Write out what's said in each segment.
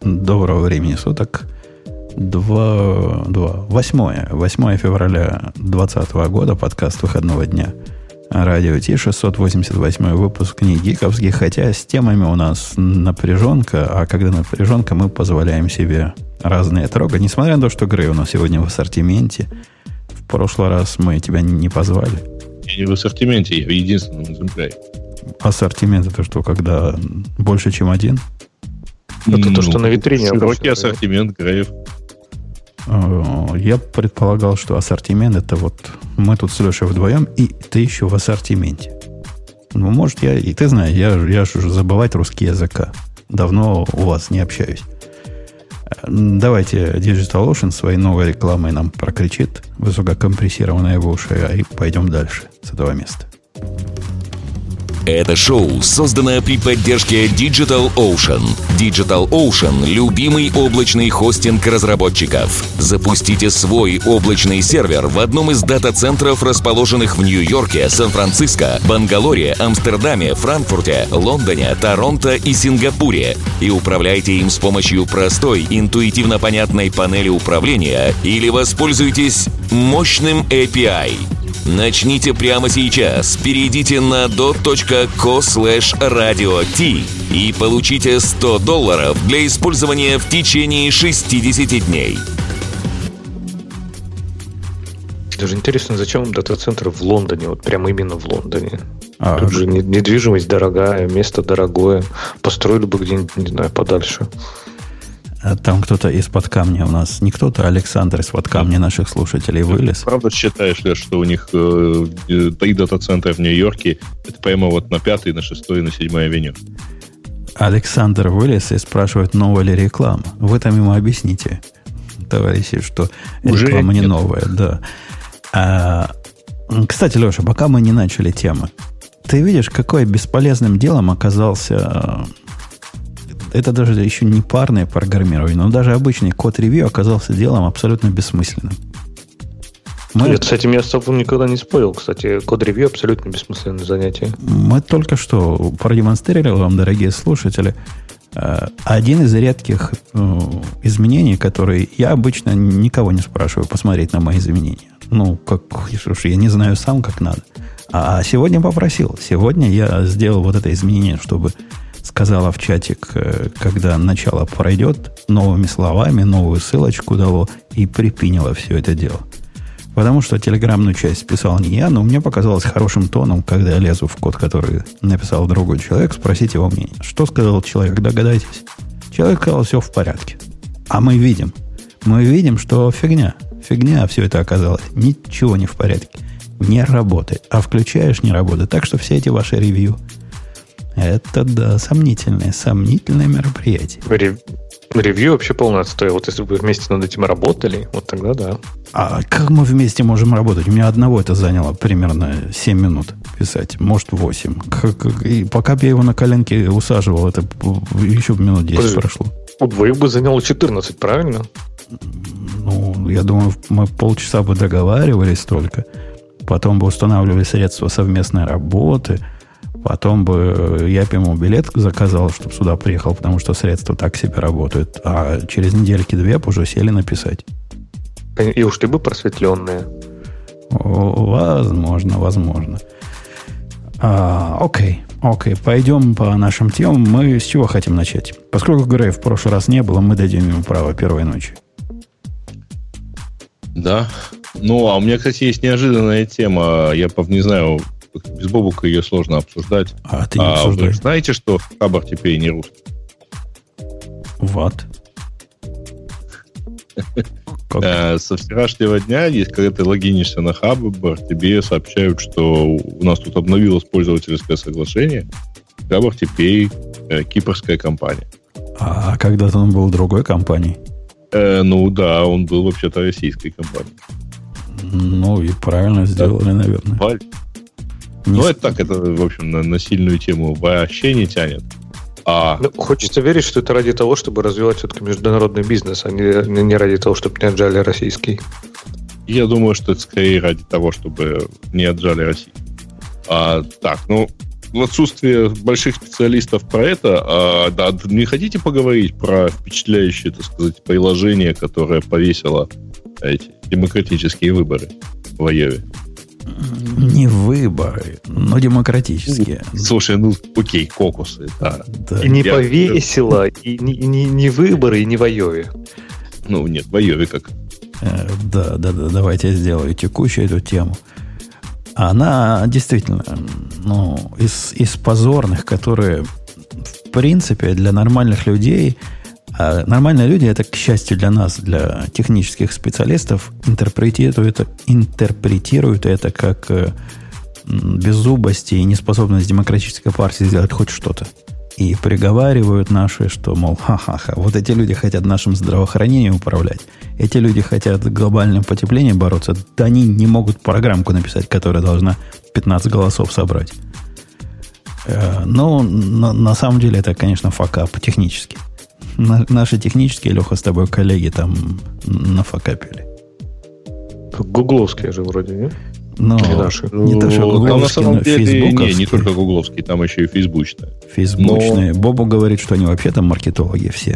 Доброго времени суток. 8 февраля 2020 года, подкаст выходного дня. Радио Ти, 688 выпуск не гиковский, хотя с темами у нас напряженка, а когда напряженка, мы позволяем себе разные трога. Несмотря на то, что Грей у нас сегодня в ассортименте, в прошлый раз мы тебя не позвали. Я не в ассортименте, я в единственном экземпляре. Ассортимент это что, когда больше, чем один? Это то, что на витрине. Широкий ассортимент Греев. Я предполагал, что ассортимент это вот мы тут с Лешей вдвоем, и ты еще в ассортименте. Ну, может, и ты знаешь, я же уже забывать русский языка. Давно у вас не общаюсь. Давайте DigitalOcean своей новой рекламой нам прокричит высококомпрессированные в уши, и пойдем дальше с этого места. Это шоу создано при поддержке DigitalOcean. DigitalOcean – любимый облачный хостинг разработчиков. Запустите свой облачный сервер в одном из дата-центров, расположенных в Нью-Йорке, Сан-Франциско, Бангалоре, Амстердаме, Франкфурте, Лондоне, Торонто и Сингапуре. И управляйте им с помощью простой, интуитивно понятной панели управления или воспользуйтесь мощным API. Начните прямо сейчас. Перейдите на dot.co/radio-t и получите $100 для использования в течение 60 дней. Даже интересно, зачем вам дата-центр в Лондоне? Вот прямо именно в Лондоне. Тут же недвижимость дорогая, место дорогое. Построили бы где-нибудь, не знаю, подальше. Там кто-то из-под камня у нас, не кто-то, а Александр из-под камня наших слушателей вылез. Правда считаешь, Леш, что у них 3 дата-центра в Нью-Йорке, это прямо вот на 5, на 6 и на 7 авеню? Александр вылез и спрашивает, новая ли реклама. Вы там ему объясните, товарищи, что уже реклама нет. не новая. Да. Кстати, Леша, пока мы не начали темы, ты видишь, какое бесполезным делом оказался... Это даже еще не парное программирование, но даже обычный код-ревью оказался делом абсолютно бессмысленным. Нет, с этим я с тобой никогда не спорил, кстати. Код-ревью абсолютно бессмысленное занятие. Мы только что продемонстрировали вам, дорогие слушатели, один из редких изменений, которые я обычно никого не спрашиваю посмотреть на мои изменения. Ну, слушай, я не знаю сам, как надо. А сегодня попросил. Сегодня я сделал вот это изменение, чтобы... сказала в чатик, когда начало пройдет, новыми словами, новую ссылочку дало и припинила все это дело. Потому что телеграммную часть писал не я, но мне показалось хорошим тоном, когда я лезу в код, который написал другой человек, спросить его мнение. Что сказал человек, догадайтесь? Человек сказал, все в порядке. А мы видим, что фигня все это оказалось. Ничего не в порядке. Не работает. А включаешь, не работает. Так что все эти ваши ревью, это, да, сомнительное мероприятие. Ревью вообще полный отстой. Вот если бы вместе над этим работали, вот тогда да. А как мы вместе можем работать? У меня одного это заняло примерно 7 минут писать, может 8. И пока бы я его на коленке усаживал, это еще минут 10 прошло. У двоих бы заняло 14, правильно? Ну, я думаю, мы полчаса бы договаривались только. Потом бы устанавливали средства совместной работы. Потом бы я бы ему билет заказал, чтобы сюда приехал, потому что средства так себе работают. А через недельки-две бы уже сели написать. И ушли бы просветленные. Возможно. Окей. Пойдем по нашим темам. Мы с чего хотим начать? Поскольку Грея в прошлый раз не было, мы дадим ему право первой ночи. Да. Ну, а у меня, кстати, есть неожиданная тема. Я не знаю... Без Бобука ее сложно обсуждать. А ты не обсуждаешь. Вы знаете, что Хабр теперь не русский? Вот. Со вчерашнего дня, когда ты логинишься на Хабр, тебе сообщают, что у нас тут обновилось пользовательское соглашение. Хабр теперь кипрская компания. А когда-то он был другой компанией? Ну да, он был вообще-то российской компанией. Ну и правильно сделали, наверное. Ну, это так, это, в общем, на сильную тему вообще не тянет. Хочется верить, что это ради того, чтобы развивать все-таки международный бизнес, а не ради того, чтобы не отжали российский. Я думаю, что это скорее ради того, чтобы не отжали Россию. в отсутствие больших специалистов про это, да, не хотите поговорить про впечатляющее, так сказать, приложение, которое повесило эти демократические выборы в Айове? Не выборы, но демократические. Слушай, окей, кокусы, да. И не повесило, и не выборы, и не в Айове. Нет, в Айове как. Да, давайте я сделаю текущую эту тему. Она действительно, из позорных, которые, в принципе, для нормальных людей, нормальные люди, это, к счастью для нас, для технических специалистов, интерпретируют это как беззубость и неспособность демократической партии сделать хоть что-то. И приговаривают наши, что, мол, ха-ха-ха, вот эти люди хотят нашим здравоохранением управлять, эти люди хотят глобальным потеплением бороться, да они не могут программку написать, которая должна 15 голосов собрать. Но на самом деле это, конечно, факап технически. Наши технические, Леха, с тобой коллеги там нафакапили. Гугловские же вроде, нет? Но не наши. Не то, что гугловские, на самом деле, не только гугловские, там еще и фейсбучные. Фейсбучные. Бобу говорит, что они вообще там маркетологи все.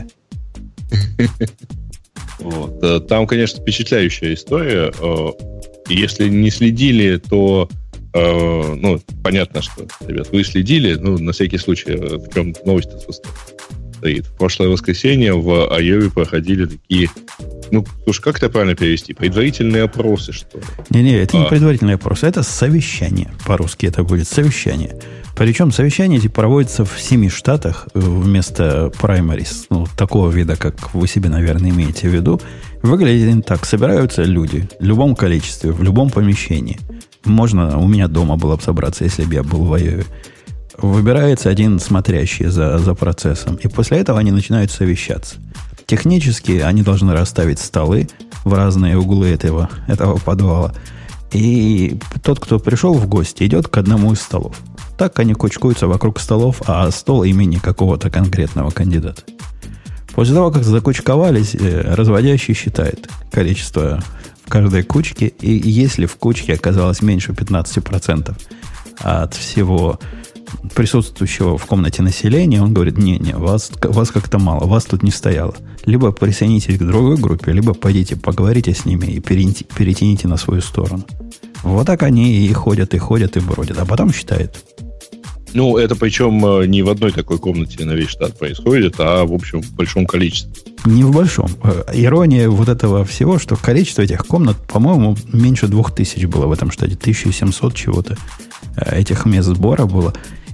Там, конечно, впечатляющая история. Если не следили, то понятно, что, ребят, вы следили, на всякий случай, в чем новость стоит. В прошлое воскресенье в Айове проходили такие, слушай, как это правильно перевести? Предварительные опросы, что ли? Не, это не предварительные опросы, это совещание. По-русски это будет совещание. Причем совещания эти проводятся в 7 штатах вместо праймарис, такого вида, как вы себе, наверное, имеете в виду. Выглядит так. Собираются люди в любом количестве, в любом помещении. Можно у меня дома было бы собраться, если бы я был в Айове. Выбирается один смотрящий за процессом. И после этого они начинают совещаться. Технически они должны расставить столы в разные углы этого подвала. И тот, кто пришел в гости, идет к одному из столов. Так они кучкуются вокруг столов, а стол имени какого-то конкретного кандидата. После того, как закучковались, разводящий считает количество в каждой кучке. И если в кучке оказалось меньше 15% от всего присутствующего в комнате населения, он говорит, вас как-то мало, вас тут не стояло. Либо присоединитесь к другой группе, либо пойдите поговорите с ними и перетяните на свою сторону. Вот так они и ходят, и бродят, а потом считают. Это причем не в одной такой комнате на весь штат происходит, а, в общем, в большом количестве. Не в большом. Ирония вот этого всего, что количество этих комнат, по-моему, меньше 2000 было в этом штате. 1700 чего-то этих мест сбора было.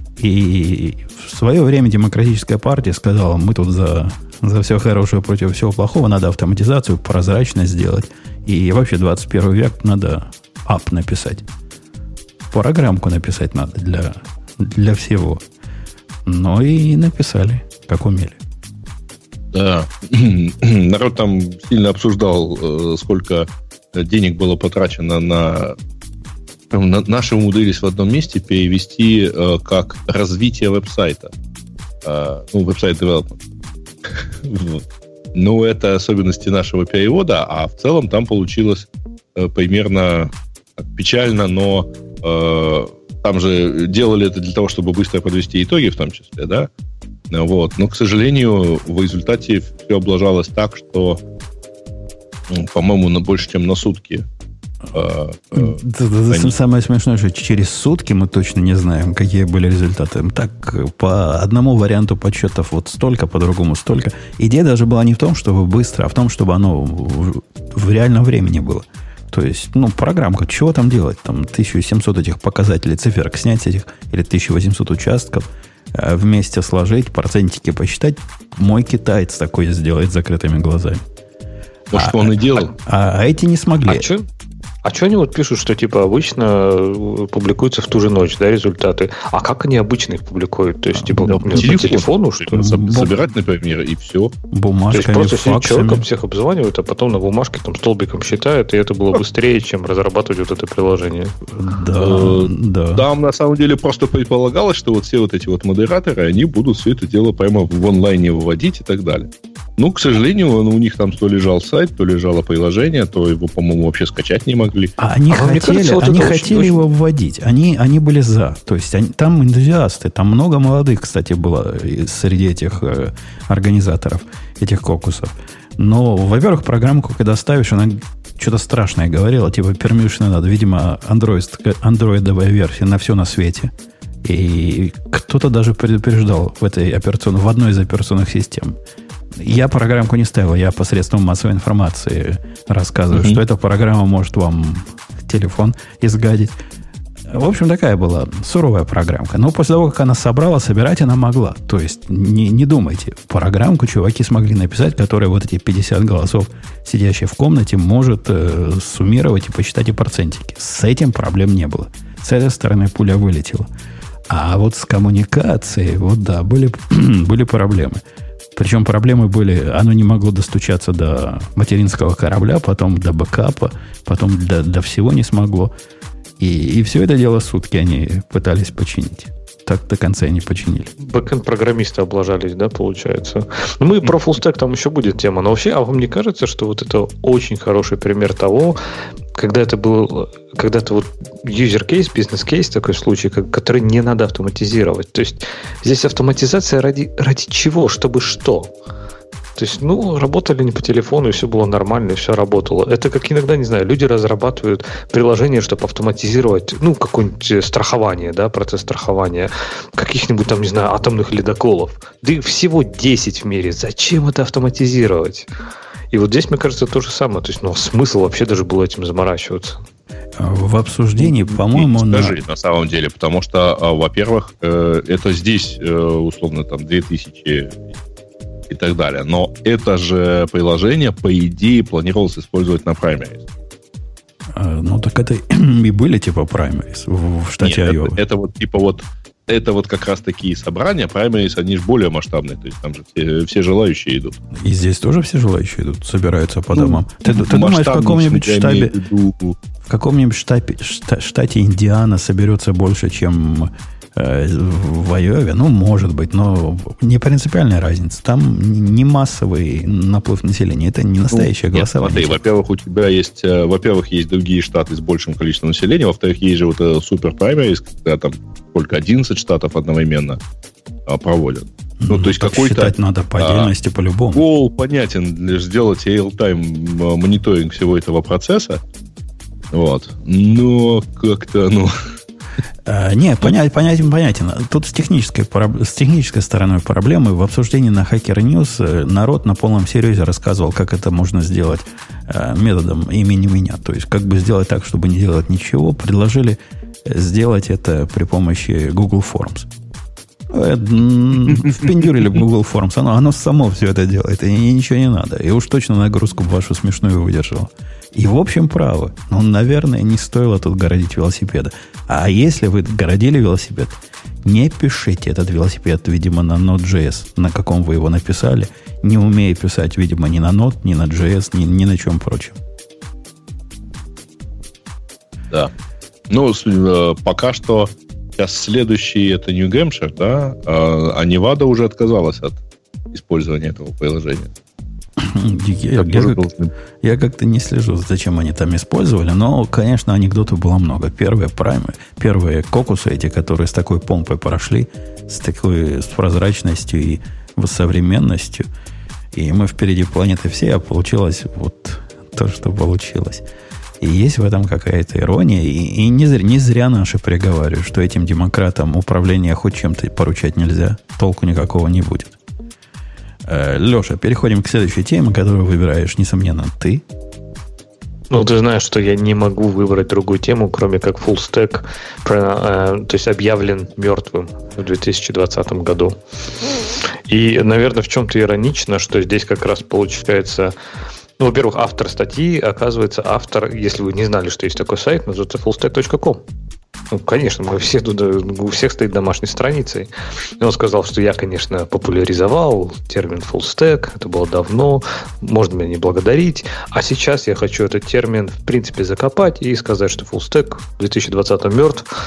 И в свое время Демократическая партия сказала, мы тут за все хорошее против всего плохого, надо автоматизацию, прозрачность сделать. И вообще 21 век надо ап написать. Программку написать надо для всего. Но и написали, как умели. Да. Народ там сильно обсуждал, сколько денег было потрачено на... Наши умудрились в одном месте перевести как развитие веб-сайта. Веб-сайт development. Это особенности нашего перевода, а в целом там получилось примерно печально, но там же делали это для того, чтобы быстро подвести итоги, в том числе, да? Но, к сожалению, в результате все облажалось так, что, по-моему, больше, чем на сутки. Самое смешное, что через сутки мы точно не знаем, какие были результаты. Так, по одному варианту подсчетов вот столько, по другому столько. Идея даже была не в том, чтобы быстро, а в том, чтобы оно в реальном времени было. То есть, программка, чего там делать? Там 1700 этих показателей циферок снять с этих, или 1800 участков, вместе сложить, процентики посчитать. Мой китаец такой сделает с закрытыми глазами. Что он и делал. А эти не смогли. А что они пишут, что обычно публикуются в ту же ночь, да, результаты? А как они обычно их публикуют? То есть, по телефону, что ли? Собирать, например, и все. Бумажками, то есть, просто факсами. человеком всех обзванивают, а потом на бумажке там столбиком считают, и это было быстрее, чем разрабатывать вот это приложение. Да. Там, на самом деле, просто предполагалось, что все эти модераторы, они будут все это дело прямо в онлайне выводить и так далее. К сожалению, у них там то лежал сайт, то лежало приложение, то его, по-моему, вообще скачать не могли. могли. Они хотели его вводить. Они были за. То есть там энтузиасты, там много молодых, кстати, было среди этих организаторов, этих кокусов. Но, во-первых, программку, когда ставишь, она что-то страшное говорила, типа permission надо. Видимо, андроидовая версия на все на свете. И кто-то даже предупреждал в одной из операционных систем. Я программку не ставил, я посредством массовой информации рассказываю, что эта программа может вам телефон изгадить. В общем, такая была суровая программка. Но после того, как она собрала, собирать она могла. То есть, не думайте, программку чуваки смогли написать, которая вот эти 50 голосов, сидящие в комнате, может суммировать и посчитать и процентики. С этим проблем не было. С этой стороны пуля вылетела. А вот с коммуникацией, вот да, были проблемы. Причем проблемы были, оно не могло достучаться до материнского корабля, потом до бэкапа, потом до всего не смогло. И все это дело сутки они пытались починить. Так до конца и не починили. Бэкэнд-программисты облажались, да, получается? Ну, и про фуллстек там еще будет тема. Но вообще, а вам не кажется, что вот это очень хороший пример того, когда это вот user-кейс, бизнес-кейс, такой случай, который не надо автоматизировать. То есть здесь автоматизация ради чего? Чтобы что? То есть, работали не по телефону, и все было нормально, и все работало. Это как иногда, не знаю, люди разрабатывают приложение, чтобы автоматизировать, какое-нибудь страхование, да, процесс страхования каких-нибудь там, не знаю, атомных ледоколов. Да и всего 10 в мире. Зачем это автоматизировать? И вот здесь, мне кажется, то же самое. То есть, смысл вообще даже было этим заморачиваться. В обсуждении, по-моему... Скажи, на самом деле, потому что, во-первых, это здесь, условно, там, 2000... и так далее. Но это же приложение, по идее, планировалось использовать на Primaries. Так это и были типа Primaries в штате Айова. Это вот как раз такие собрания. Primaries, они же более масштабные. То есть там же все желающие идут. И здесь тоже все желающие идут, собираются по домам. Ты думаешь, в каком-нибудь штате Индиана соберется больше, чем в Айове? Может быть, но не принципиальная разница. Там не массовый наплыв населения. Это не настоящее голосование. Нет, смотри, во-первых, у тебя есть, есть другие штаты с большим количеством населения, во-вторых, есть же вот супер праймерис, когда там только 11 штатов одновременно проводят. То есть какой-то... Считать надо по отдельности по-любому. Гол понятен, лишь сделать real-time мониторинг всего этого процесса. Вот. Но как-то, понятен. Тут с технической стороной проблемы. В обсуждении на Hacker News народ на полном серьезе рассказывал, как это можно сделать методом имени меня. То есть, как бы сделать так, чтобы не делать ничего. Предложили сделать это при помощи Google Forms. Впендюрили в Google Forms. Оно само все это делает. И ничего не надо. И уж точно нагрузку вашу смешную выдержало. И в общем правы. Наверное, не стоило тут городить велосипеда. А если вы городили велосипед, не пишите этот велосипед, видимо, на Node.js, на каком вы его написали, не умея писать, видимо, ни на Node, ни на JS, ни на чем прочем. Да. Пока что сейчас следующий это New Hampshire, да, а Невада уже отказалась от использования этого приложения. Я как-то не слежу, зачем они там использовали, но, конечно, анекдотов было много. Первые кокусы эти, которые с такой помпой прошли, с прозрачностью и современностью, и мы впереди планеты всей, а получилось вот то, что получилось. И есть в этом какая-то ирония, и не зря наши приговаривают, что этим демократам управление хоть чем-то поручать нельзя, толку никакого не будет. Леша, переходим к следующей теме, которую выбираешь, несомненно, ты. Ты знаешь, что я не могу выбрать другую тему, кроме как фуллстек, то есть объявлен мертвым в 2020 году. И, наверное, в чем-то иронично, что здесь как раз получается... во-первых, автор статьи, оказывается, если вы не знали, что есть такой сайт, называется fullstack.com. Конечно, у всех стоит домашней страницей. И он сказал, что я, конечно, популяризовал термин full stack, это было давно, можно меня не благодарить, а сейчас я хочу этот термин, в принципе, закопать и сказать, что full stack в 2020 мертв.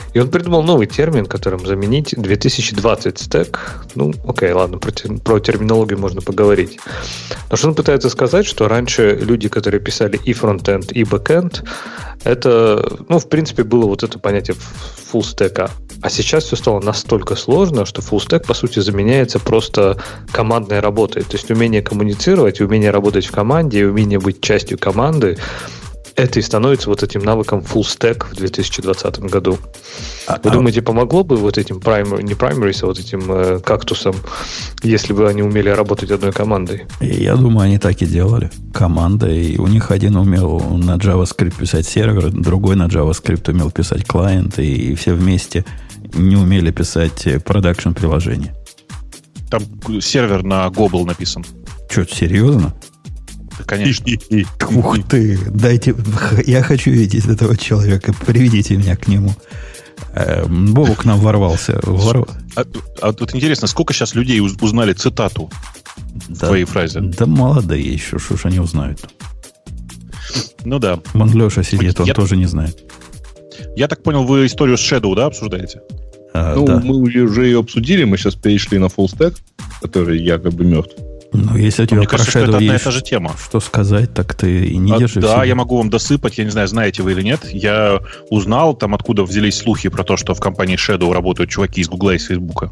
И он придумал новый термин, которым заменить 2020 стек. Ну, окей, ладно, про терминологию можно поговорить. Но что он пытается сказать, что раньше люди, которые писали и фронтенд, и бэкенд, это, ну, в принципе, было вот это понятие фуллстека. А сейчас все стало настолько сложно, что фуллстек, по сути, заменяется просто командной работой. То есть умение коммуницировать, умение работать в команде, умение быть частью команды, это и становится вот этим навыком full stack в 2020 году. Вы думаете, помогло бы вот этим не primaries, а вот этим кактусам, если бы они умели работать одной командой? Я думаю, они так и делали. Команда, и у них один умел на JavaScript писать сервер, другой на JavaScript умел писать клиент, и все вместе не умели писать продакшн-приложение. Там сервер на Go написан. Что, серьезно? Конечно. Ух ты, дайте, я хочу видеть этого человека, приведите меня к нему. Бобу к нам ворвался. А вот интересно, сколько сейчас людей узнали цитату в твоей фразе? Да молодые еще, что ж они узнают. Ну да. Вон Леша сидит, он тоже не знает. Я так понял, вы историю с Shadow, да, обсуждаете? Да. Мы уже ее обсудили, мы сейчас перешли на full stack, который якобы мертв. Ну, если у тебя мне кажется, что это одна и та же тема. Что сказать, так ты и не держишь. Да, я могу вам досыпать, я не знаю, знаете вы или нет. Я узнал, там откуда взялись слухи про то, что в компании Shadow работают чуваки из Гугла и из Фейсбука.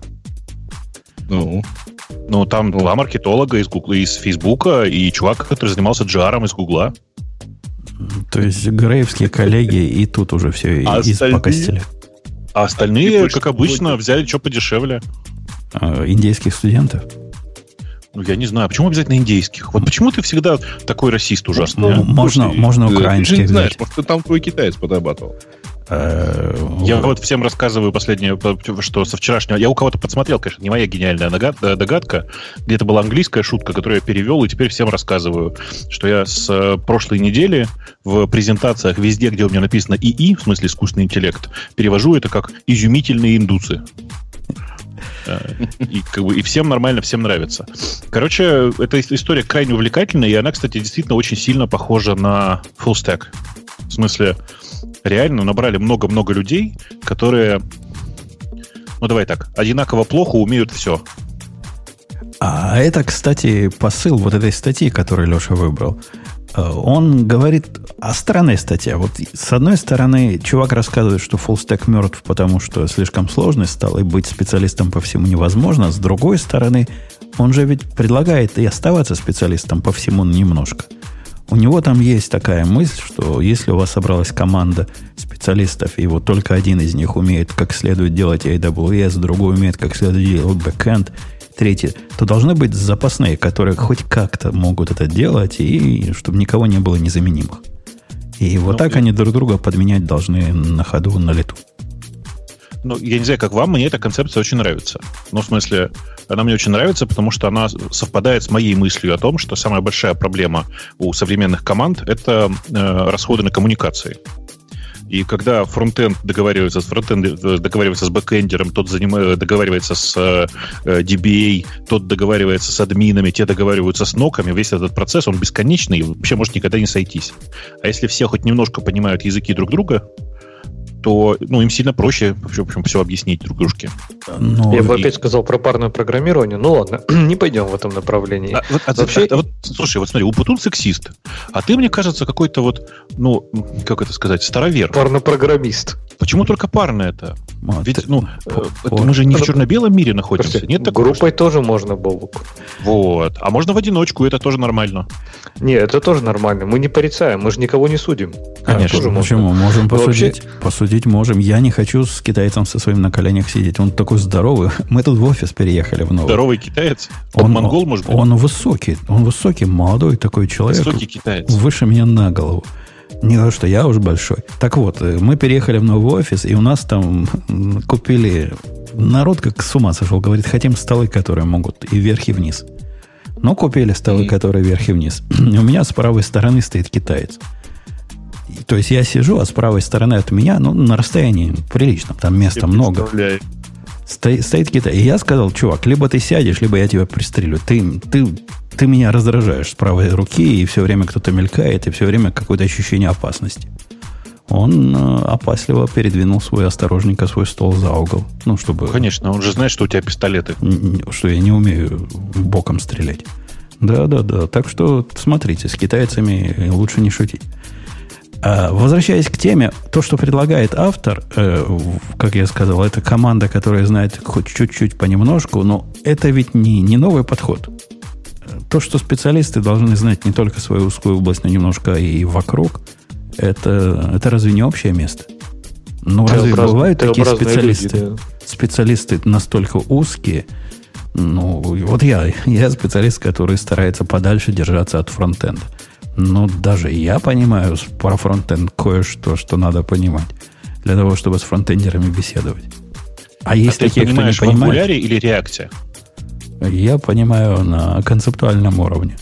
Ну, там два маркетолога из Гугла, из Фейсбука и чувак, который занимался GR из Гугла. То есть греевские коллеги и тут уже все испакостили. А остальные, как обычно, взяли что подешевле. Индейских студентов? Ну, я не знаю, почему обязательно индейских? Вот почему ты всегда такой расист ужасный? Можно украинских. Ты не знаешь, может, ты там твой китаец подрабатывал. Я вот всем рассказываю последнее, что со вчерашнего... Я у кого-то подсмотрел, конечно, не моя гениальная догадка. Где-то была английская шутка, которую я перевел, и теперь всем рассказываю, что я с прошлой недели в презентациях везде, где у меня написано ИИ, в смысле искусственный интеллект, перевожу это как изумительные индусы. И всем нормально, всем нравится. Короче, эта история крайне увлекательная, и она, кстати, действительно очень сильно похожа на full stack. В смысле, реально набрали много-много людей, которые, ну давай так, одинаково плохо умеют все. А это, кстати, посыл вот этой статьи, которую Леша выбрал. Он говорит о странной статье. Вот с одной стороны, чувак рассказывает, что фуллстек мертв, потому что слишком сложный стал, и быть специалистом по всему невозможно. С другой стороны, он же ведь предлагает и оставаться специалистом по всему немножко. У него там есть такая мысль, что если у вас собралась команда специалистов, и вот только один из них умеет как следует делать AWS, другой умеет как следует делать бэкэнд, третий, то должны быть запасные, которые хоть как-то могут это делать, и чтобы никого не было незаменимых. И вот так они друг друга подменять должны на ходу, на лету. Ну, я не знаю, как вам, мне эта концепция очень нравится. Ну, в смысле, она мне очень нравится, потому что она совпадает с моей мыслью о том, что самая большая проблема у современных команд – это расходы на коммуникации. И когда фронтенд договаривается с бэкэндером, тот договаривается с DBA, тот договаривается с админами, те договариваются с ноками, весь этот процесс, он бесконечный и вообще может никогда не сойтись. А если все хоть немножко понимают языки друг друга, то им сильно проще, в общем, все объяснить друг дружке. Я бы опять сказал про парное программирование. Ну ладно, не пойдем в этом направлении. Слушай, вот смотри, Умпутун сексист, а ты, мне кажется, какой-то как это сказать, старовер. Парнопрограммист. Почему только парное это? Ведь, мы же не в черно-белом мире находимся. Нет такого, группой тоже можно, Бобук. Вот. А можно в одиночку, это тоже нормально. Не, это тоже нормально. Мы не порицаем, мы же никого не судим. Конечно. Почему? Можем посудить. Посудить можем. Я не хочу с китайцем со своим на коленях сидеть. Он такой здоровый. Мы тут в офис переехали в новый. Здоровый китаец? Он монгол, может быть? Он высокий, молодой такой человек. Высокий китаец. Выше меня на голову. Не то, что я уж большой. Так вот, мы переехали в новый офис, и у нас там купили... Народ как с ума сошел. Говорит, хотим столы, которые могут и вверх, и вниз. Но купили столы, которые вверх и вниз. У меня с правой стороны стоит китаец. То есть я сижу, а с правой стороны от меня, на расстоянии приличном, там места много. Стоит китаец. И я сказал, чувак, либо ты сядешь, либо я тебя пристрелю. Ты меня раздражаешь с правой руки, и все время кто-то мелькает, и все время какое-то ощущение опасности. он опасливо передвинул осторожненько свой стол за угол. Ну, чтобы... Конечно, он же знает, что у тебя пистолеты. Что я не умею боком стрелять. Да. Так что смотрите, с китайцами лучше не шутить. Возвращаясь к теме, то, что предлагает автор, как я сказал, это команда, которая знает хоть чуть-чуть понемножку, но это ведь не новый подход. То, что специалисты должны знать не только свою узкую область, но немножко и вокруг, это разве не общее место? Ну, разве бывают такие специалисты? Люди, да. Специалисты настолько узкие. Ну, вот я специалист, который старается подальше держаться от фронтенда. Но даже я понимаю про фронтенд кое-что, что надо понимать для того, чтобы с фронтендерами беседовать. А есть такие, кто не понимает. В ангуляре или реакте? Я понимаю на концептуальном уровне.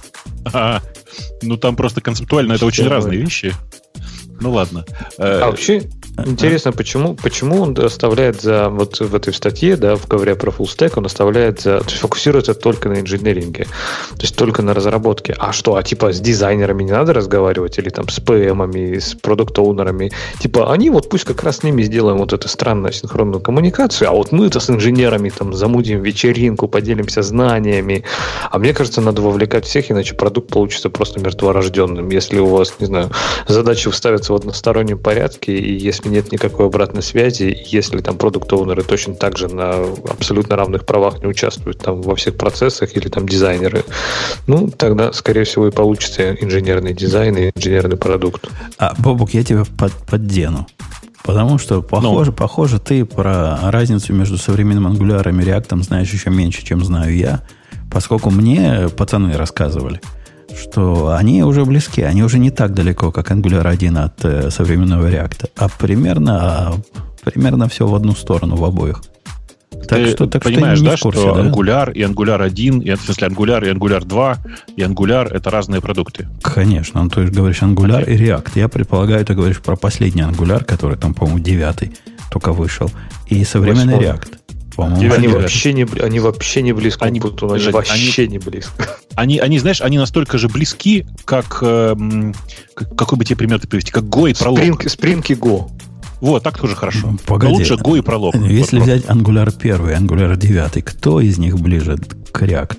Ну там просто концептуально это очень разные вещи. Ну ладно. Вообще интересно, почему он оставляет вот в этой статье, да, говоря про full stack, он оставляет то есть фокусируется только на инженеринге, то есть только на разработке. А что, типа с дизайнерами не надо разговаривать, или там с PM-ами, с продукт-оунерами? Типа они вот пусть как раз с ними сделаем вот эту странную синхронную коммуникацию, а вот мы-то с инженерами там замутим вечеринку, поделимся знаниями. А мне кажется, надо вовлекать всех, иначе продукт получится просто мертворожденным. Если у вас, не знаю, задачи ставятся в одностороннем порядке, и если нет никакой обратной связи, если там продукт-оунеры точно так же на абсолютно равных правах не участвуют там во всех процессах, или там дизайнеры, ну, тогда, скорее всего, и получится инженерный дизайн и инженерный продукт. Бобук, я тебя поддену. Потому что, похоже, ты про разницу между современным Angular и React знаешь еще меньше, чем знаю я, поскольку мне пацаны рассказывали, что они уже близки, они уже не так далеко, как Angular 1 от современного React, а примерно все в одну сторону в обоих. Ты понимаешь, да, что Angular и Angular 1, в смысле Angular и Angular 2 и Angular — это разные продукты? Конечно. Ну, ты говоришь Angular и React. Я предполагаю, ты говоришь про последний Angular, который там, по-моему, 9-й только вышел, и современный React. Они вообще не близко. Они вообще не близко. Они, знаешь, они настолько же близки, как какой бы тебе пример привести, как Go и Prolog. Spring и Go. Вот, так тоже хорошо. Погоди. Но лучше Go и Prolog. Если взять Angular 1 и Angular 9, кто из них ближе к React?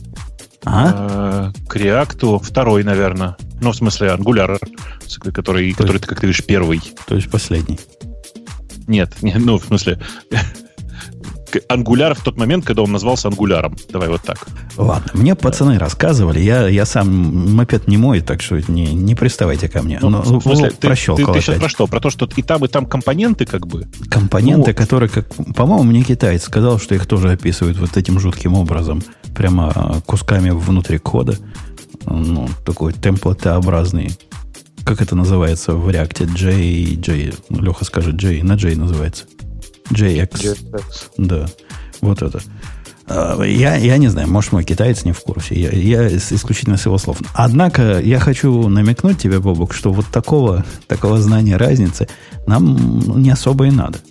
К React второй, наверное. Ну, в смысле, Angular, который ты, как ты видишь, первый. То есть последний. Нет, ну, в смысле... Angular в тот момент, когда он назвался Ангуляром. Давай вот так. Ладно, мне пацаны рассказывали. Я сам мопед не мой, так что не приставайте ко мне. Ну, в смысле, ты сейчас про что? Про то, что и там компоненты как бы? Компоненты, которые, по-моему, мне китаец сказал, что их тоже описывают вот этим жутким образом. Прямо кусками внутри кода. Ну, такой темплетообразный. Как это называется в React? J. Леха скажет, J. На J называется. JX. Да, вот это. Я не знаю, может, мой китаец не в курсе. Я исключительно с его слов. Однако я хочу намекнуть тебе, Бобок, что вот такого знания разницы нам не особо и надо.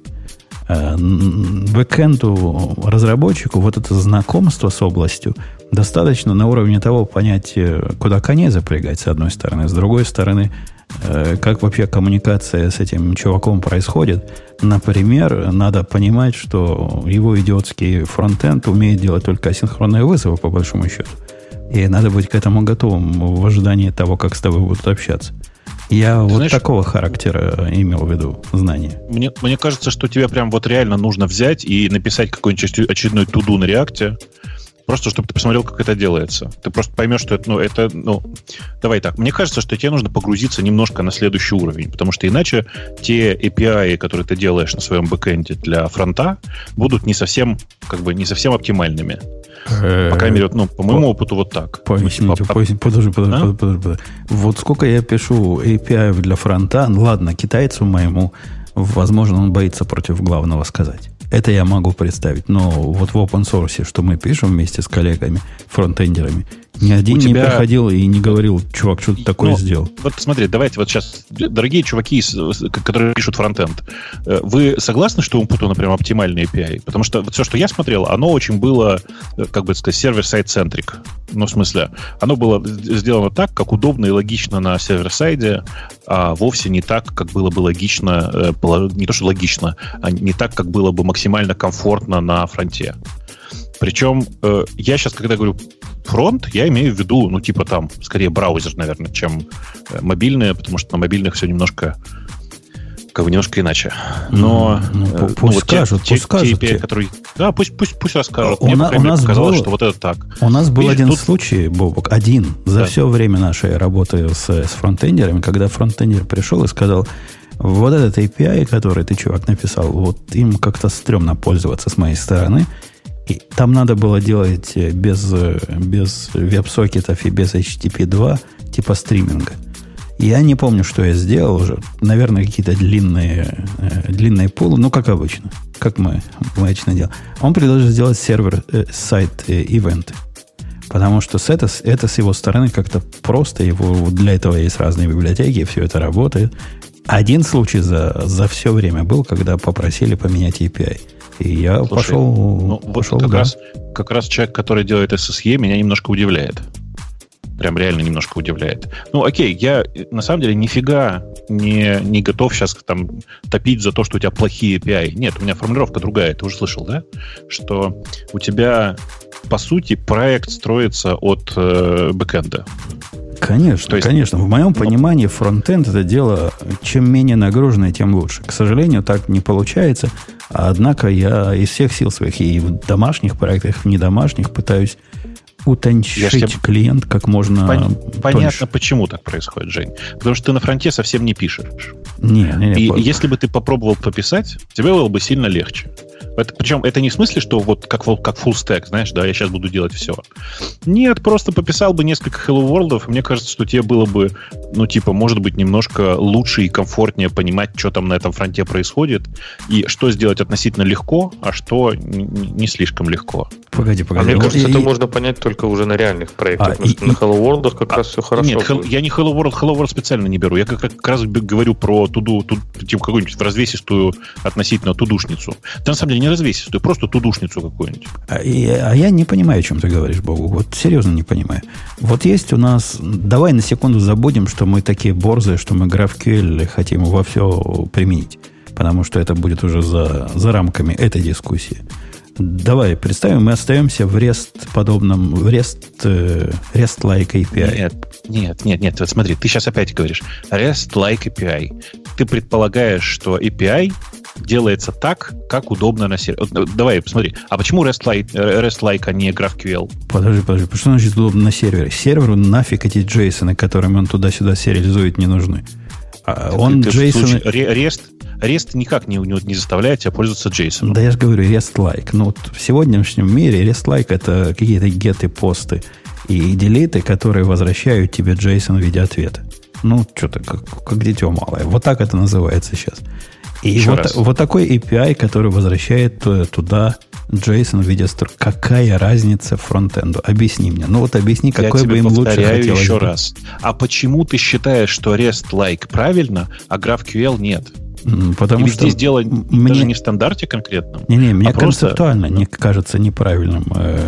Бэкэнду, разработчику вот это знакомство с областью достаточно на уровне того понять, куда коней запрягать, с одной стороны. С другой стороны, как вообще коммуникация с этим чуваком происходит. Например, надо понимать, что его идиотский фронтенд умеет делать только асинхронные вызовы, по большому счету. И надо быть к этому готовым в ожидании того, как с тобой будут общаться. Я знаешь, такого характера имел в виду знания. Мне кажется, что тебе прям вот реально нужно взять и написать какой-нибудь очередной туду на React, просто чтобы ты посмотрел, как это делается. Ты просто поймешь, что это, давай так. Мне кажется, что тебе нужно погрузиться немножко на следующий уровень, потому что иначе те API, которые ты делаешь на своем бэкэнде для фронта, будут не совсем оптимальными. По крайней мере, по моему опыту вот так. Подожди. Вот сколько я пишу API для фронта, ладно, китайцу моему, возможно, он боится против главного сказать. Это я могу представить. Но вот в open source, что мы пишем вместе с коллегами, фронтендерами, Ни один не приходил и не говорил, чувак, что ты такое сделал. Вот смотри, давайте вот сейчас, дорогие чуваки, которые пишут фронтенд, вы согласны, что у Umputu, например, оптимальный API? Потому что вот все, что я смотрел, оно очень было, как бы сказать, сервер-сайд-центрик. Ну, в смысле, оно было сделано так, как удобно и логично на сервер-сайде, а вовсе не так, как было бы логично, не то, что логично, а не так, как было бы максимально комфортно на фронте. Причем я сейчас, когда говорю фронт, я имею в виду, ну, типа там, скорее браузер, наверное, чем мобильные, потому что на мобильных все немножко иначе. Но пусть скажут. API, которые, да, пусть расскажут. Мне, например, показалось, что вот это так. У нас был один случай, Бобок, за все время нашей работы с фронтендерами, когда фронтендер пришел и сказал, вот этот API, который ты, чувак, написал, вот им как-то стрёмно пользоваться с моей стороны. И там надо было делать без веб-сокетов и без HTTP 2 типа стриминга. Я не помню, что я сделал уже. Наверное, какие-то длинные пулы, ну, как обычно. Как мы обычно делаем. Он предложил сделать сервер-сайт ивенты. Потому что это с его стороны как-то просто. Для этого есть разные библиотеки, все это работает. Один случай за все время был, когда попросили поменять API. И я пошел как раз человек, который делает SSE, меня немножко удивляет. Прям реально немножко удивляет. Ну, окей, я на самом деле нифига не готов сейчас там топить за то, что у тебя плохие API. Нет, у меня формулировка другая, ты уже слышал, да? Что у тебя, по сути, проект строится от бэкэнда. Конечно, конечно. В моем понимании фронтенд это дело, чем менее нагруженное, тем лучше. К сожалению, так не получается. Однако я из всех сил своих и в домашних проектах, и в недомашних пытаюсь утончить клиент как можно Понятно, тоньше. Почему так происходит, Жень. Потому что ты на фронте совсем не пишешь. И если бы ты попробовал пописать, тебе было бы сильно легче. Причем это не в смысле, что вот как full stack, знаешь, да, я сейчас буду делать все. Нет, просто пописал бы несколько Hello World'ов, и мне кажется, что тебе было бы, ну, типа, может быть, немножко лучше и комфортнее понимать, что там на этом фронте происходит, и что сделать относительно легко, а что не слишком легко. Погоди. Мне кажется, это можно понять только уже на реальных проектах. Потому что на Hello World'ах как раз все хорошо. Нет, я не Hello World специально не беру. Я как раз говорю про типа какую-нибудь развесистую относительно тудушницу. Да, на самом деле не развесистую, просто тудушницу какую-нибудь. А я не понимаю, о чем ты говоришь, Богу. Вот серьезно не понимаю. Вот есть у нас... Давай на секунду забудем, что мы такие борзые, что мы GraphQL хотим во все применить. Потому что это будет уже за рамками этой дискуссии. Давай представим, мы остаемся в REST-подобном, в REST-like API. Нет. Вот смотри, ты сейчас опять говоришь REST-like API. Ты предполагаешь, что API делается так, как удобно на сервере. Давай, посмотри. А почему REST-like, а не GraphQL? Подожди. Что значит удобно на сервере? Серверу нафиг эти JSON, которыми он туда-сюда сериализует, не нужны. Он JSON... REST никак не заставляет тебя пользоваться JSON. Да я же говорю, REST-like. Ну, вот в сегодняшнем мире REST-like это какие-то геты, посты и делиты, которые возвращают тебе JSON в виде ответа. Ну, что-то как дитё малое. Вот так это называется сейчас. И вот такой API, который возвращает туда JSON в виде строки. Какая разница фронтенду? Объясни мне. Ну вот объясни, какой бы им лучше хотелось еще бы. Раз. А почему ты считаешь, что REST-like правильно, а GraphQL нет? Потому или что здесь дело даже не в стандарте конкретном. Мне концептуально не кажется неправильным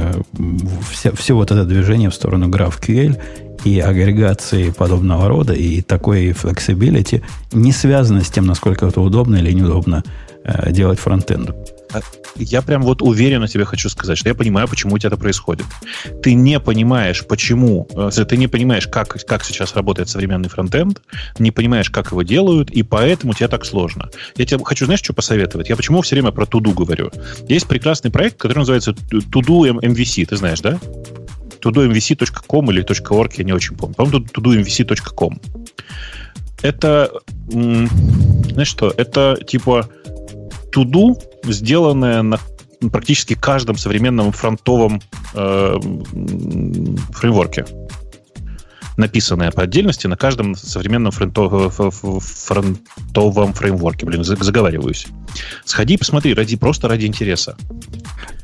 все вот это движение в сторону GraphQL и агрегации подобного рода, и такой flexibility не связано с тем, насколько это удобно или неудобно делать фронтенду. Я прям вот уверенно тебе хочу сказать, что я понимаю, почему у тебя это происходит. Ты не понимаешь, почему, ты не понимаешь, как сейчас работает современный фронтенд, не понимаешь, как его делают, и поэтому тебе так сложно. Я тебе хочу, знаешь, что посоветовать? Я почему все время про Todo говорю? Есть прекрасный проект, который называется Todo MVC, ты знаешь, да? TodoMVC.com или .org, я не очень помню. По-моему, TodoMVC.com. Это, знаешь что, это типа To-Do, сделанное на практически каждом современном фронтовом фреймворке. Написанное по отдельности на каждом современном фронтовом фреймворке. Заговариваюсь. Сходи и посмотри, просто ради интереса.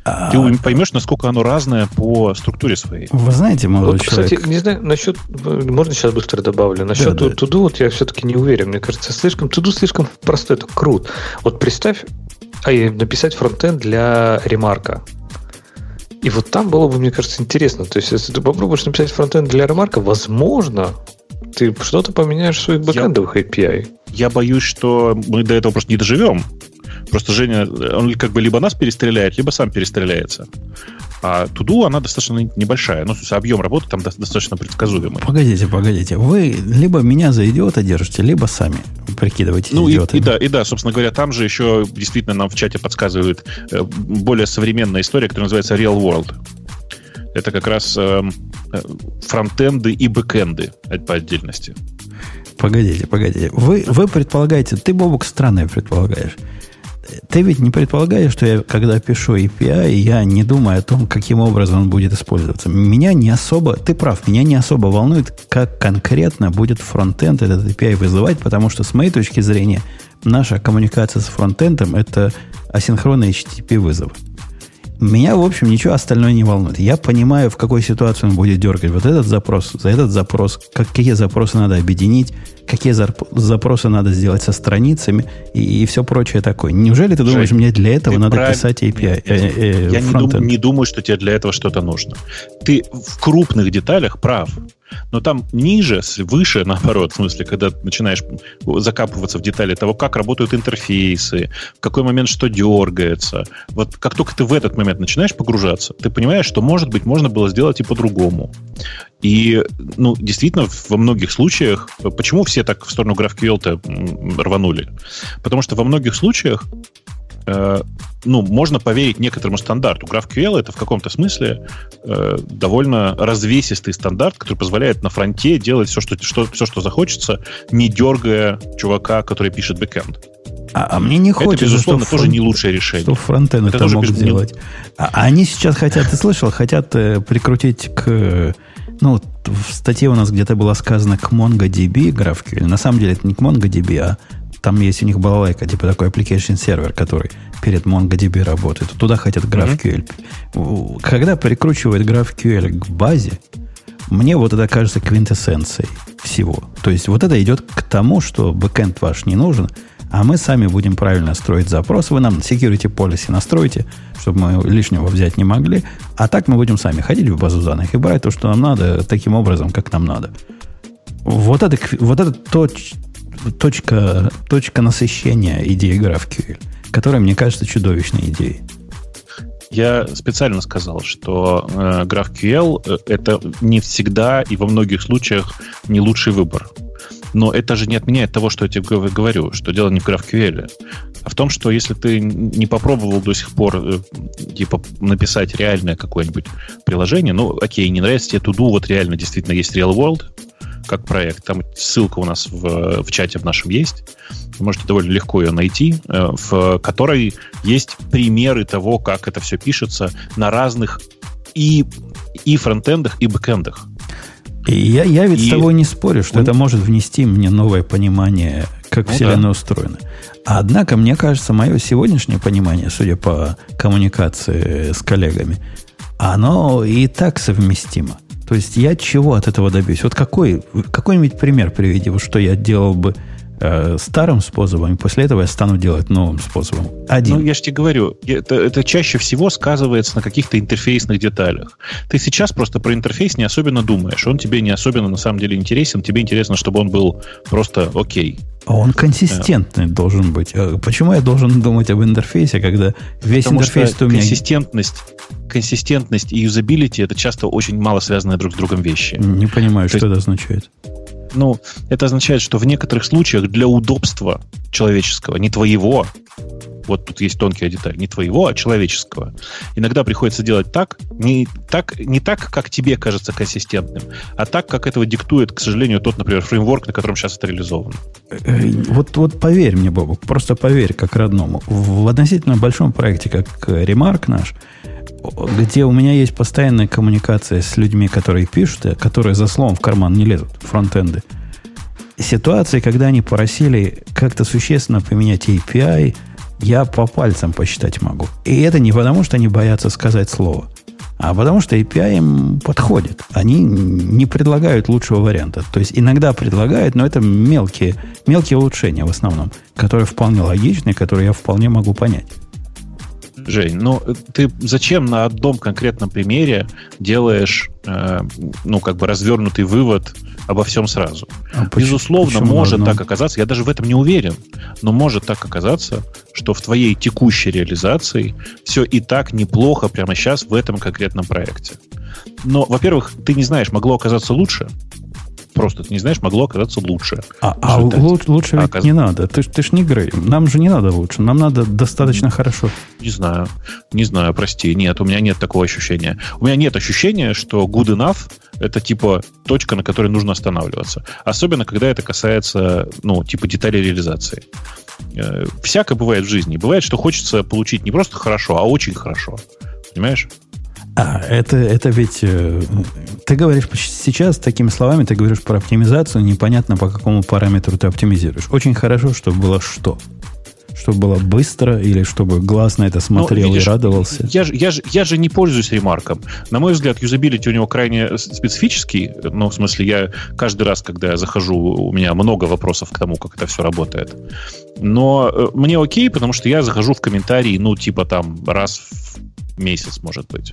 Ты поймешь, насколько оно разное по структуре своей. Вы знаете, молодой человек... Кстати, не знаю, насчет... Можно сейчас быстро добавлю? Насчет To-Do, вот я все-таки не уверен. Мне кажется, To-Do слишком простой, это круто. Вот представь, написать фронтенд для ремарка. И вот там было бы, мне кажется, интересно. То есть, если ты попробуешь написать фронтенд для ремарка, возможно, ты что-то поменяешь в своих бэкэндовых API. Я боюсь, что мы до этого просто не доживем. Просто Женя, он как бы либо нас перестреляет, либо сам перестреляется. А To-Do, она достаточно небольшая. Ну, в смысле, объем работы там достаточно предсказуемый. Погодите. Вы либо меня за идиота держите, либо сами прикидываетесь идиотами. И да, собственно говоря, там же еще действительно нам в чате подсказывают более современная история, которая называется Real World. Это как раз фронтенды и бэкенды по отдельности. Погодите. Вы предполагаете, ты, Бобук, странное предполагаешь. Ты ведь не предполагаешь, что я, когда пишу API, я не думаю о том, каким образом он будет использоваться. Меня не особо, ты прав, меня не особо волнует, как конкретно будет фронтенд этот API вызывать, потому что, с моей точки зрения, наша коммуникация с фронтендом – это асинхронный HTTP вызов. Меня, в общем, ничего остальное не волнует. Я понимаю, в какой ситуации он будет дергать вот этот запрос, за этот запрос, какие запросы надо объединить, какие запросы надо сделать со страницами и все прочее такое. Неужели ты думаешь, мне для этого надо писать API? Я не думаю, что тебе для этого что-то нужно. Ты в крупных деталях прав. Но там ниже, выше, наоборот, в смысле, когда начинаешь закапываться в детали того, как работают интерфейсы, в какой момент что дергается. Вот как только ты в этот момент начинаешь погружаться, ты понимаешь, что, может быть, можно было сделать и по-другому. И, действительно, во многих случаях... Почему все так в сторону GraphQL-то рванули? Потому что во многих случаях можно поверить некоторому стандарту. GraphQL — это в каком-то смысле довольно развесистый стандарт, который позволяет на фронте делать все, что захочется, не дергая чувака, который пишет бэкэнд. А мне не хочется, это, безусловно, тоже не лучшее решение. Что фронтенд это могут сделать. Они сейчас хотят, ты слышал, хотят прикрутить к... в статье у нас где-то было сказано к MongoDB GraphQL. На самом деле это не к MongoDB, а там есть у них балалайка, типа такой application сервер, который перед MongoDB работает. Туда хотят GraphQL. Когда прикручивают GraphQL к базе, мне вот это кажется квинтэссенцией всего. То есть вот это идет к тому, что бэкэнд ваш не нужен, а мы сами будем правильно строить запрос. Вы нам security policy настроите, чтобы мы лишнего взять не могли. А так мы будем сами ходить в базу данных и брать то, что нам надо, таким образом, как нам надо. Вот это точка насыщения идеи GraphQL, которая, мне кажется, чудовищной идеей. Я специально сказал, что GraphQL это не всегда и во многих случаях не лучший выбор. Но это же не отменяет того, что я тебе говорю, что дело не в GraphQL, а в том, что если ты не попробовал до сих пор написать реальное какое-нибудь приложение, окей, не нравится тебе To-Do, вот реально действительно есть Real World как проект, там ссылка у нас в чате в нашем есть, вы можете довольно легко ее найти, в которой есть примеры того, как это все пишется на разных и фронтендах, и бэкэндах. И я ведь с тобой не спорю, что это может внести мне новое понимание, как Вселенная устроена. Однако, мне кажется, мое сегодняшнее понимание, судя по коммуникации с коллегами, оно и так совместимо. То есть я чего от этого добьюсь? Вот какой-нибудь пример приведи, вот что я делал бы старым способом, и после этого я стану делать новым способом. Один. Я же тебе говорю, это чаще всего сказывается на каких-то интерфейсных деталях. Ты сейчас просто про интерфейс не особенно думаешь. Он тебе не особенно на самом деле интересен. Тебе интересно, чтобы он был просто окей. А он консистентный должен быть. Почему я должен думать об интерфейсе, когда весь интерфейс у меня... Консистентность и юзабилити — это часто очень мало связанные друг с другом вещи. Не понимаю, что это означает. Это означает, что в некоторых случаях для удобства человеческого, не твоего, вот тут есть тонкая деталь, не твоего, а человеческого, иногда приходится делать не так, как тебе кажется консистентным, а так, как этого диктует, к сожалению, тот, например, фреймворк, на котором сейчас это реализовано. Вот поверь мне, Бобок, просто поверь, как родному. В относительно большом проекте, как Remark наш, где у меня есть постоянная коммуникация с людьми, которые пишут, которые за словом в карман не лезут, фронтенды. Ситуации, когда они просили как-то существенно поменять API, я по пальцам посчитать могу. И это не потому, что они боятся сказать слово, а потому что API им подходит. Они не предлагают лучшего варианта. То есть иногда предлагают, но это мелкие улучшения в основном, которые вполне логичны, которые я вполне могу понять. Жень, ну ты зачем на одном конкретном примере делаешь, развернутый вывод обо всем сразу? Безусловно, может так оказаться, я даже в этом не уверен, но может так оказаться, что в твоей текущей реализации все и так неплохо прямо сейчас в этом конкретном проекте. Но, во-первых, ты не знаешь, могло оказаться лучше. Просто ты не знаешь, могло оказаться лучше. Лучше ведь не надо. Ты ж не Грей. Нам же не надо лучше. Нам надо достаточно хорошо. Не знаю, прости. Нет, у меня нет такого ощущения. У меня нет ощущения, что good enough — это типа точка, на которой нужно останавливаться. Особенно, когда это касается, деталей реализации. Всякое бывает в жизни. Бывает, что хочется получить не просто хорошо, а очень хорошо. Понимаешь? Это ведь... Ты говоришь сейчас такими словами, ты говоришь про оптимизацию, непонятно, по какому параметру ты оптимизируешь. Очень хорошо, чтобы было что? Чтобы было быстро или чтобы глаз на это смотрел и радовался? Я же не пользуюсь ремарком. На мой взгляд, юзабилити у него крайне специфический. В смысле, я каждый раз, когда я захожу, у меня много вопросов к тому, как это все работает. Но мне окей, потому что я захожу в комментарии, раз в месяц, может быть.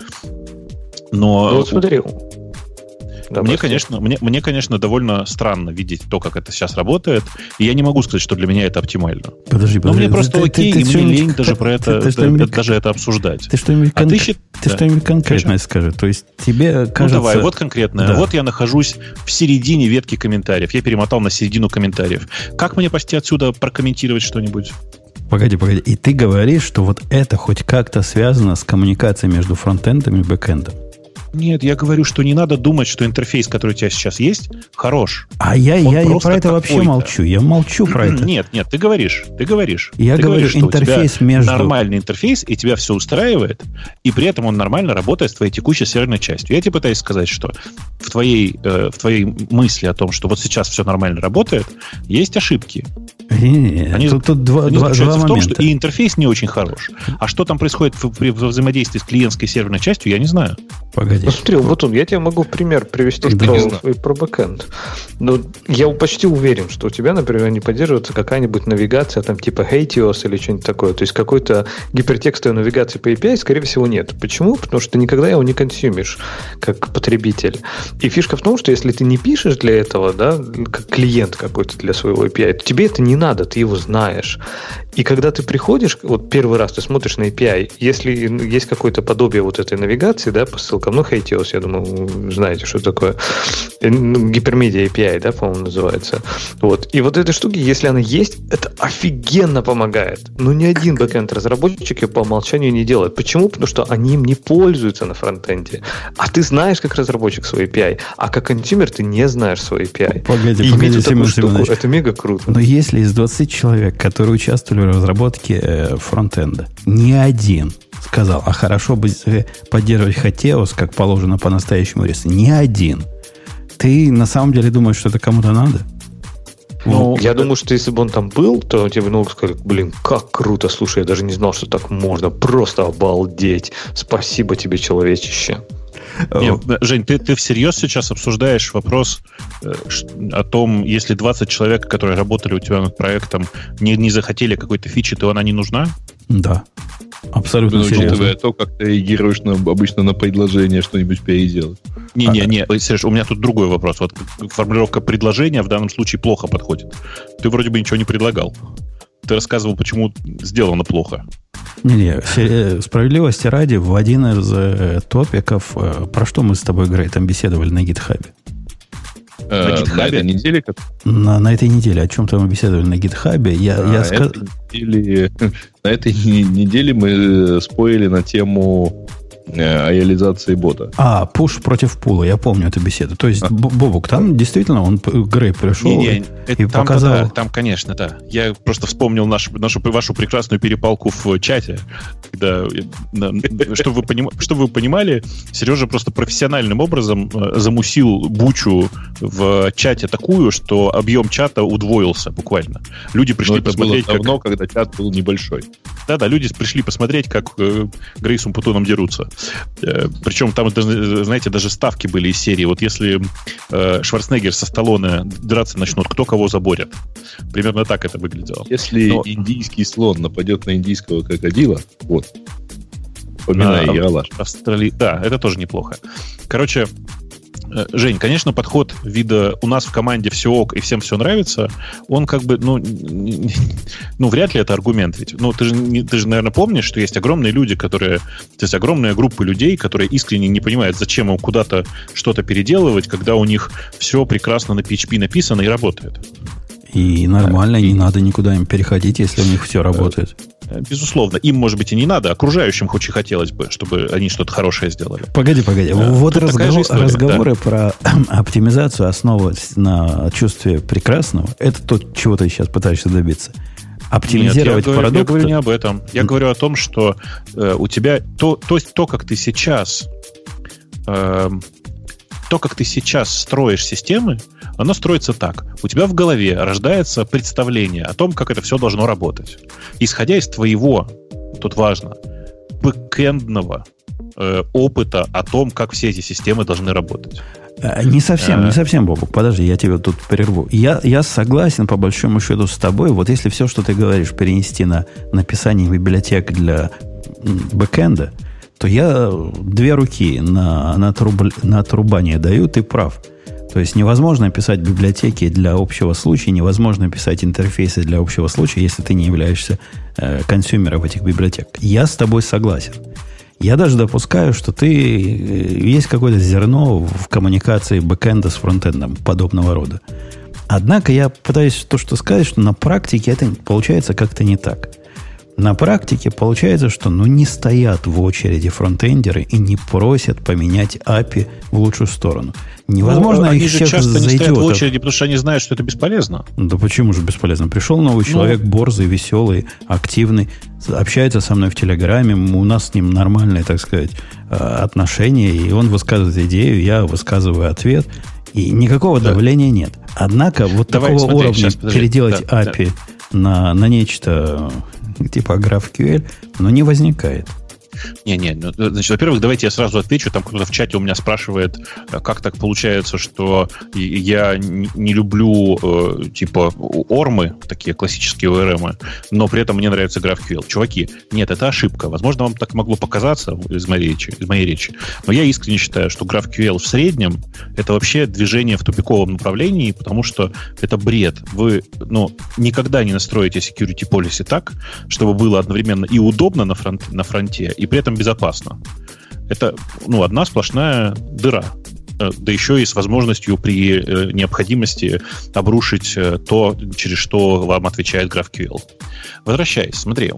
Но смотри. Мне, конечно, довольно странно видеть то, как это сейчас работает, и я не могу сказать, что для меня это оптимально. Подожди. Но мне просто окей, и мне лень даже про это, даже это обсуждать. Ты что-нибудь конкретное скажи. То есть тебе кажется... давай, вот конкретное. Да. Вот я нахожусь в середине ветки комментариев. Я перемотал на середину комментариев. Как мне почти отсюда прокомментировать что-нибудь? Погоди. И ты говоришь, что вот это хоть как-то связано с коммуникацией между фронтендом и бэкэндом. Нет, я говорю, что не надо думать, что интерфейс, который у тебя сейчас есть, хорош. Я про это вообще молчу. Я молчу про это. Нет, ты говоришь. Я говорю, что интерфейс у тебя между... нормальный интерфейс, и тебя все устраивает, и при этом он нормально работает с твоей текущей серверной частью. Я тебе пытаюсь сказать, что в твоей мысли о том, что вот сейчас все нормально работает, есть ошибки. Тут два заключаются в том, момента. что и интерфейс не очень хорош. А что там происходит при взаимодействии с клиентской серверной частью, я не знаю. Погоди. Смотри, я тебе могу пример привести про бэкэнд. Я почти уверен, что у тебя, например, не поддерживается какая-нибудь навигация, типа Hatios или что-нибудь такое. То есть какой-то гипертекстовой навигации по API, скорее всего, нет. Почему? Потому что ты никогда его не консюмишь как потребитель. И фишка в том, что если ты не пишешь для этого, да, как клиент какой-то для своего API, то тебе это не надо, ты его знаешь. И когда ты приходишь, первый раз ты смотришь на API, если есть какое-то подобие вот этой навигации, да, по ссылкам, Hatios, я думаю, вы знаете, что такое. Гипермедиа API, да, по-моему, называется. И вот этой штуки, если она есть, это офигенно помогает. Но ни один бэкэнд-разработчик ее по умолчанию не делает. Почему? Потому что они им не пользуются на фронтенде. А ты знаешь, как разработчик, свой API, а как консюмер ты не знаешь свой API. Погоди, штуку, это мега круто. Но если из 20 человек, которые участвовали в разработке фронтенда, ни один сказал, а хорошо бы поддерживать Hatios, как положено по-настоящему ресурсу. Ни один. Ты на самом деле думаешь, что это кому-то надо? Я думаю, что если бы он там был, то тебе много сказали, как круто, слушай, я даже не знал, что так можно. Просто обалдеть. Спасибо тебе, человечище. Нет, Жень, ты всерьез сейчас обсуждаешь вопрос о том, если 20 человек, которые работали у тебя над проектом, не захотели какой-то фичи, то она не нужна? Да. Абсолютно серьезно. Учитывая то, как ты реагируешь обычно на предложение что-нибудь переделать. Не, Сереж, у меня тут другой вопрос. Вот формулировка предложения в данном случае плохо подходит. Ты вроде бы ничего не предлагал. Ты рассказывал, почему сделано плохо. Не, справедливости ради, в один из топиков, про что мы с тобой, Грей, там беседовали на GitHub? На этой неделе? На этой неделе. О чем-то мы беседовали на GitHub. На этой неделе мы спорили на тему аялизации бота. Пуш против пула, я помню эту беседу. То есть, Бобук, там действительно Грей пришел и там, показал... Да, там, конечно, да. Я просто вспомнил вашу прекрасную перепалку в чате, когда, чтобы вы понимали, Сережа просто профессиональным образом замусил бучу в чате такую, что объем чата удвоился буквально. Люди пришли посмотреть... Это было давно, когда чат был небольшой. Да, люди пришли посмотреть, как Грей с Умпутуном дерутся. Причем там, знаете, даже ставки были из серии. Вот если Шварценеггер со Сталлоне драться начнут, кто кого заборет. Примерно так это выглядело. Если индийский слон нападет на индийского крокодила, вот, вспоминай Ералаш. Да, это тоже неплохо. Короче, Жень, конечно, подход вида «у нас в команде все ок и всем все нравится», он как бы, вряд ли это аргумент. Ведь, ты же, наверное, помнишь, что есть огромные люди, то есть огромная группа людей, которые искренне не понимают, зачем им куда-то что-то переделывать, когда у них все прекрасно на PHP написано и работает. И нормально, не надо никуда им переходить, если у них все работает. Безусловно. Им, может быть, и не надо, окружающим очень хотелось бы, чтобы они что-то хорошее сделали. Погоди. Вот разговоры про оптимизацию, основываясь на чувстве прекрасного, это то, чего ты сейчас пытаешься добиться. Оптимизировать продукт... Я говорю не об этом. Я говорю о том, что у тебя то, как ты сейчас... То, как ты сейчас строишь системы, оно строится так. У тебя в голове рождается представление о том, как это все должно работать. Исходя из твоего, тут важно, бэкэндного опыта о том, как все эти системы должны работать. Не совсем, Бобук. Подожди, я тебя тут прерву. Я согласен, по большому счету, с тобой. Вот если все, что ты говоришь, перенести на написание библиотек для бэкэнда, то я 2 руки на отрубание даю, ты прав. То есть невозможно писать библиотеки для общего случая, невозможно писать интерфейсы для общего случая, если ты не являешься консюмером этих библиотек. Я с тобой согласен. Я даже допускаю, что есть какое-то зерно в коммуникации бэкэнда с фронтендом подобного рода. Однако я пытаюсь сказать, что на практике это получается как-то не так. На практике получается, что не стоят в очереди фронтендеры и не просят поменять API в лучшую сторону. Невозможно они же часто не стоят в очереди, потому что они знают, что это бесполезно. Да почему же бесполезно? Пришел новый человек, борзый, веселый, активный, общается со мной в Телеграме, у нас с ним нормальные, так сказать, отношения, и он высказывает идею, я высказываю ответ, и никакого давления нет. Однако такого уровня переделать API на нечто... типа GraphQL, но не возникает. Значит, во-первых, давайте я сразу отвечу. Там кто-то в чате у меня спрашивает, как так получается, что я не люблю типа ормы, такие классические ORM, но при этом мне нравится GraphQL. Чуваки, нет, это ошибка. Возможно, вам так могло показаться из моей речи. Но я искренне считаю, что GraphQL в среднем это вообще движение в тупиковом направлении, потому что это бред. Вы никогда не настроите security policy так, чтобы было одновременно и удобно на фронте, и при этом безопасно. Это одна сплошная дыра. Да еще и с возможностью при необходимости обрушить то, через что вам отвечает GraphQL. Возвращаясь, смотри,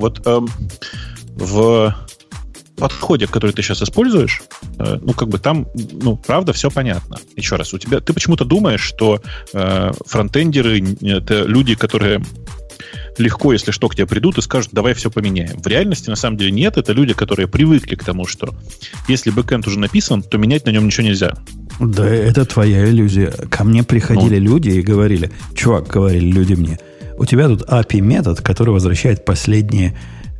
в подходе, который ты сейчас используешь, там, правда, все понятно. Еще раз, ты почему-то думаешь, что фронтендеры — это люди, которые легко, если что, к тебе придут и скажут, давай все поменяем. В реальности, на самом деле, нет. Это люди, которые привыкли к тому, что если бэкэнд уже написан, то менять на нем ничего нельзя. Да, это твоя иллюзия. Ко мне приходили люди и говорили, говорили люди мне, у тебя тут API-метод, который возвращает последнее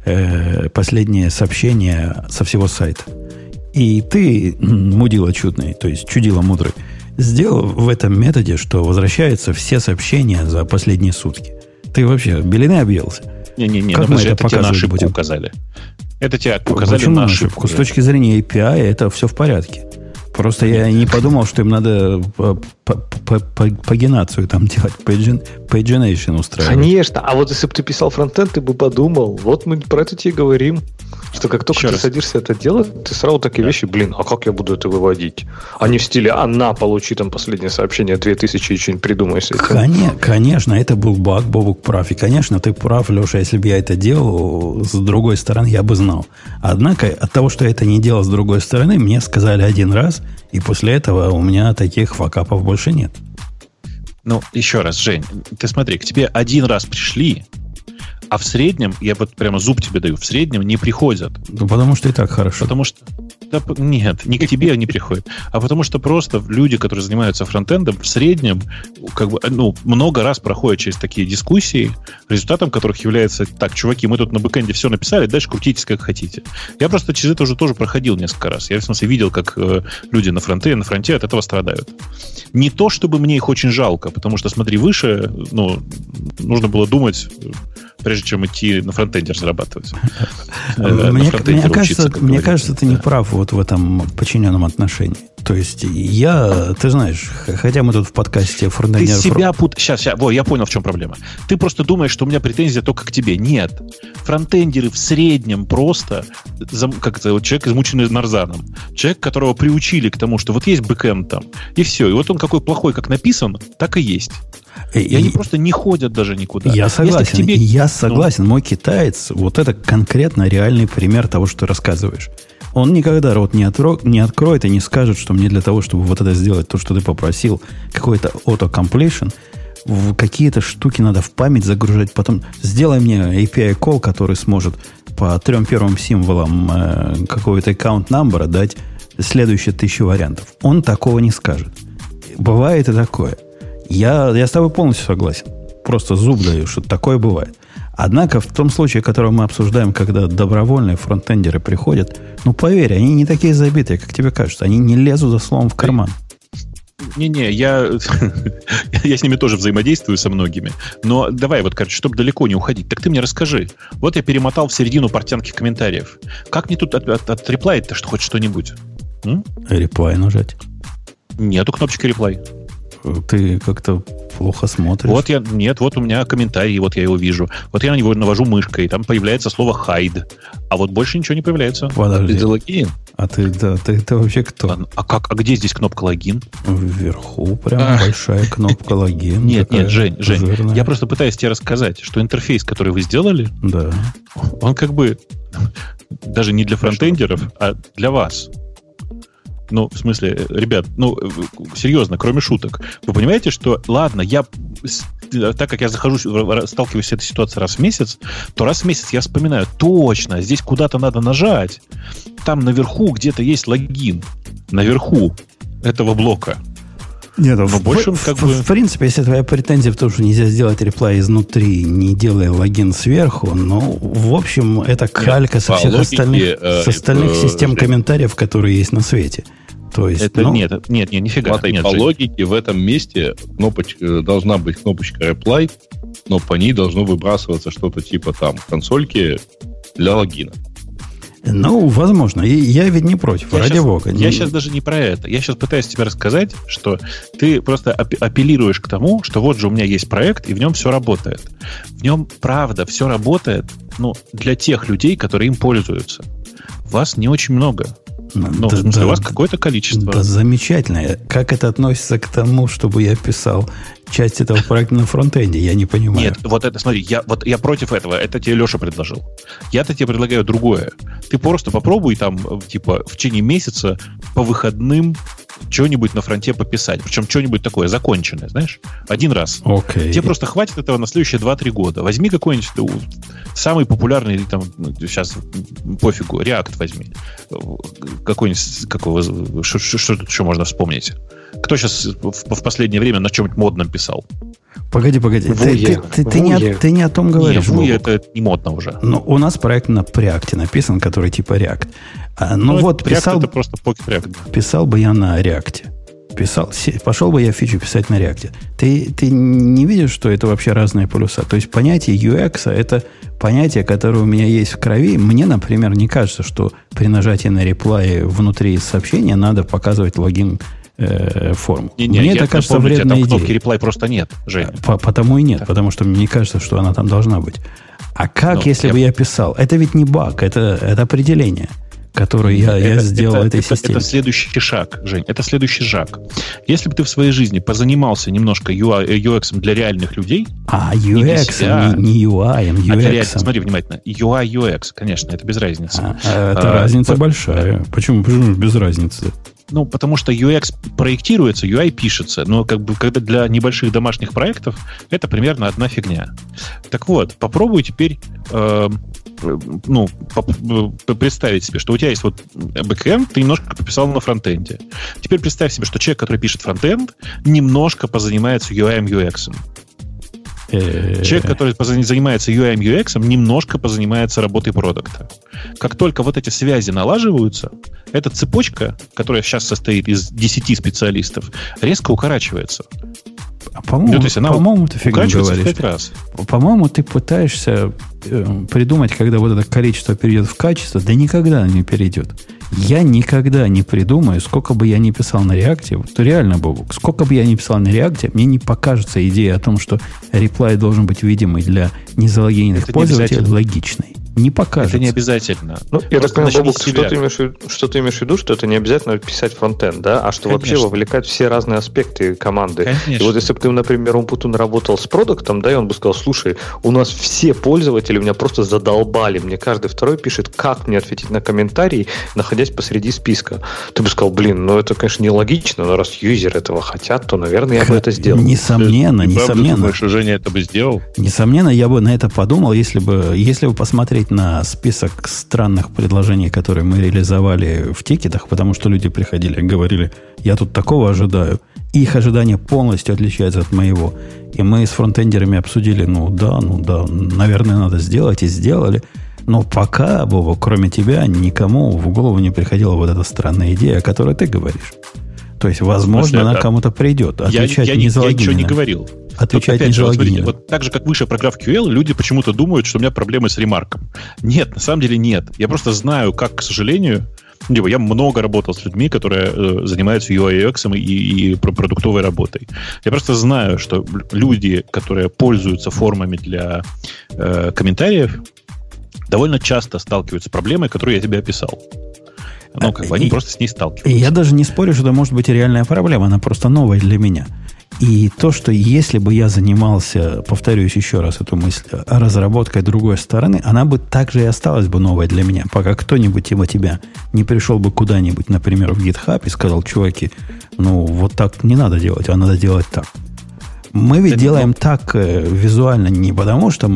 сообщение со всего сайта. И ты, мудила чудный, то есть чудила мудрый, сделал в этом методе, что возвращаются все сообщения за последние сутки. Ты вообще белины объелся? Не-не-не, это тебе на ошибку указали. Это тебе указали на ошибку. С точки зрения API это все в порядке. Просто я не подумал, что им надо пагинацию там делать, pagination устраивать. Конечно. А вот если бы ты писал фронтенд, ты бы подумал. Вот мы про это тебе говорим. Что как только ты садишься это делать, ты сразу такие вещи, а как я буду это выводить? А не в стиле, получи там последнее сообщение 2000 и что-нибудь придумай с этим. Конечно, это был баг, Бобук прав. И, конечно, ты прав, Леша, если бы я это делал, с другой стороны, я бы знал. Однако, от того, что я это не делал с другой стороны, мне сказали один раз, и после этого у меня таких факапов больше нет. Ну, еще раз, Жень, ты смотри, к тебе один раз пришли, а в среднем, я вот прямо зуб тебе даю, в среднем не приходят. Ну, потому что и так хорошо. Потому что... Да, нет, не к тебе не приходят. А потому что просто люди, которые занимаются фронтендом, в среднем много раз проходят через такие дискуссии, результатом которых является: так, чуваки, мы тут на бэкэнде все написали, дальше крутитесь как хотите. Я просто через это уже тоже проходил несколько раз. Я, в смысле, видел, как люди на фронте от этого страдают. Не то, чтобы мне их очень жалко, потому что, смотри, выше, нужно было думать, прежде чем идти на фронтенде разрабатывать. Мне кажется, ты не прав вот в этом подчиненном отношении. То есть ты знаешь, хотя мы тут в подкасте фронтендеров... Ты себя Сейчас, я понял, в чем проблема. Ты просто думаешь, что у меня претензия только к тебе. Нет. Фронтендеры в среднем просто, человек, измученный нарзаном. Человек, которого приучили к тому, что вот есть бэкэнд там, и все. И вот он какой плохой, как написан, так и есть. И они просто не ходят даже никуда. Я согласен. Мой китаец, вот это конкретно реальный пример того, что ты рассказываешь. Он никогда рот не откроет и не скажет, что мне для того, чтобы вот это сделать, то, что ты попросил, какой-то auto-completion, какие-то штуки надо в память загружать, потом сделай мне API call, который сможет по 3 первым символам какого-то account number дать следующие 1000 вариантов. Он такого не скажет. Бывает и такое. Я с тобой полностью согласен. Просто зуб даю, что такое бывает. Однако в том случае, который мы обсуждаем, когда добровольные фронтендеры приходят, поверь, они не такие забитые, как тебе кажется. Они не лезут за словом в карман. Не-не, я с ними тоже взаимодействую со многими. Но давай, чтобы далеко не уходить, так ты мне расскажи. Вот я перемотал в середину портянки комментариев. Как мне тут отреплаять-то хоть что-нибудь? Реплай нажать. Нету кнопочки реплай. Ты как-то плохо смотришь. Вот у меня комментарий, вот я его вижу. Вот я на него навожу мышкой, и там появляется слово hide. А вот больше ничего не появляется. Подожди. Это логин. А ты вообще кто? А где здесь кнопка логин? Вверху прям большая кнопка логин. Нет, Жень, жирная. Я просто пытаюсь тебе рассказать, что интерфейс, который вы сделали, да, он как бы даже не для фронтендеров, а для вас. В смысле, ребят, серьезно, кроме шуток. Вы понимаете, что, ладно, так как я сталкиваюсь с этой ситуацией раз в месяц, то раз в месяц я вспоминаю, точно, здесь куда-то надо нажать. Там наверху где-то есть логин. Наверху этого блока. Нет, в принципе, если твоя претензия в том, что нельзя сделать реплай изнутри, не делая логин сверху, в общем, это калька со всех остальных систем комментариев, которые есть на свете. То есть, нет, нифига. Смотри, по логике в этом месте должна быть кнопочка reply, но по ней должно выбрасываться что-то типа там консольки для логина. Возможно. Я ведь не против, ради бога. Я сейчас даже не про это. Я сейчас пытаюсь тебе рассказать, что ты просто апеллируешь к тому, что вот же у меня есть проект, и в нем все работает. В нем, правда, все работает, для тех людей, которые им пользуются. Вас не очень много. В смысле, у вас какое-то количество. Да, замечательно. Как это относится к тому, чтобы я писал часть этого проекта на фронтенде? Я не понимаю. Нет, вот это, смотри, я против этого. Это тебе Леша предложил. Я-то тебе предлагаю другое. Ты просто попробуй там, в течение месяца по выходным что-нибудь на фронте пописать. Причем что-нибудь такое законченное, знаешь? Один раз. Okay. Тебе просто хватит этого на следующие 2-3 года. Возьми какой-нибудь самый популярный, сейчас пофигу, React возьми. Какой-нибудь, что тут еще можно вспомнить? Кто сейчас в последнее время на чем-нибудь модном писал? Погоди. Ты не о том говоришь. Вуе это не модно уже. У нас проект на Preact написан, который типа React. Preact это просто Pocket React. Писал бы я на React. Пошел бы я фичу писать на React. Ты не видишь, что это вообще разные полюса? То есть понятие UX это понятие, которое у меня есть в крови. Мне, например, не кажется, что при нажатии на реплай внутри сообщения надо показывать логин форму. Мне это кажется вредной идеей. Кнопки реплай просто нет, Женя. Потому и нет, потому что мне кажется, что она там должна быть. А как, если бы я писал? Это ведь не баг, это определение, которое я сделал в этой системе. Это следующий шаг, Жень, это следующий шаг. Если бы ты в своей жизни позанимался немножко UX для реальных людей... UX, не UI, UX. Смотри внимательно. UI, UX, конечно, это без разницы. Это разница большая. Почему без разницы? Потому что UX проектируется, UI пишется. Но когда для небольших домашних проектов это примерно одна фигня. Так вот, попробуй теперь представить себе, что у тебя есть вот бэкэнд, ты немножко пописал на фронтенде. Теперь представь себе, что человек, который пишет фронтенд, немножко позанимается UI, UX. Человек, который занимается UI, UX, немножко позанимается работой продукта. Как только вот эти связи налаживаются, эта цепочка, которая сейчас состоит из 10 специалистов, резко укорачивается. По-моему, ты фигню говоришь. По-моему, ты пытаешься придумать, когда вот это количество перейдет в качество, да никогда не перейдет. Я никогда не придумаю, сколько бы я ни писал на реакте, то реально, Бобук, сколько бы я ни писал на реакте, мне не покажется идея о том, что реплай должен быть видимый для незалогиненных пользователей логичной. Не покажется. Это не обязательно. Я так понимаю, Бобук, что ты имеешь в виду, что это не обязательно писать фронтенд, да? А что вообще вовлекать все разные аспекты команды. Конечно. И вот если бы ты, например, Умпутун работал с продуктом, да, и он бы сказал, слушай, у нас все пользователи меня просто задолбали. Мне каждый второй пишет, как мне ответить на комментарий, находясь посреди списка. Ты бы сказал, это, конечно, нелогично, но раз юзеры этого хотят, то, наверное, я бы это сделал. Несомненно. Думаешь, что Женя это бы сделал? Несомненно, я бы на это подумал, если бы посмотреть на список странных предложений, которые мы реализовали в тикетах, потому что люди приходили и говорили, я тут такого ожидаю. Их ожидания полностью отличаются от моего. И мы с фронтендерами обсудили, наверное, надо сделать, и сделали. Но пока, Боба, кроме тебя, никому в голову не приходила вот эта странная идея, о которой ты говоришь. То есть, возможно, она кому-то придет. Отвечать я ничего не говорил. Отвечать не залогинено. Вот так же, как выше про GraphQL, люди почему-то думают, что у меня проблемы с ремарком. Нет, на самом деле нет. Я просто знаю, как, к сожалению... Я много работал с людьми, которые занимаются UI, UX и продуктовой работой. Я просто знаю, что люди, которые пользуются формами для комментариев, довольно часто сталкиваются с проблемой, которую я тебе описал. Они просто с ней сталкиваются. Я даже не спорю, что это может быть реальная проблема, она просто новая для меня. И то, что если бы я занимался, повторюсь еще раз эту мысль, разработкой другой стороны, она бы также и осталась бы новой для меня, пока кто-нибудь типа тебя не пришел бы куда-нибудь, например, в GitHub и сказал, чуваки, вот так не надо делать, а надо делать так. Мы ведь делаем так визуально не потому, что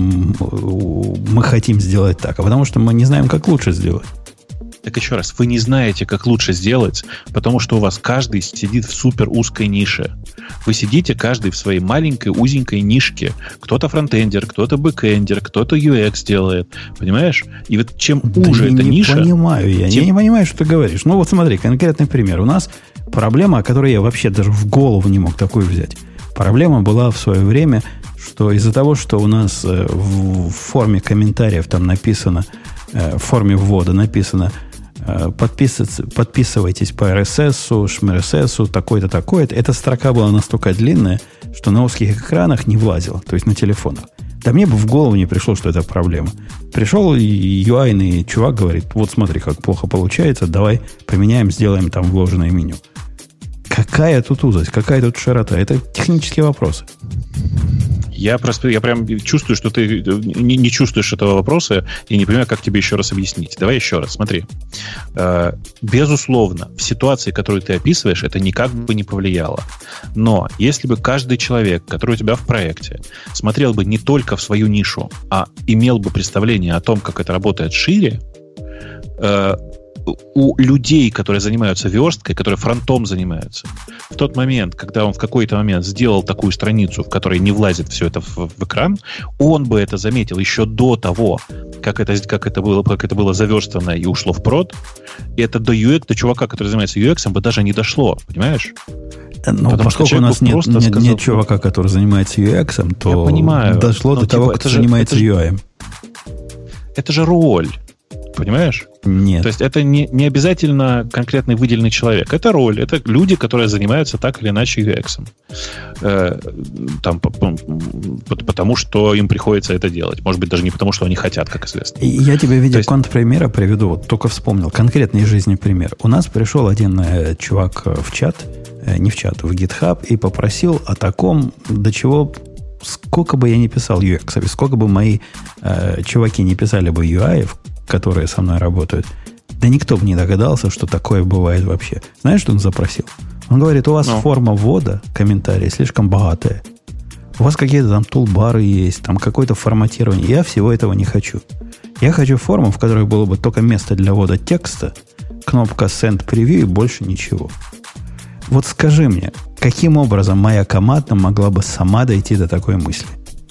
мы хотим сделать так, а потому что мы не знаем, как лучше сделать. Так еще раз, вы не знаете, как лучше сделать, потому что у вас каждый сидит в супер узкой нише. Вы сидите каждый в своей маленькой узенькой нишке. Кто-то фронтендер, кто-то бэкэндер, кто-то UX делает. Понимаешь? И вот чем уже эта ниша... Я не понимаю, что ты говоришь. Вот смотри, конкретный пример. У нас проблема, о которой я вообще даже в голову не мог такую взять. Проблема была в свое время, что из-за того, что у нас в форме комментариев там написано, в форме ввода написано, подписывайтесь по RSS, шмРСС, такой-то, такой-то. Эта строка была настолько длинная, что на узких экранах не влазила, то есть на телефонах. Да мне бы в голову не пришло, что это проблема. Пришел UI-ный чувак, говорит, вот смотри, как плохо получается, давай поменяем, сделаем там вложенное меню. Какая тут узость, какая тут широта? Это технические вопросы. Я прям чувствую, что ты не чувствуешь этого вопроса и не понимаю, как тебе еще раз объяснить. Давай еще раз, смотри. Безусловно, в ситуации, которую ты описываешь, это никак бы не повлияло. Но если бы каждый человек, который у тебя в проекте, смотрел бы не только в свою нишу, а имел бы представление о том, как это работает шире, у людей, которые занимаются версткой, которые фронтом занимаются, в тот момент, когда он в какой-то момент сделал такую страницу, в которой не влазит все это в экран, он бы это заметил еще до того, как это было заверстано и ушло в прод. И это до UX, до чувака, который занимается UX, бы даже не дошло, понимаешь? Но поскольку у нас нет чувака, который занимается UX, то дошло до того, кто занимается UI. Это же роль. Понимаешь? Нет. То есть это не обязательно конкретный выделенный человек. Это роль, это люди, которые занимаются так или иначе UX. Потому что им приходится это делать. Может быть, даже не потому, что они хотят, как известно. Я тебе в виде контрпримера приведу, вот только вспомнил, конкретный из жизни пример. У нас пришел один чувак в чат, не в чат, в GitHub, и попросил о таком, до чего, сколько бы я ни писал UX, сколько бы мои чуваки не писали бы UI, которые со мной работают, да никто бы не догадался, что такое бывает вообще. Знаешь, что он запросил? Он говорит, у вас форма ввода комментария слишком богатая. У вас какие-то там тулбары есть, там какое-то форматирование. Я всего этого не хочу. Я хочу форму, в которой было бы только место для ввода текста, кнопка Send Preview и больше ничего. Вот скажи мне, каким образом моя команда могла бы сама дойти до такой мысли?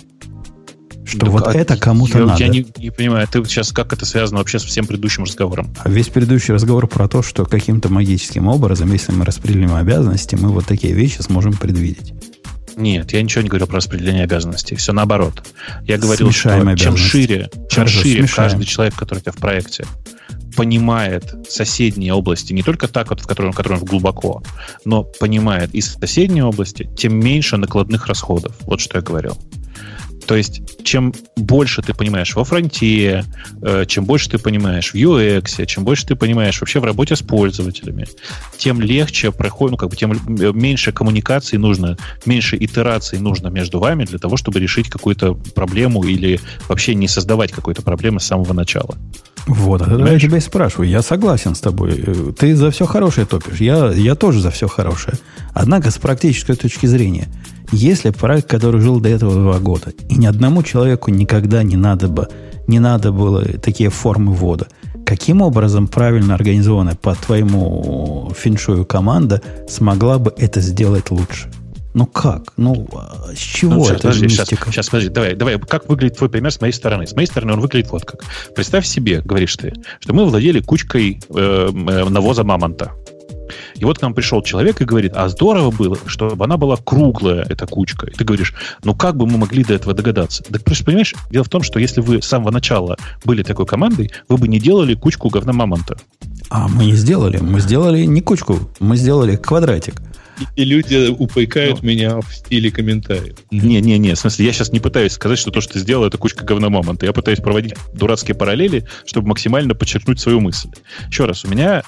Что вот это кому-то надо. Я не понимаю, ты сейчас как это связано вообще с всем предыдущим разговором? А весь предыдущий разговор про то, что каким-то магическим образом, если мы распределим обязанности, мы вот такие вещи сможем предвидеть. Нет, я ничего не говорю про распределение обязанностей. Все наоборот. Я говорил, что чем шире каждый человек, который у тебя в проекте, понимает соседние области, не только так, вот, в котором глубоко, но понимает из соседней области, тем меньше накладных расходов. Вот что я говорил. То есть, чем больше ты понимаешь во фронте, чем больше ты понимаешь в UX, чем больше ты понимаешь вообще в работе с пользователями, тем легче проходит, тем меньше коммуникаций нужно, меньше итераций нужно между вами для того, чтобы решить какую-то проблему или вообще не создавать какой-то проблемы с самого начала. Вот, это я тебя и спрашиваю. Я согласен с тобой. Ты за все хорошее топишь. Я тоже за все хорошее. Однако, с практической точки зрения, если проект, который жил до этого 2 года, и ни одному человеку никогда не надо было такие формы ввода, каким образом правильно организованная по твоему феншую команда смогла бы это сделать лучше? Ну как? С чего это мистика? Сейчас, подожди, давай. Как выглядит твой пример с моей стороны? С моей стороны он выглядит вот как. Представь себе, говоришь ты, что мы владели кучкой навоза мамонта. И вот к нам пришел человек и говорит, а здорово было, чтобы она была круглая, эта кучка. И ты говоришь, как бы мы могли до этого догадаться? Так просто понимаешь, дело в том, что если вы с самого начала были такой командой, вы бы не делали кучку говна мамонта. А мы не сделали. Мы сделали не кучку, мы сделали квадратик. И люди упрекают меня в стиле комментариев. Не, в смысле, я сейчас не пытаюсь сказать, что то, что ты сделал, это кучка говна мамонта. Я пытаюсь проводить дурацкие параллели, чтобы максимально подчеркнуть свою мысль. Еще раз,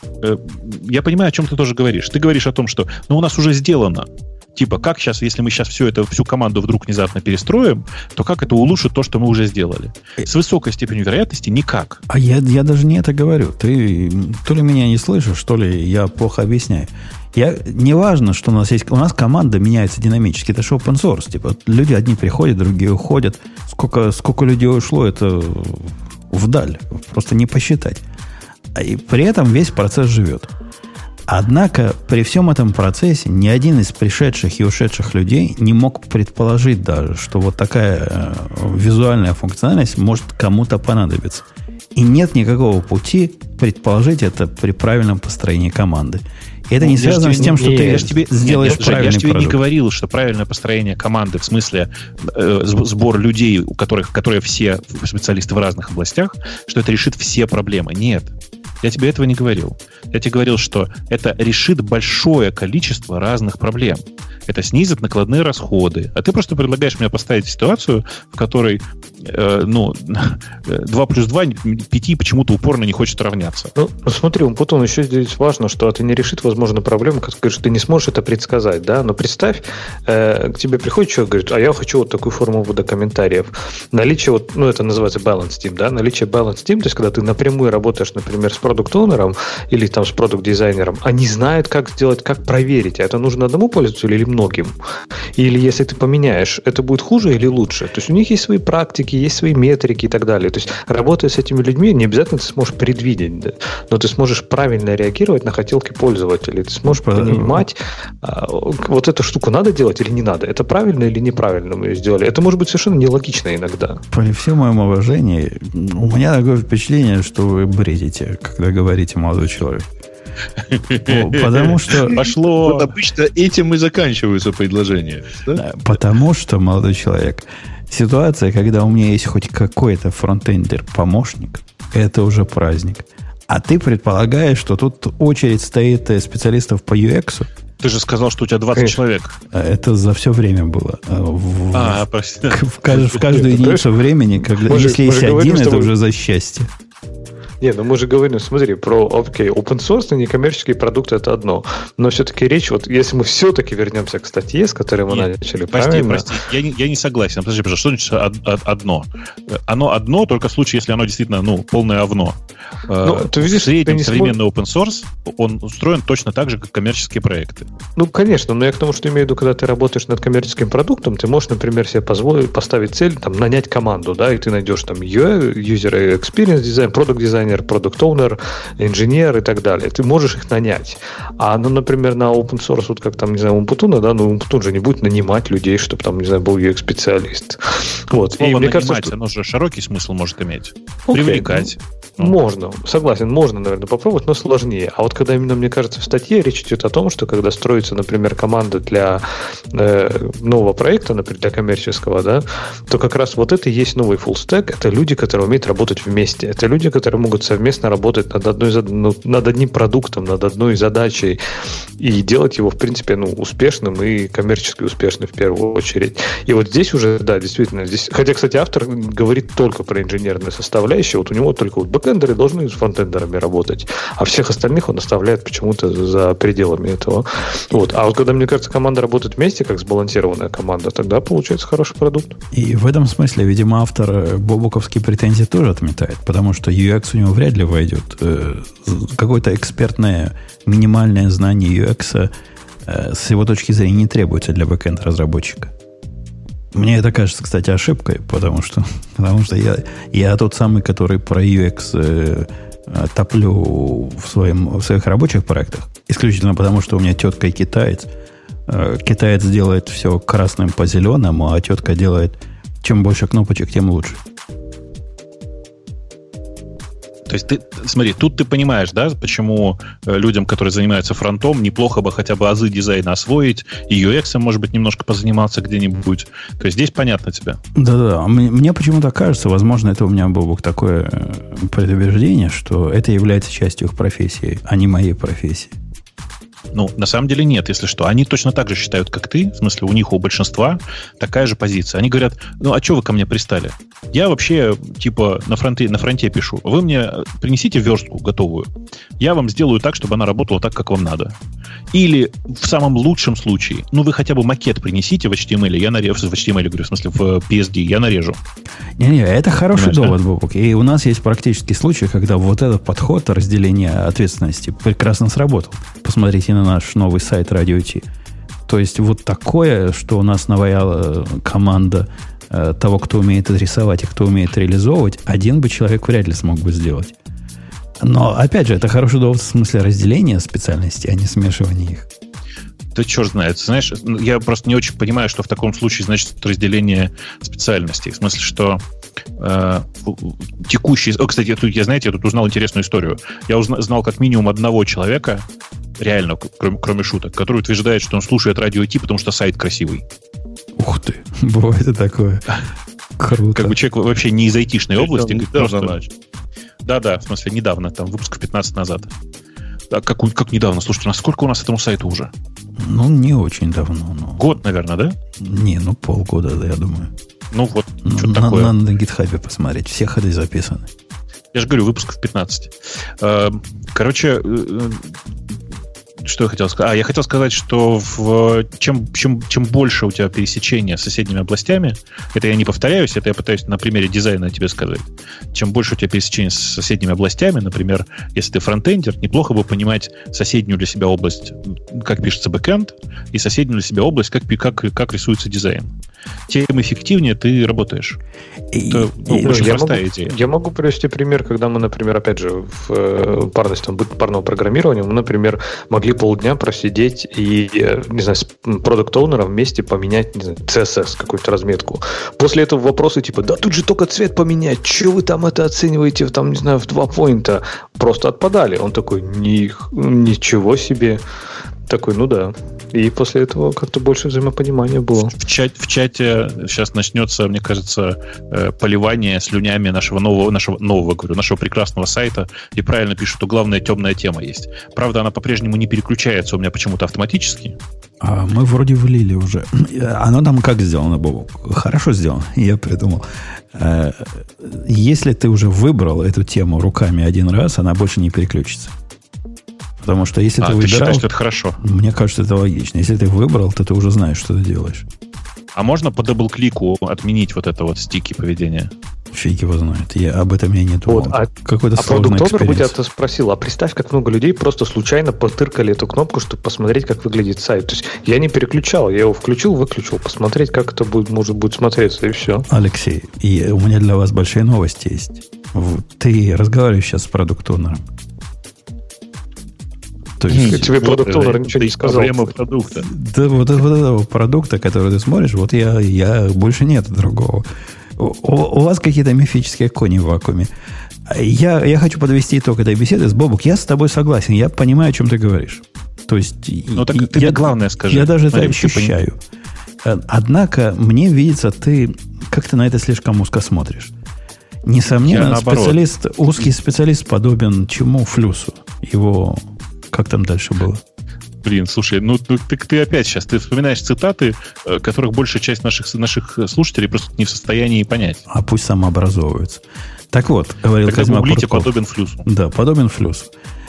я понимаю, о чем ты тоже говоришь. Ты говоришь о том, что у нас уже сделано. Типа, как сейчас, если мы сейчас всю команду вдруг внезапно перестроим, то как это улучшит то, что мы уже сделали? С высокой степенью вероятности никак. А я даже не это говорю. Ты то ли меня не слышишь, то ли я плохо объясняю. Не важно, что у нас есть. У нас команда меняется динамически. Это же open source. Типа, люди одни приходят, другие уходят. Сколько людей ушло, это вдаль. Просто не посчитать. И при этом весь процесс живет. Однако при всем этом процессе ни один из пришедших и ушедших людей не мог предположить даже, что вот такая визуальная функциональность может кому-то понадобиться. И нет никакого пути предположить это при правильном построении команды. И это не связано с тем, что ты сделаешь правильный продукт. Я тебе не говорил, что правильное построение команды, в смысле сбор людей, которые все специалисты в разных областях, что это решит все проблемы. Нет. Я тебе этого не говорил. Я тебе говорил, что это решит большое количество разных проблем. Это снизит накладные расходы. А ты просто предлагаешь мне поставить ситуацию, в которой 2 плюс 2 5 почему-то упорно не хочет равняться. Смотри, Умпутун, еще здесь важно, что это не решит, возможно, проблему, как говоришь, ты не сможешь это предсказать, да? Но представь, к тебе приходит человек, говорит, а я хочу вот такую форму ввода комментариев. Наличие это называется balance team, да? Наличие balance team, то есть когда ты напрямую работаешь, например, с продукт-оунером или там с продукт-дизайнером, они знают, как сделать, как проверить, а это нужно одному пользователю или многим. Или если ты поменяешь, это будет хуже или лучше. То есть у них есть свои практики, есть свои метрики и так далее. То есть работая с этими людьми, не обязательно ты сможешь предвидеть, да? Но ты сможешь правильно реагировать на хотелки пользователей. Ты сможешь понимать, вот эту штуку надо делать или не надо. Это правильно или неправильно мы ее сделали. Это может быть совершенно нелогично иногда. При всем моем уважении, у меня такое впечатление, что вы бредите, когда говорите молодой человек. Потому что... Пошло... Вот обычно этим и заканчиваются предложения. Да? Потому что, молодой человек, ситуация, когда у меня есть хоть какой-то фронтендер-помощник, это уже праздник. А ты предполагаешь, что тут очередь стоит специалистов по UX? Ты же сказал, что у тебя 20 человек. Это за все время было. Прости. В каждую единицу времени, если есть один, это уже за счастье. Не, ну мы же говорим, смотри, про open source и некоммерческие продукты это одно. Но все-таки речь, вот если мы все-таки вернемся к статье, с которой мы начали, правильно? Прости, я не согласен. Подожди, что значит одно? Оно одно только в случае, если оно действительно, полное овно. Ты видишь, в среднем современный open source, он устроен точно так же, как коммерческие проекты. Ну, конечно, но я к тому, что имею в виду, когда ты работаешь над коммерческим продуктом, ты можешь, например, себе поставить цель, нанять команду, да, и ты найдешь там User Experience Design, Product Designer, Product Owner, инженер и так далее. Ты можешь их нанять. А, например, на open source, вот как там, не знаю, Умпутуна, да, Умпутун же не будет нанимать людей, чтобы там, не знаю, был UX-специалист. Вот. И мне кажется, что... оно же широкий смысл может иметь. Привлекать. Можно, согласен, можно, наверное, попробовать, но сложнее. А вот когда именно, мне кажется, в статье речь идет о том, что когда строится, например, команда для нового проекта, например, для коммерческого, да, то как раз вот это и есть новый full stack. Это люди, которые умеют работать вместе. Это люди, которые могут совместно работать над одним продуктом, над одной задачей и делать его, в принципе, успешным и коммерчески успешным в первую очередь. И вот здесь уже, да, действительно, хотя, кстати, автор говорит только про инженерную составляющую, вот у него только вот бэкэндеры должны с фронтендерами работать, а всех остальных он оставляет почему-то за пределами этого. Вот. А вот когда, мне кажется, команда работает вместе, как сбалансированная команда, тогда получается хороший продукт. И в этом смысле, видимо, автор бобуковские претензии тоже отметает, потому что UX у него вряд ли войдет. Какое-то экспертное минимальное знание UX с его точки зрения не требуется для бэкэнд-разработчика. Мне это кажется, кстати, ошибкой, потому что я тот самый, который про UX топлю в своих рабочих проектах, исключительно потому, что у меня тетка китаец. Китаец делает все красным по зеленому, а тетка делает чем больше кнопочек, тем лучше. То есть, смотри, тут ты понимаешь, да, почему людям, которые занимаются фронтом, неплохо бы хотя бы азы дизайна освоить, и UX, может быть, немножко позаниматься где-нибудь. То есть, здесь понятно тебе. Да-да, мне почему-то кажется, возможно, это у меня было такое предубеждение, что это является частью их профессии, а не моей профессии. На самом деле нет, если что. Они точно так же считают, как ты. В смысле, у них, у большинства такая же позиция. Они говорят, а что вы ко мне пристали? Я вообще, на фронте пишу. Вы мне принесите верстку готовую. Я вам сделаю так, чтобы она работала так, как вам надо. Или в самом лучшем случае, вы хотя бы макет принесите в HTML. Я нарежу, в HTML, говорю, в смысле, в PSD. Я нарежу. Не-не, это хороший довод, Бобук. И у нас есть практический случай, когда вот этот подход разделения ответственности прекрасно сработал. Посмотрите на наш новый сайт Radio T. То есть вот такое, что у нас наваяла команда того, кто умеет рисовать и кто умеет реализовывать, один бы человек вряд ли смог бы сделать. Но, опять же, это хороший довод в смысле разделения специальностей, а не смешивания их. Да черт знает. Знаешь, я просто не очень понимаю, что в таком случае значит разделение специальностей. В смысле, что текущий... Кстати, я тут узнал интересную историю. Я знал как минимум одного человека, реально, кроме шуток, который утверждает, что он слушает радио Ти, потому что сайт красивый. Ух ты, бывает и такое. Круто. Как бы человек вообще не из айтишной области. Да-да, в смысле, недавно, там, выпусков 15 назад. А как недавно? Слушайте, насколько у нас этому сайту уже? Не очень давно. Год, наверное, да? Не, полгода, да, я думаю. Вот, что-то такое. Надо на гитхабе посмотреть, все ходы записаны. Я же говорю, выпусков 15. Короче, что я хотел сказать? Я хотел сказать, что чем больше у тебя пересечения с соседними областями, это я не повторяюсь, это я пытаюсь на примере дизайна тебе сказать. Чем больше у тебя пересечения с соседними областями, например, если ты фронтендер, неплохо бы понимать соседнюю для себя область, как пишется бэкэнд, и соседнюю для себя область, как рисуется дизайн. Тем эффективнее ты работаешь. Это очень простая идея. Я могу привести пример, когда мы, например, опять же, в парного программирования, мы, например, могли полдня просидеть и, не знаю, с продакт-оунером вместе поменять, не знаю, CSS, какую-то разметку. После этого вопросы типа, да тут же только цвет поменять, что вы там это оцениваете, там, не знаю, в 2 поинта, просто отпадали. Он такой, ничего себе. Такой, да. И после этого как-то больше взаимопонимания было. В чате сейчас начнется, мне кажется, поливание слюнями нашего прекрасного сайта. И правильно пишут, что главная темная тема есть. Правда, она по-прежнему не переключается у меня почему-то автоматически. А мы вроде влили уже. Оно там как сделано, Бобок? Хорошо сделано, я придумал. Если ты уже выбрал эту тему руками один раз, она больше не переключится. Потому что если ты выбирал... ты считаешь, что это хорошо? Мне кажется, это логично. Если ты выбрал, то ты уже знаешь, что ты делаешь. А можно по дабл-клику отменить вот это вот стики поведения? Фиг его знает. Об этом я не думал. Вот, какой-то сложный эксперимент. Продукт-онер бы тебя спросил, а представь, как много людей просто случайно потыркали эту кнопку, чтобы посмотреть, как выглядит сайт. То есть я не переключал, я его включил, выключил, посмотреть, как это может будет смотреться, и все. Алексей, у меня для вас большие новости есть. Ты разговариваешь сейчас с продукт-онером. Тебе продукт-онер ничего не сказал. Проблема продукта. Да, вот этого продукта, который ты смотришь, вот я больше нет другого. У вас какие-то мифические кони в вакууме. Я хочу подвести итог этой беседы. Бобук, я с тобой согласен. Я понимаю, о чем ты говоришь. То есть, так ты главное скажи. Я даже это ощущаю. Однако, мне видится, ты как-то на это слишком узко смотришь. Несомненно, узкий специалист подобен чему? Флюсу. Его... Как там дальше было? Блин, слушай, ты опять сейчас, ты вспоминаешь цитаты, которых большая часть наших слушателей просто не в состоянии понять. А пусть самообразовываются. Так вот, говорил Козьма Прутков. Подобен флюсу. Да, подобен флюсу.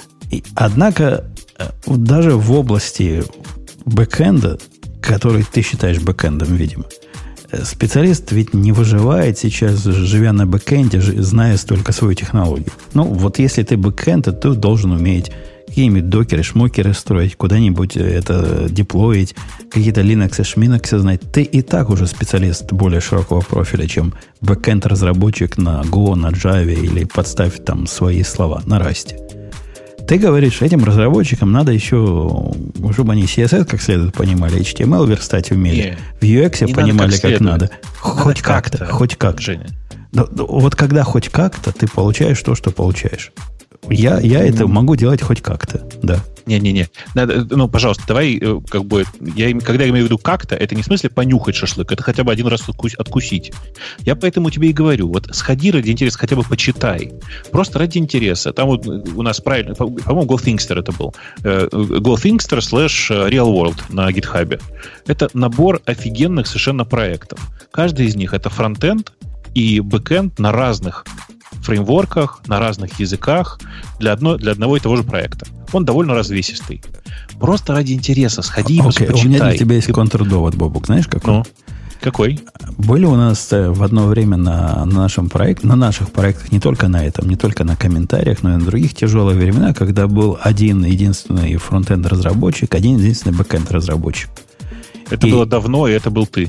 Однако, даже в области бэкэнда, который ты считаешь бэкэндом, видимо, специалист ведь не выживает сейчас, живя на бэкэнде, зная столько свою технологию. Ну, вот если ты бэкэнд, то ты должен уметь какие-нибудь докеры, шмокеры строить, куда-нибудь это деплоить, какие-то Linux и шминоксы знать. Ты и так уже специалист более широкого профиля, чем бэкэнд-разработчик на Go, на Java или подставь там свои слова на Rust. Ты говоришь, этим разработчикам надо еще, чтобы они CSS как следует понимали, HTML верстать умели, в UX понимали как надо. Хоть как-то. Женя. Вот когда хоть как-то, ты получаешь то, что получаешь. Я это могу делать хоть как-то, да. Не-не-не. Пожалуйста, давай, когда я имею в виду как-то, это не в смысле понюхать шашлык, это хотя бы один раз откусить. Я поэтому тебе и говорю, вот сходи ради интереса, хотя бы почитай. Просто ради интереса. Там вот у нас правильно, по-моему, GoThinkster это был. GoThinkster / Real World на GitHub. Это набор офигенных совершенно проектов. Каждый из них это фронтенд и бэкенд на разных фреймворках, на разных языках для одного и того же проекта. Он довольно развесистый. Просто ради интереса сходи и почитай. У меня для тебя есть контрдовод, Бобук. Знаешь, какой? Ну, какой? Были у нас в одно время на наших проектах, не только на этом, не только на комментариях, но и на других тяжелые времена, когда был один-единственный фронтенд-разработчик, один-единственный бэкенд-разработчик. Это было давно, и это был ты.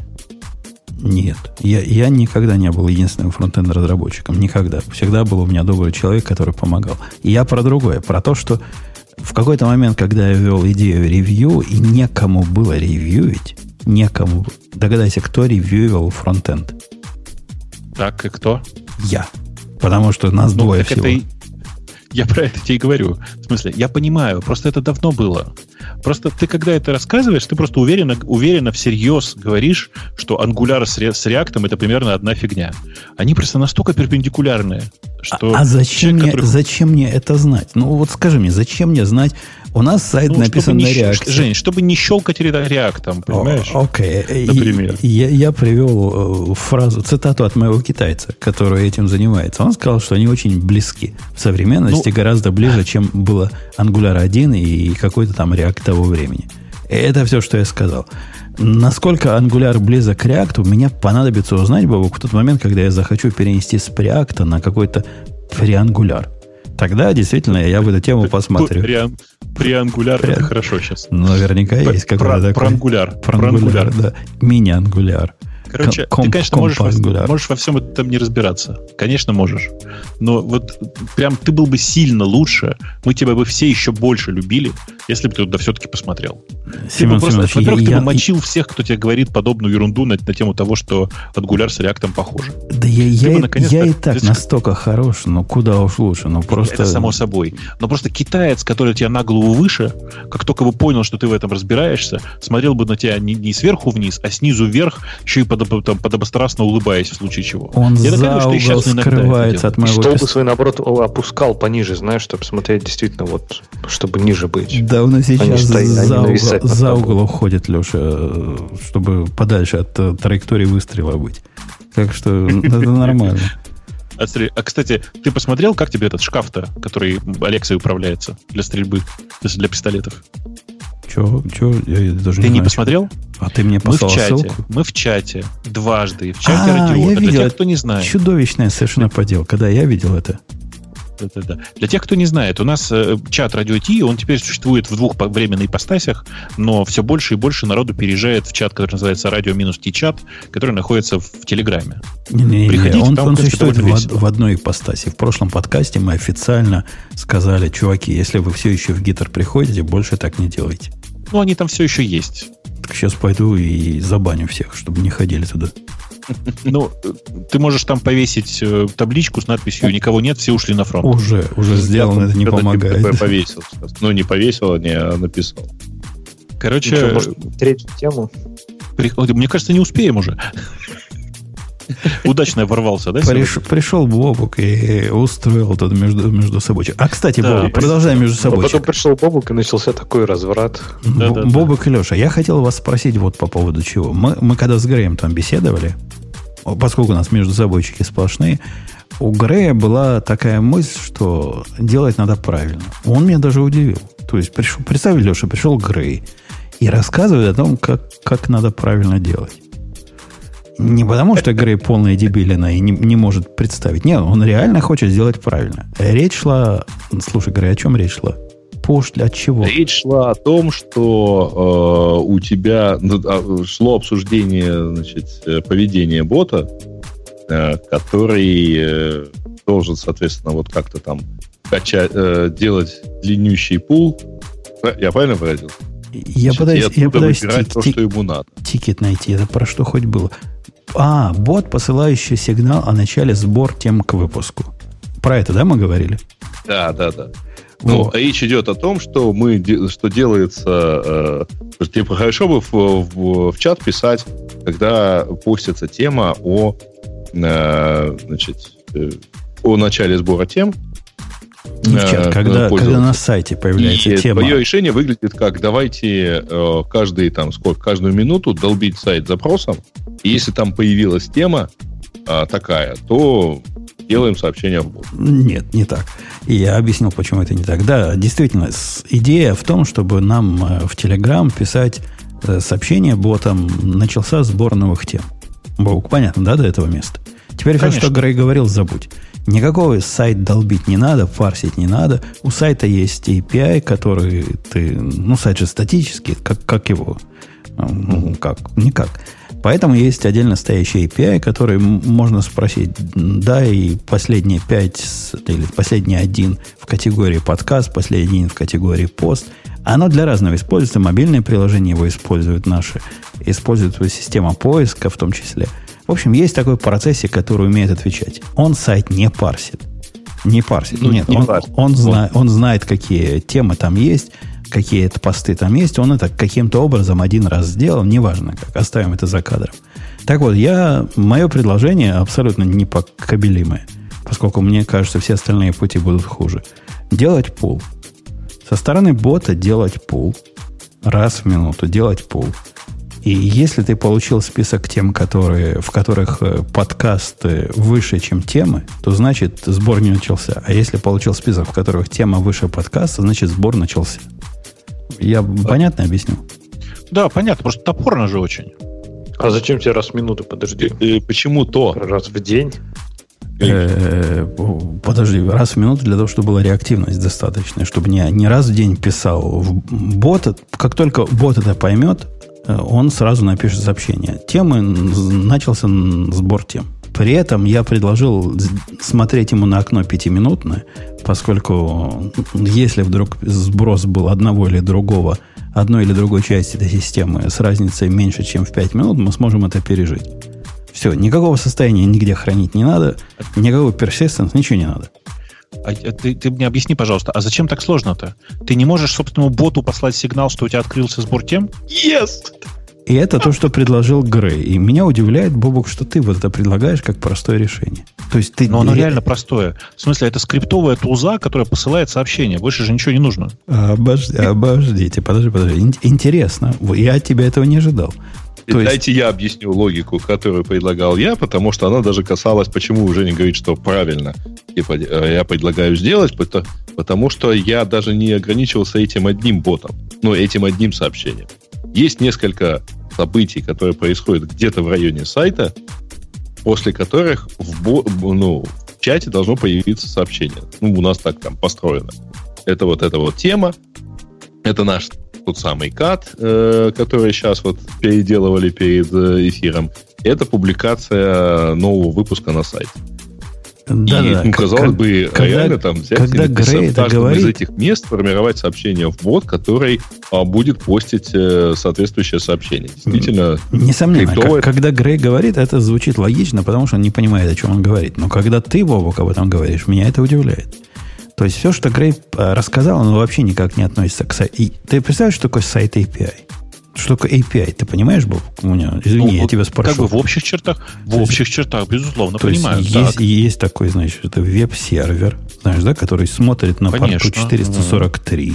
Нет, я никогда не был единственным фронтенд-разработчиком. Никогда. Всегда был у меня добрый человек, который помогал. И я про другое. Про то, что в какой-то момент, когда я ввел идею ревью, и некому было ревьюить, некому. Догадайся, кто ревьюивал фронтенд? Так, и кто? Я. Потому что нас двое всего. Я про это тебе и говорю. В смысле, я понимаю, просто это давно было. Просто ты, когда это рассказываешь, ты просто уверенно всерьез говоришь, что Angular с React это примерно одна фигня. Они просто настолько перпендикулярные, что... Зачем мне это знать? Ну вот скажи мне, зачем мне знать? У нас сайт написан на React. Жень, чтобы не щелкать React, понимаешь? Окей. Например. Я привел цитату от моего китайца, который этим занимается. Он сказал, что они очень близки. В современности гораздо ближе, чем было Angular 1 и какой-то там React того времени. Это все, что я сказал. Насколько Angular близок к React, мне понадобится узнать, Бобок, в тот момент, когда я захочу перенести с Preact на какой-то преангуляр. Тогда действительно я в эту тему посмотрю. Преангуляр это хорошо сейчас. Наверняка есть какой-то такой. Проангуляр, да. Мини-ангуляр. Короче, ты, конечно, можешь во всем этом не разбираться. Конечно, можешь. Но вот прям ты был бы сильно лучше, мы тебя бы все еще больше любили, если бы ты туда все-таки посмотрел. Семен Семенович, во-первых, ты бы мочил всех, кто тебе говорит подобную ерунду на тему того, что Angular с React похожи. Да я и так настолько хорош, но куда уж лучше. Ну, просто... Это само собой. Но просто китаец, который тебя на голову выше, как только бы понял, что ты в этом разбираешься, смотрел бы на тебя не сверху вниз, а снизу вверх, еще и подобострастно улыбаясь, в случае чего. Он за угол скрывается от моего... Чтобы свой, наоборот, опускал пониже, знаешь, чтобы смотреть действительно, вот, чтобы ниже быть. Да, у нас сейчас за угол уходит, Леша, чтобы подальше от траектории выстрела быть. Так что это нормально. А, кстати, ты посмотрел, как тебе этот шкаф-то, который Алексой управляется для стрельбы, для пистолетов? Чего? Я даже ты не посмотрел? А ты мне послал ссылку? Мы в чате дважды. В чате Радиота. Для тех, кто не знает. Чудовищная совершенно поделка. Да, я видел это. Да. Для тех, кто не знает, у нас чат Radio T, он теперь существует в двух временных ипостасях, но все больше и больше народу переезжает в чат, который называется Radio-T-чат, который находится в Телеграме. Он существует в одной ипостаси. В прошлом подкасте мы официально сказали: чуваки, если вы все еще в Гитар приходите, больше так не делайте. Ну, они там все еще есть. Так сейчас пойду и забаню всех, чтобы не ходили туда. Ну, ты можешь там повесить табличку с надписью «Никого нет, все ушли на фронт». Уже сделано, это не помогает. Повесил. Ну, не повесил, а написал. Короче... Что, может, третью тему? Мне кажется, не успеем уже. Удачно я ворвался, да? Пришел Бобук и устроил тут между собой. А, кстати, Бобук, продолжаем между собой. Потом пришел Бобук, и начался такой разврат. Бобук и Леша, я хотел вас спросить вот по поводу чего. Мы когда с Греем там беседовали, поскольку у нас между собойчики сплошные, у Грея была такая мысль, что делать надо правильно. Он меня даже удивил. То есть, представь, Леша, пришел Грей и рассказывает о том, как надо правильно делать. Не потому, что Грей полная дебилина и не может представить. Нет, он реально хочет сделать правильно. Речь шла... Слушай, Грей, о чем речь шла? От чего? Речь шла о том, что у тебя шло обсуждение, значит, поведения бота, который должен, соответственно, вот как-то там делать длиннющий пул. Я правильно выразил? Я пытаюсь выбирать то, что ему надо. Тикет найти. Это про что хоть было? Бот, посылающий сигнал о начале сбор тем к выпуску. Про это, да, мы говорили? Да. Ну, речь идет о том, что делается... Типа, хорошо бы в чат писать, когда постится тема о начале сбора тем. Не в чат, когда на сайте появляется тема. Твое решение выглядит как: давайте каждую минуту долбить сайт запросом, и если там появилась тема такая, то делаем сообщение в бот. Нет, не так. И я объяснил, почему это не так. Да, действительно, идея в том, чтобы нам в Telegram писать сообщение ботом: начался сбор новых тем. Бог, понятно, да, до этого места? Теперь все, что Грей говорил, забудь. Никакого сайт долбить не надо, фарсить не надо. У сайта есть API, который ты... сайт же статический, как его? Никак. Поэтому есть отдельно стоящий API, который можно спросить: и последние 5 или последний 1 в категории подкаст, последний 1 в категории пост. Оно для разного используется. Мобильные приложения его используют наши. Использует система поиска в том числе. В общем, есть такой процессик, который умеет отвечать. Он сайт не парсит. Он знает, какие темы там есть, какие посты там есть. Он это каким-то образом один раз сделал, неважно как. Оставим это за кадром. Так вот, мое предложение абсолютно непокабелимое, поскольку мне кажется, все остальные пути будут хуже. Делать пул. Со стороны бота делать пул. Раз в минуту делать пул. И если ты получил список тем, в которых подкасты выше, чем темы, то значит сбор не начался. А если получил список, в которых тема выше подкаста, значит сбор начался. Я понятно объяснил? Да, понятно. Просто топорно же очень. А зачем тебе раз в минуту? Подожди. Почему то? Раз в день? Подожди, раз в минуту для того, чтобы была реактивность достаточная, чтобы не раз в день писал бот. Как только бот это поймет, он сразу напишет сообщение. Темы, начался сбор тем. При этом я предложил смотреть ему на окно 5-минутное, поскольку если вдруг сброс был одного или другого, одной или другой части этой системы с разницей меньше, чем в 5 минут, мы сможем это пережить. Все, никакого состояния нигде хранить не надо, никакого persistence, ничего не надо. Ты мне объясни, пожалуйста, а зачем так сложно-то? Ты не можешь собственному боту послать сигнал, что у тебя открылся сбор тем? Yes! И это то, что предложил Грей. И меня удивляет, Бобук, что ты вот это предлагаешь как простое решение. То есть ты... Но оно реально простое. В смысле, это скриптовая тулза, которая посылает сообщение. Больше же ничего не нужно. Обождите, подожди. Интересно. Я от тебя этого не ожидал. Дайте я объясню логику, которую предлагал я, потому что она даже касалась, почему уже не говорит, что правильно я предлагаю сделать, потому что я даже не ограничивался этим одним ботом, этим одним сообщением. Есть несколько событий, которые происходят где-то в районе сайта, после которых в чате должно появиться сообщение. У нас так там построено. Это вот тема, это наш тот самый кат, который сейчас вот переделывали перед эфиром. Это публикация нового выпуска на сайте. Да, казалось бы, реально там взять в каждом из этих мест формировать сообщение в бот, который будет постить соответствующее сообщение. Действительно, несомненно, когда Грей говорит, это звучит логично, потому что он не понимает, о чем он говорит. Но когда ты, Бобок, об этом говоришь, меня это удивляет. То есть все, что Грей рассказал, оно вообще никак не относится к сайту. Ты представляешь, что такое сайт API? Что такое API? Ты понимаешь, Боб? Извини, я тебя спрошу. Как бы в общих чертах, безусловно, то понимаю. Есть такой, значит, это веб-сервер, знаешь, да, который смотрит на порту 443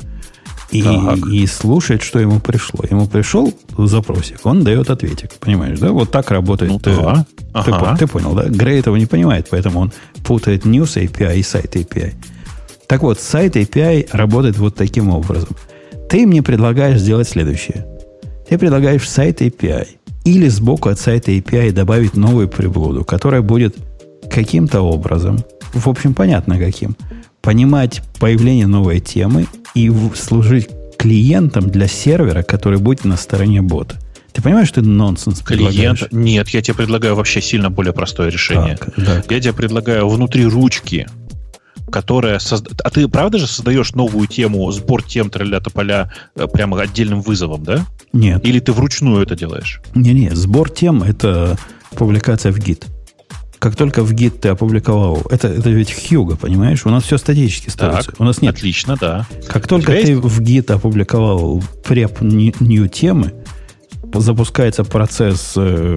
и слушает, что ему пришло. Ему пришел запросик, он дает ответик. Понимаешь, да? Вот так работает. Ты понял, да? Грей этого не понимает, поэтому он путает News API и сайт API. Так вот, сайт API работает вот таким образом. Ты мне предлагаешь сделать следующее. Ты предлагаешь сайт API или сбоку от сайта API добавить новую приблуду, которая будет каким-то образом, в общем, понятно каким, понимать появление новой темы и служить клиентом для сервера, который будет на стороне бота. Ты понимаешь, что ты нонсенс предлагаешь? Нет, я тебе предлагаю вообще сильно более простое решение. Так. Я тебе предлагаю внутри ручки, которая... А ты правда же создаешь новую тему, сбор тем тролля тополя прямо отдельным вызовом, да? Нет. Или ты вручную это делаешь? Не, сбор тем – это публикация в Git. Как только в Git ты опубликовал... Это ведь Hugo, понимаешь? У нас все статически строится. У нас нет. Отлично, да. Как только ты в Git опубликовал преп new темы, запускается процесс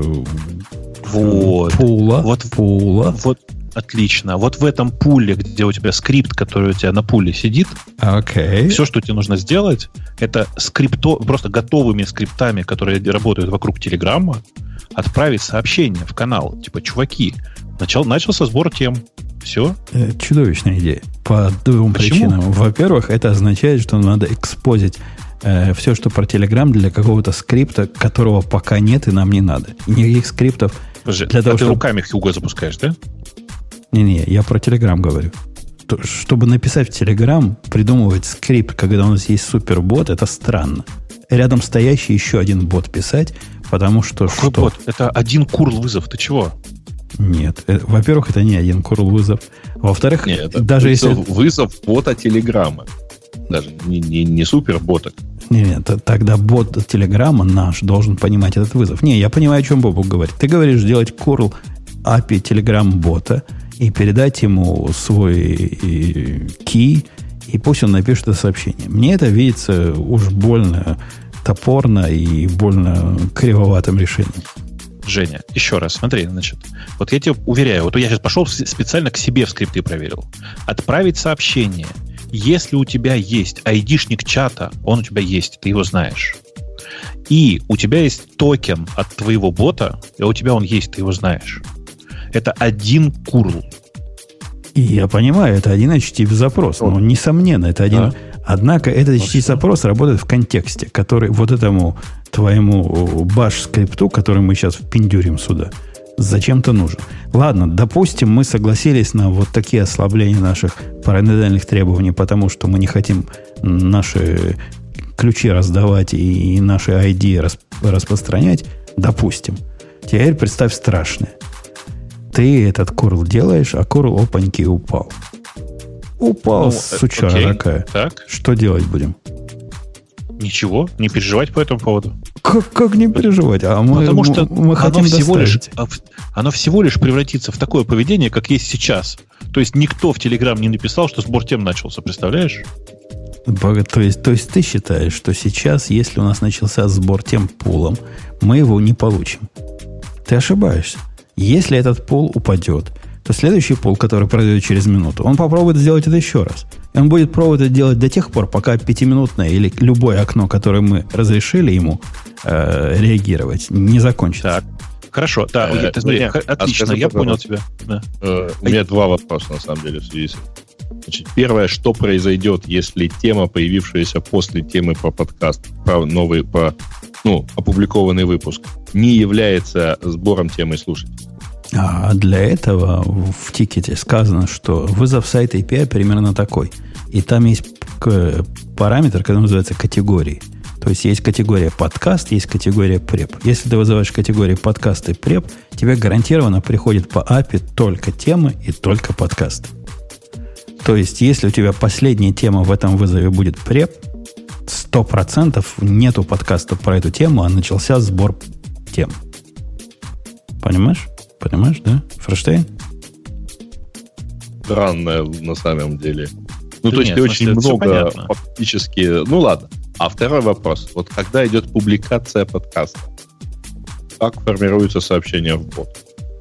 пула. Отлично. Вот в этом пуле, где у тебя скрипт, который у тебя на пуле сидит, все, что тебе нужно сделать, это просто готовыми скриптами, которые работают вокруг Телеграма, отправить сообщение в канал. Типа, чуваки, начался сбор тем. Все. Чудовищная идея. По двум причинам. Во-первых, это означает, что надо экспозить все, что про Telegram для какого-то скрипта, которого пока нет и нам не надо. Никаких скриптов. Подожди, для того, ты руками Hugo запускаешь, да? Не, я про Telegram говорю. Чтобы написать в Telegram, придумывать скрипт, когда у нас есть супербот, это странно. Рядом стоящий еще один бот писать, потому что... Какой бот? Это один curl вызов. Ты чего? Нет. Во-первых, это не один curl вызов. Во-вторых, даже вызов бота Телеграма. Даже не супербота. Нет, тогда бот Телеграма наш должен понимать этот вызов. Не, я понимаю, о чем Бобук говорит. Ты говоришь сделать curl API Telegram-бота и передать ему свой key, и пусть он напишет это сообщение. Мне это видится уж больно топорно и больно кривоватым решением. Женя, еще раз, смотри, значит, вот я тебе уверяю, вот я сейчас пошел специально к себе в скрипты проверил. Отправить сообщение. Если у тебя есть айдишник чата, он у тебя есть, ты его знаешь. И у тебя есть токен от твоего бота, и у тебя он есть, ты его знаешь. Это один curl. И я понимаю, это один HTTP-запрос. Но, несомненно, это один... Да. Однако этот HTTP-запрос работает в контексте, который вот этому твоему баш-скрипту, который мы сейчас впендюрим сюда, зачем-то нужен. Ладно, допустим, мы согласились на вот такие ослабления наших параноидальных требований, потому что мы не хотим наши ключи раздавать и наши ID распространять. Допустим. Теперь представь страшное. Ты этот curl делаешь, а curl опаньки упал. Упал, сучара такая. Так. Что делать будем? Ничего, не переживать по этому поводу. Как не переживать? Потому что мы хотим оно всего лишь превратится в такое поведение, как есть сейчас. То есть никто в Telegram не написал, что сбор тем начался, представляешь? То есть ты считаешь, что сейчас, если у нас начался сбор тем пулом, мы его не получим? Ты ошибаешься. Если этот пул упадет, то следующий пул, который пройдет через минуту, он попробует сделать это еще раз. И он будет пробовать это делать до тех пор, пока 5-минутное или любое окно, которое мы разрешили ему реагировать, не закончится. Так, хорошо. Да, смотри, отлично, я понял тебя. Да. У меня два вопроса, на самом деле, в связи с этим. Значит, первое, что произойдет, если тема, появившаяся после темы про подкаст, опубликованный выпуск, не является сбором темы слушателей? А для этого в тикете сказано, что вызов сайта API примерно такой. И там есть параметр, который называется категории. То есть есть категория подкаст, есть категория преп. Если ты вызываешь категории подкаст и преп, тебе гарантированно приходит по API только темы и только подкасты. То есть, если у тебя последняя тема в этом вызове будет преп, 100% нету подкаста про эту тему, а начался сбор тем. Понимаешь? Понимаешь, да, Ферштейн? Странное на самом деле. То есть очень много фактически... Ну ладно. А второй вопрос. Вот когда идет публикация подкаста, как формируется сообщение в бот?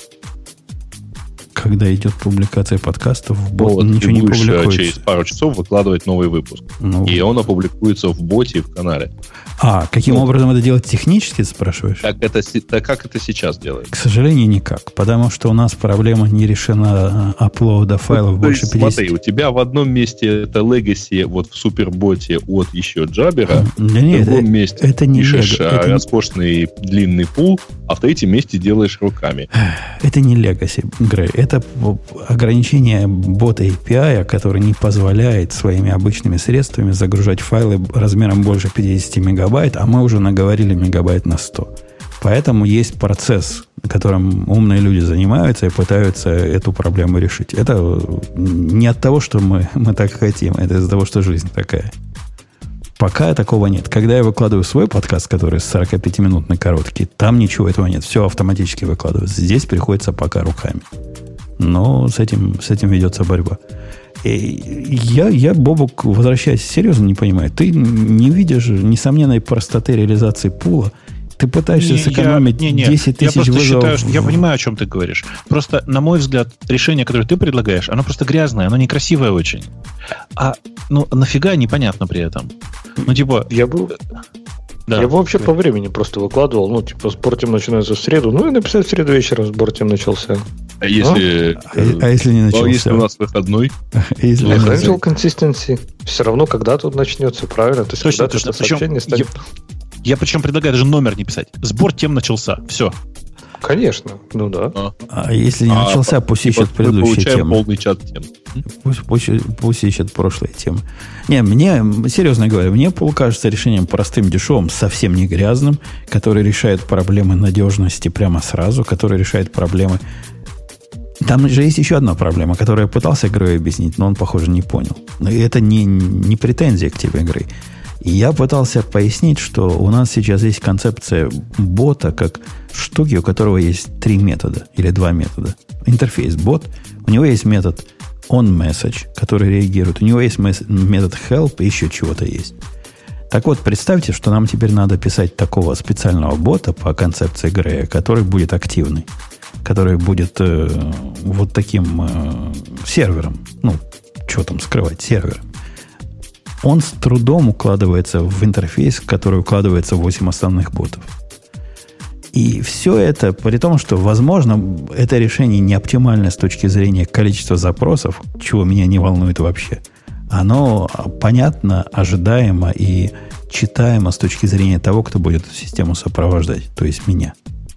Когда идет публикация подкастов, в бот ничего не публикуется. Через пару часов выкладывать новый выпуск. И он опубликуется в боте и в канале. Каким образом это делать технически, спрашиваешь? Как это сейчас делается? К сожалению, никак. Потому что у нас проблема не решена апплоуда файлов больше 50. Смотри, у тебя в одном месте это legacy вот в суперботе от еще Джабера, в другом месте это не пишешь роскошный длинный пул, а в третьем месте делаешь руками. Это не legacy, Грей. Это ограничение бота API, который не позволяет своими обычными средствами загружать файлы размером больше 50 мегабайт, а мы уже наговорили мегабайт на 100. Поэтому есть процесс, которым умные люди занимаются и пытаются эту проблему решить. Это не от того, что мы так хотим, это из-за того, что жизнь такая. Пока такого нет. Когда я выкладываю свой подкаст, который 45-минутный короткий, там ничего этого нет. Все автоматически выкладывается. Здесь приходится пока руками. Но с этим ведется борьба. И я, Бобук, возвращаясь, серьезно не понимаю. Ты не видишь несомненной простоты реализации пула. Ты пытаешься сэкономить 10 тысяч вызовов. Я понимаю, о чем ты говоришь. Просто, на мой взгляд, решение, которое ты предлагаешь, оно просто грязное, оно некрасивое очень. Нафига непонятно при этом. Я бы вообще по времени просто выкладывал. Сбор тем начинается в среду. И написать в среду вечером сбор тем начался. А если не начался? Если у нас выходной? Handle consistency. Все равно когда тут начнется, правильно? То есть точно, когда это сообщение станет... Я причем предлагаю даже номер не писать. Сбор тем начался. Все. Конечно, да. А если не начался, пусть ищет предыдущие темы. Мы получаем полный чат тем. Пусть ищет прошлые темы. Мне, серьезно говоря, мне пул кажется решением простым, дешевым, совсем не грязным, который решает проблемы надежности прямо сразу, который решает проблемы... Там же есть еще одна проблема, которую я пытался Грею объяснить, но он, похоже, не понял. И это не претензия к тебе, Грей. И я пытался пояснить, что у нас сейчас есть концепция бота как штуки, у которого есть 3 метода или 2 метода. Интерфейс бот, у него есть метод onMessage, который реагирует, у него есть метод help и еще чего-то есть. Так вот, представьте, что нам теперь надо писать такого специального бота по концепции Грея, который будет активный, который будет вот таким сервером. Что там скрывать, сервером. Он с трудом укладывается в интерфейс, в который укладывается 8 основных ботов. И все это, при том, что, возможно, это решение не оптимальное с точки зрения количества запросов, чего меня не волнует вообще. Оно понятно, ожидаемо и читаемо с точки зрения того, кто будет эту систему сопровождать, то есть меня.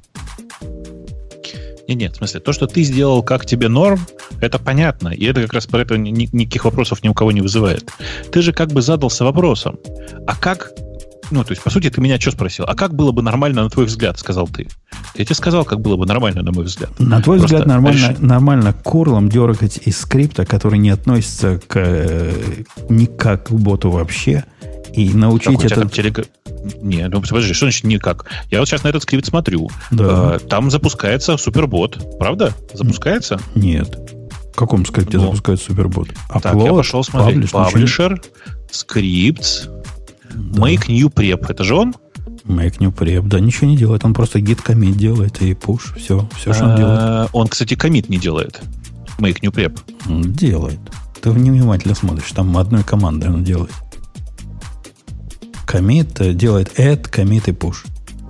Нет, в смысле, то, что ты сделал, как тебе норм, это понятно. И это как раз про это никаких вопросов ни у кого не вызывает. Ты же как бы задался вопросом, а как то есть, по сути, ты меня что спросил? А как было бы нормально, на твой взгляд, сказал ты? Я тебе сказал, как было бы нормально, на мой взгляд. На твой взгляд, нормально курлом дергать из скрипта, который не относится никак к боту вообще, и научить это... Не, подожди, что значит никак? Я вот сейчас на этот скрипт смотрю. Да. Там запускается супербот. Правда? Запускается? Нет. В каком скрипте запускается супербот? Так, я пошел смотреть. Publisher, скрипт, make new prep. Это же он? Make new prep. Да, ничего не делает. Он просто git commit делает и push. Все, что он делает. Он, кстати, commit не делает. Make new prep. Он делает. Ты внимательно смотришь. Там одной командой он делает. Commit делает add, commit и push.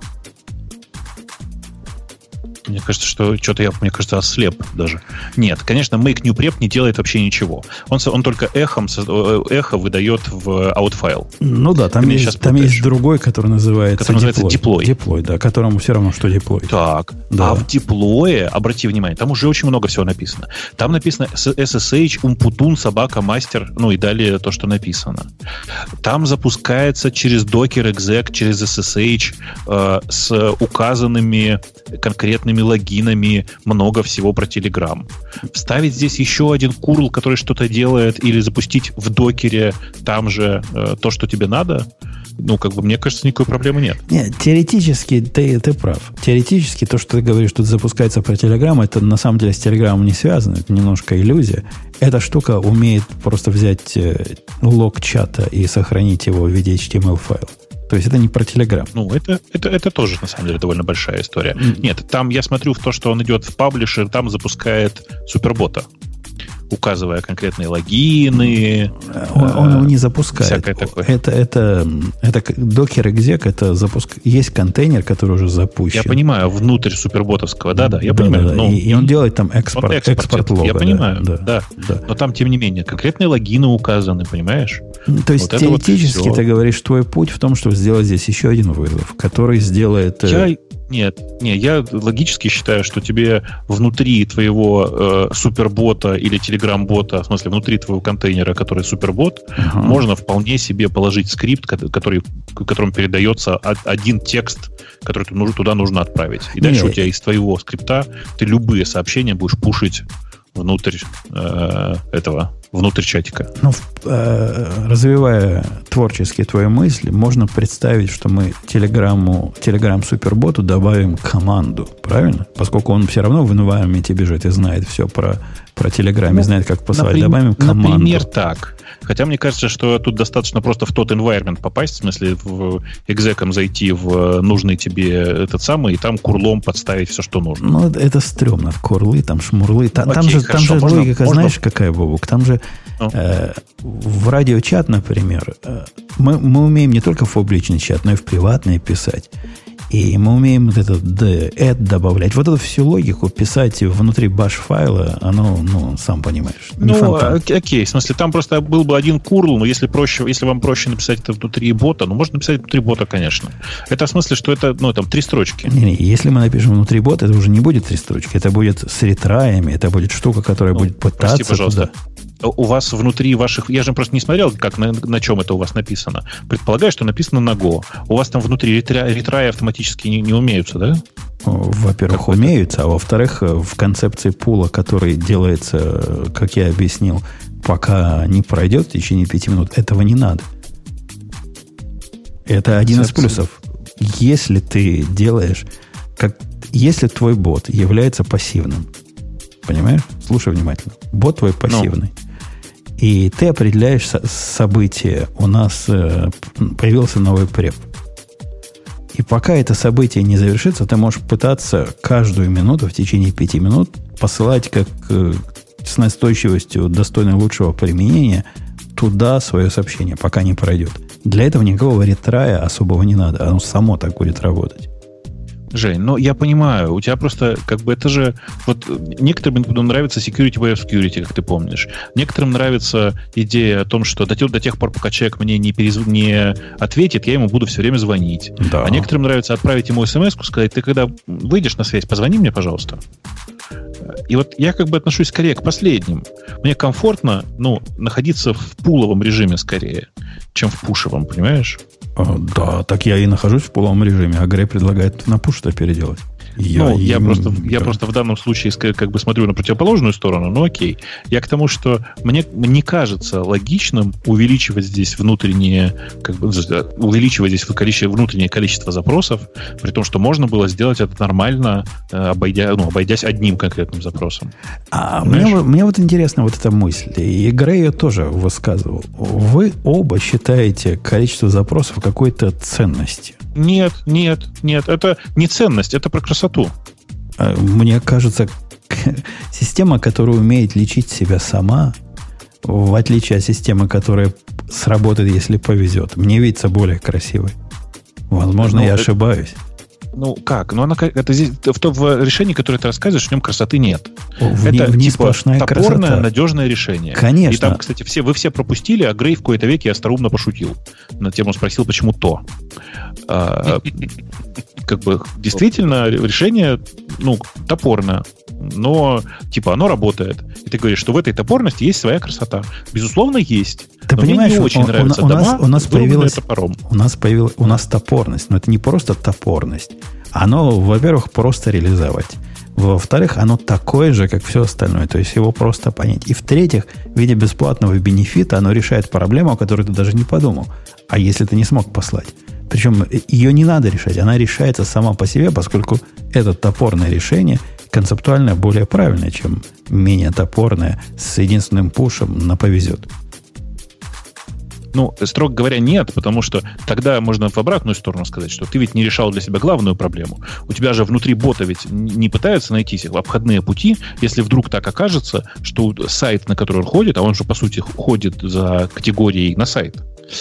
Мне кажется, что что-то я, ослеп даже. Нет, конечно, make new prep не делает вообще ничего. Он только эхо выдает в outfile. Ну да, там есть другой, который называется deploy. Deploy, да, которому все равно, что deploy. Так, да. А в deploy, обрати внимание, там уже очень много всего написано. Там написано SSH, умпутун, собака, мастер, и далее то, что написано. Там запускается через Docker exec, через SSH с указанными конкретными логинами, много всего про Telegram. Вставить здесь еще один курл, который что-то делает, или запустить в докере там же то, что тебе надо, мне кажется, никакой проблемы нет. Нет, теоретически ты прав. Теоретически то, что ты говоришь, тут запускается про Telegram, это на самом деле с Telegram не связано, это немножко иллюзия. Эта штука умеет просто взять лог чата и сохранить его в виде HTML-файла. То есть это не про Telegram. Это тоже, на самом деле, довольно большая история. Нет, там я смотрю в то, что он идет в паблишер, там запускает супербота, указывая конкретные логины. Он его не запускает. Всякое такое. Это Docker exec, это запуск. Есть контейнер, который уже запущен. Я понимаю, внутрь суперботовского, да, я понимаю. Да. И он делает там экспорт лога. Я понимаю, да. Но там, тем не менее, конкретные логины указаны, понимаешь? То есть теоретически ты говоришь, твой путь в том, чтобы сделать здесь еще один вызов, который сделает... Я логически считаю, что тебе внутри твоего супербота или телеграм-бота, в смысле внутри твоего контейнера, который супербот, можно вполне себе положить скрипт, которым передается один текст, который туда нужно отправить. И дальше у тебя из твоего скрипта ты любые сообщения будешь пушить внутрь внутрь чатика. Развивая творчески твою мысль, можно представить, что мы Telegram суперботу добавим команду, правильно? Поскольку он все равно в environment бежит и знает все про Telegram, и знает, как послать. Добавим команду. Например, так. Хотя мне кажется, что тут достаточно просто в тот environment попасть, в смысле в экзеком зайти в нужный тебе этот самый, и там курлом подставить все, что нужно. Это стрёмно. Курлы, там шмурлы. Там же логика, знаешь, какая, Бобук? Там же в радиочат, например, мы умеем не только в публичный чат, но и в приватный писать. И мы умеем вот этот add добавлять. Вот эту всю логику писать внутри баш-файла, оно, сам понимаешь, не фонтан. Окей, в смысле, там просто был бы один курл, но если вам проще написать это внутри бота, можно написать внутри бота, конечно. Это в смысле, что это, там 3 строчки. Не, если мы напишем внутри бота, это уже не будет 3 строчки, это будет с ретраями, это будет штука, которая будет пытаться... Прости, пожалуйста. У вас внутри ваших... Я же просто не смотрел, как на чем это у вас написано. Предполагаю, что написано на Go. У вас там внутри ретраи автоматически не умеются, да? Во-первых, умеются, а во-вторых, в концепции пула, который делается, как я объяснил, пока не пройдет в течение 5 минут, этого не надо. Это один из плюсов. Если ты делаешь... Если твой бот является пассивным, понимаешь? Слушай внимательно. Бот твой пассивный. И ты определяешь событие. У нас появился новый преп. И пока это событие не завершится, ты можешь пытаться каждую минуту в течение 5 минут посылать с настойчивостью, достойной лучшего применения, туда свое сообщение, пока не пройдет. Для этого никакого ретрая особого не надо. Оно само так будет работать. Жень, я понимаю, у тебя просто, это же, некоторым нравится security by obscurity, как ты помнишь. Некоторым нравится идея о том, что до тех пор, пока человек мне не ответит, я ему буду все время звонить. Да. А некоторым нравится отправить ему смс-ку, сказать, ты когда выйдешь на связь, позвони мне, пожалуйста. И я отношусь скорее к последним. Мне комфортно, находиться в пуловом режиме скорее, чем в пушевом, понимаешь? Да, так я и нахожусь в полном режиме, а Грей предлагает на push-то переделать. Я просто в данном случае как бы смотрю на противоположную сторону, но окей. Я к тому, что мне не кажется логичным увеличивать здесь внутреннее количество запросов, при том, что можно было сделать это нормально, обойдясь одним конкретным запросом. Мне вот интересна вот эта мысль, и Грей ее тоже высказывал. Вы оба считаете количество запросов какой-то ценностью? Нет, это не ценность, это про красоту. Мне кажется, система, которая умеет лечить себя сама, в отличие от системы, которая сработает, если повезет, мне видится более красивой. Возможно, я ошибаюсь. Как? Это здесь, в решении, которое ты рассказываешь, в нем красоты нет. В ней сплошная топорное, красота. Надежное решение. Конечно. И там, кстати, вы все пропустили, а Грей в кои-то веке остроумно пошутил. На тему спросил, почему то. Как бы действительно решение, топорное. Но, оно работает. И ты говоришь, что в этой топорности есть своя красота. Безусловно, есть. Ты понимаешь, мне не очень нравятся дома, у нас появилась топором. У нас топорность. Но это не просто топорность. Оно, во-первых, просто реализовать. Во-вторых, оно такое же, как все остальное. То есть его просто понять. И в-третьих, в виде бесплатного бенефита оно решает проблему, о которой ты даже не подумал. А если ты не смог послать? Причем ее не надо решать. Она решается сама по себе, поскольку это топорное решение концептуально более правильное, чем менее топорное с единственным пушем на повезет. Строго говоря, нет, потому что тогда можно в обратную сторону сказать, что ты ведь не решал для себя главную проблему. У тебя же внутри бота ведь не пытаются найти обходные пути, если вдруг так окажется, что сайт, на который он ходит, а он же, по сути, ходит за категорией на сайт,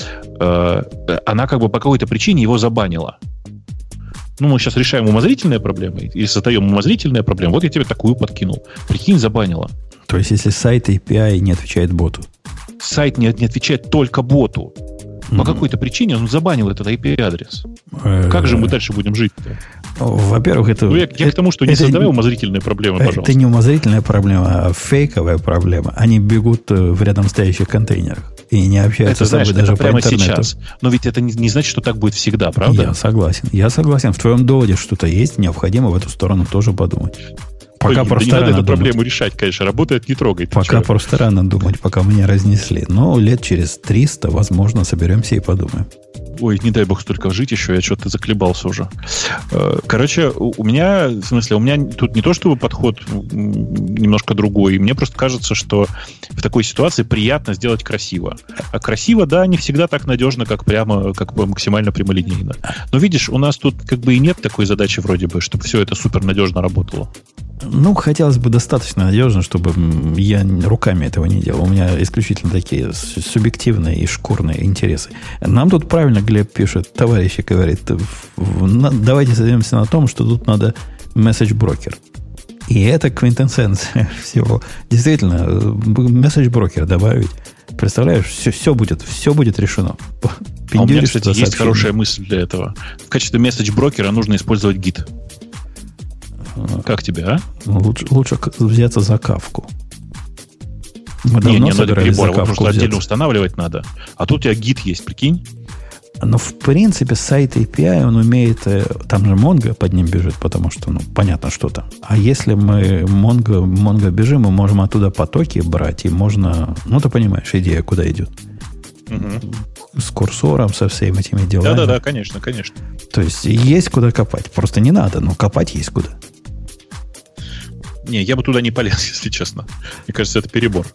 она как бы по какой-то причине его забанила. Мы сейчас решаем умозрительные проблемы или создаем умозрительные проблемы. Вот я тебе такую подкинул. Прикинь, забанила. То есть, если сайт API не отвечает боту? Сайт не отвечает только боту. По какой-то причине он забанил этот IP-адрес. Как же мы дальше будем жить-то? Во-первых, это... Я к тому, что не создавай умозрительные проблемы, пожалуйста. Это не умозрительная проблема, а фейковая проблема. Они бегут в рядом стоящих контейнерах и не общаются с собой даже по интернету. Сейчас. Но ведь это не значит, что так будет всегда, правда? Я согласен. В твоем доводе что-то есть, необходимо в эту сторону тоже подумать. Пока просто не надо эту проблему решать, конечно. Работает, не трогай. Пока просто рано думать, пока мы не разнесли. Но лет через 300, возможно, соберемся и подумаем. Ой, не дай бог столько жить еще, я что-то заколебался уже. Короче, у меня тут не то чтобы подход немножко другой, мне просто кажется, что в такой ситуации приятно сделать красиво. А красиво, да, не всегда так надежно, как бы максимально прямолинейно. Но видишь, у нас тут как бы и нет такой задачи вроде бы, чтобы все это супер надежно работало. Хотелось бы достаточно надежно, чтобы я руками этого не делал. У меня исключительно такие субъективные и шкурные интересы. Нам тут правильно Глеб пишет, товарищ говорит, давайте сойдемся на том, что тут надо месседж-брокер. И это квинтэссенция всего. Действительно, месседж-брокер добавить. Представляешь, все будет решено. У меня, кстати, есть хорошая мысль для этого. В качестве месседж-брокера нужно использовать гид. Как тебе, а? Лучше взяться за кавку. Мы давно собирались за кавку его просто отдельно устанавливать надо. А тут у тебя гид есть, прикинь? Но в принципе сайт API, он умеет... Там же Mongo под ним бежит, потому что, понятно, что там. А если мы Mongo бежим, мы можем оттуда потоки брать, и можно... ты понимаешь, идея куда идет. Угу. С курсором, со всеми этими делами. Да, конечно. То есть есть куда копать. Просто не надо, но копать есть куда. Не, я бы туда не полез, если честно. Мне кажется, это перебор.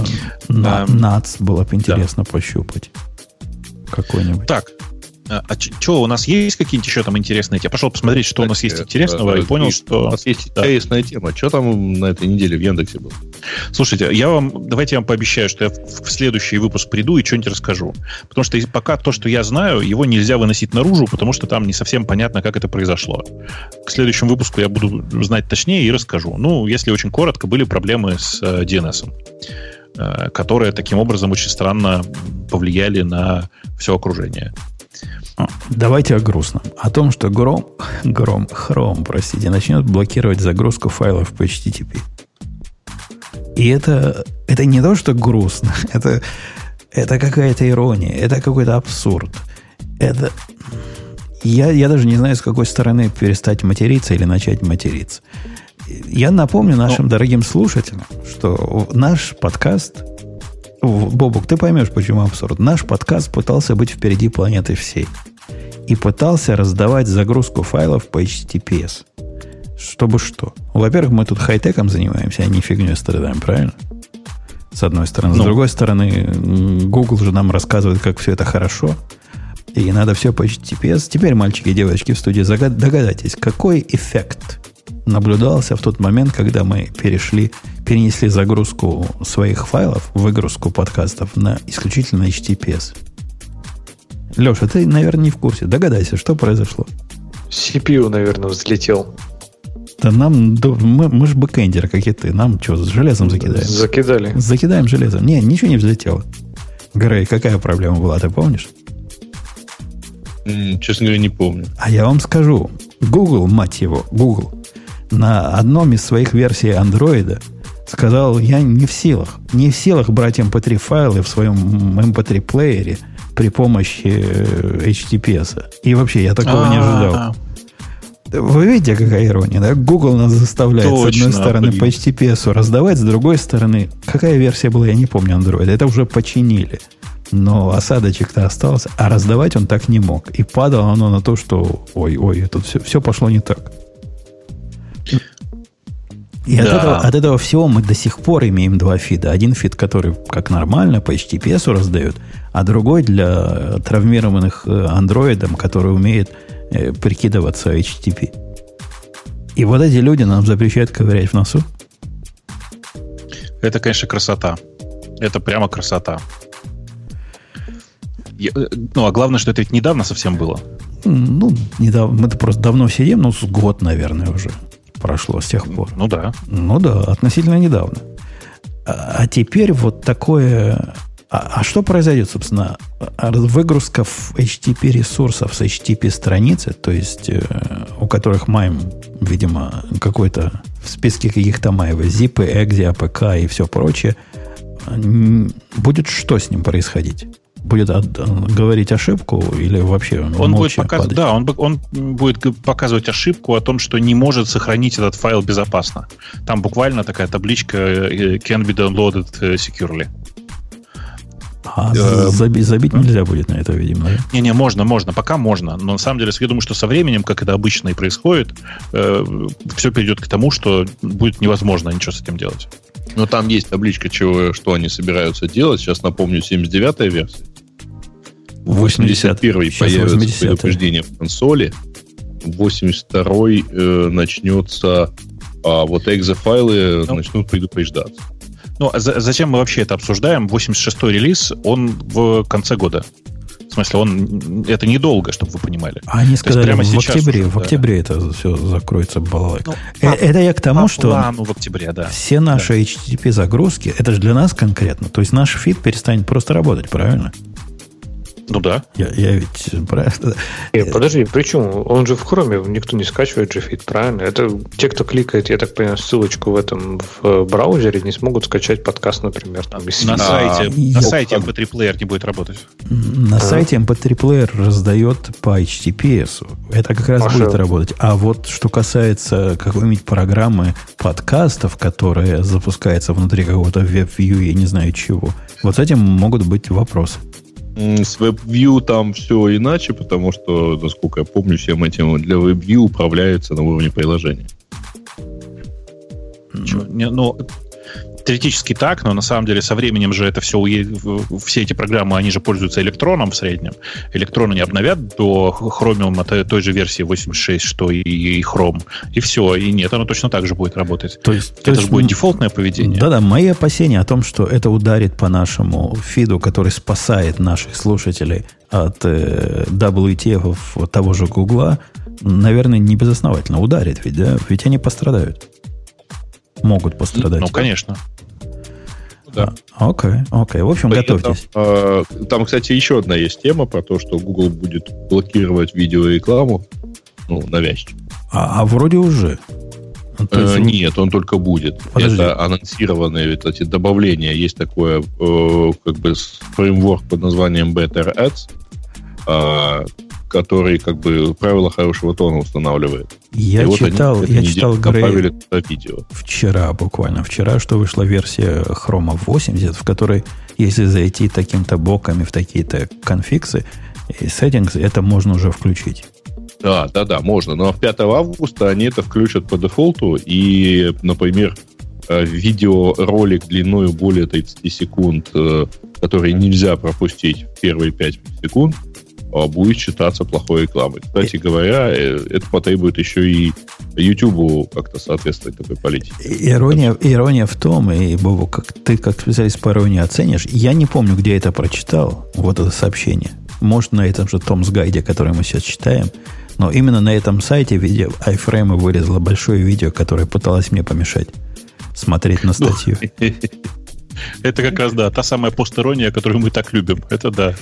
Нац было бы интересно пощупать. Какой-нибудь. Так, что, у нас есть какие-нибудь еще там интересные? Я пошел посмотреть, что у нас есть интересного, и понял, что... У нас есть интересная тема. Что там на этой неделе в Яндексе было? Слушайте, давайте я вам пообещаю, что я в следующий выпуск приду и что-нибудь расскажу. Потому что пока то, что я знаю, его нельзя выносить наружу, потому что там не совсем понятно, как это произошло. К следующему выпуску я буду знать точнее и расскажу. Если очень коротко, были проблемы с DNS, которые таким образом очень странно повлияли на все окружение. Давайте о грустном. О том, что Chrome, начнет блокировать загрузку файлов по HTTP. И это не то, что грустно. Это какая-то ирония. Это какой-то абсурд. Это... Я даже не знаю, с какой стороны перестать материться или начать материться. Я напомню нашим дорогим слушателям, что наш подкаст... Бобук, ты поймешь, почему абсурд. Наш подкаст пытался быть впереди планеты всей. И пытался раздавать загрузку файлов по HTTPS. Чтобы что? Во-первых, мы тут хай-теком занимаемся, а не фигней страдаем, правильно? С одной стороны. С другой стороны, Google же нам рассказывает, как все это хорошо. И надо все по HTTPS. Теперь, мальчики и девочки в студии, догадайтесь, какой эффект наблюдался в тот момент, когда мы перенесли загрузку своих файлов, выгрузку подкастов на исключительно HTTPS. Леша, ты, наверное, не в курсе. Догадайся, что произошло. CPU, наверное, взлетел. Да мы же бэкэндеры какие-то. Нам что, с железом закидаем? Закидали. Закидаем железом. Не, ничего не взлетело. Грей, какая проблема была, ты помнишь? Честно говоря, не помню. А я вам скажу. Google, мать его, Google, на одном из своих версий Андроида сказал, я не в силах брать MP3 файлы в своем MP3 плеере при помощи HTTPS. И вообще, я такого не ожидал. Вы видите, какая ирония, да? Google нас заставляет, точно, с одной стороны, по HTTPS раздавать, с другой стороны, какая версия была, я не помню, Android. Это уже починили. Но осадочек-то остался, а раздавать он так не мог. И падало оно на то, что ой, тут все пошло не так. И от этого всего мы до сих пор имеем два фида. Один фид, который как нормально по HTTPS раздает, а другой для травмированных андроидом, который умеет прикидываться HTTP. И вот эти люди нам запрещают ковырять в носу. Это, конечно, красота. Это прямо красота. А главное, что это ведь недавно совсем было. Недавно. Мы-то просто давно сидим, с год, наверное, уже прошло с тех пор. Ну да, относительно недавно. А теперь вот такое... А что произойдет, собственно? Выгрузка в HTTP ресурсов с HTTP страницы, то есть у которых маем, видимо, какой-то в списке каких-то маев, zip, exe, apk и все прочее, будет что с ним происходить? Будет говорить ошибку или вообще он будет показывать, да, он будет показывать ошибку о том, что не может сохранить этот файл безопасно. Там буквально такая табличка can be downloaded securely. Забить нельзя будет на это, видимо, да? Не, можно, пока можно. Но на самом деле, я думаю, что со временем, как это обычно и происходит, все перейдет к тому, что будет невозможно ничего с этим делать. Но там есть табличка, что они собираются делать. Сейчас напомню, 79-я версия. В 81-й появится предупреждение в консоли. В 82-й начнется... вот экзе-файлы начнут предупреждаться. Зачем мы вообще это обсуждаем? 86-й релиз, он в конце года. В смысле, это недолго, чтобы вы понимали. Они сказали, прямо в октябре это все закроется балалайка. Это я к тому, что в октябре, да. Все наши HTTP загрузки, это же для нас конкретно. То есть наш фид перестанет просто работать, правильно? Ну да. Я ведь... Правильно? Подожди, причем он же в Chrome, никто не скачивает же фид, правильно? Это те, кто кликает, я так понимаю, ссылочку в браузере, не смогут скачать подкаст, например. Там, на сайте MP3 Player не будет работать. На сайте MP3 Player раздает по HTTPS. Это как раз будет работать. А вот что касается какой-нибудь программы подкастов, которая запускается внутри какого-то WebView, я не знаю чего, вот с этим могут быть вопросы. С WebView там все иначе, потому что, насколько я помню, всем этим для WebView управляется на уровне приложения. Теоретически так, но на самом деле со временем же это все эти программы, они же пользуются электроном в среднем. Электроны не обновят до Chromium той же версии 86, что и Chrome. И все, и нет, оно точно так же будет работать. Это же будет дефолтное поведение. Да-да, мои опасения о том, что это ударит по нашему фиду, который спасает наших слушателей от WTF того же Гугла, наверное, не безосновательно ударит, ведь они пострадают. Могут пострадать. Ну, конечно. Да. Окей. В общем, готовьтесь. Там, кстати, еще одна есть тема про то, что Google будет блокировать видеорекламу. Навязчиво. А вроде уже. Нет, он только будет. Подожди. Это анонсированные эти добавления. Есть такое фреймворк под названием Better Ads. который как бы правила хорошего тона устанавливает. Я читал Грей видео. Вчера, что вышла версия Chrome 80, в которой, если зайти таким-то боками в такие-то конфигсы и settings, это можно уже включить. Да, можно. Но 5 августа они это включат по дефолту, и, например, видеоролик длиной более 30 секунд, который нельзя пропустить в первые 5 секунд, будет считаться плохой рекламой. Кстати говоря, это потребует еще и YouTube как-то соответствовать такой политике. Ирония в том, и, Бобу, как ты как специалист по иронии оценишь, я не помню, где это прочитал, вот это сообщение. Может, на этом же Tom's Guide, который мы сейчас читаем, но именно на этом сайте в виде iFrame вырезало большое видео, которое пыталось мне помешать смотреть на статью. Это как раз, да, та самая пост-ирония, которую мы так любим. Это да.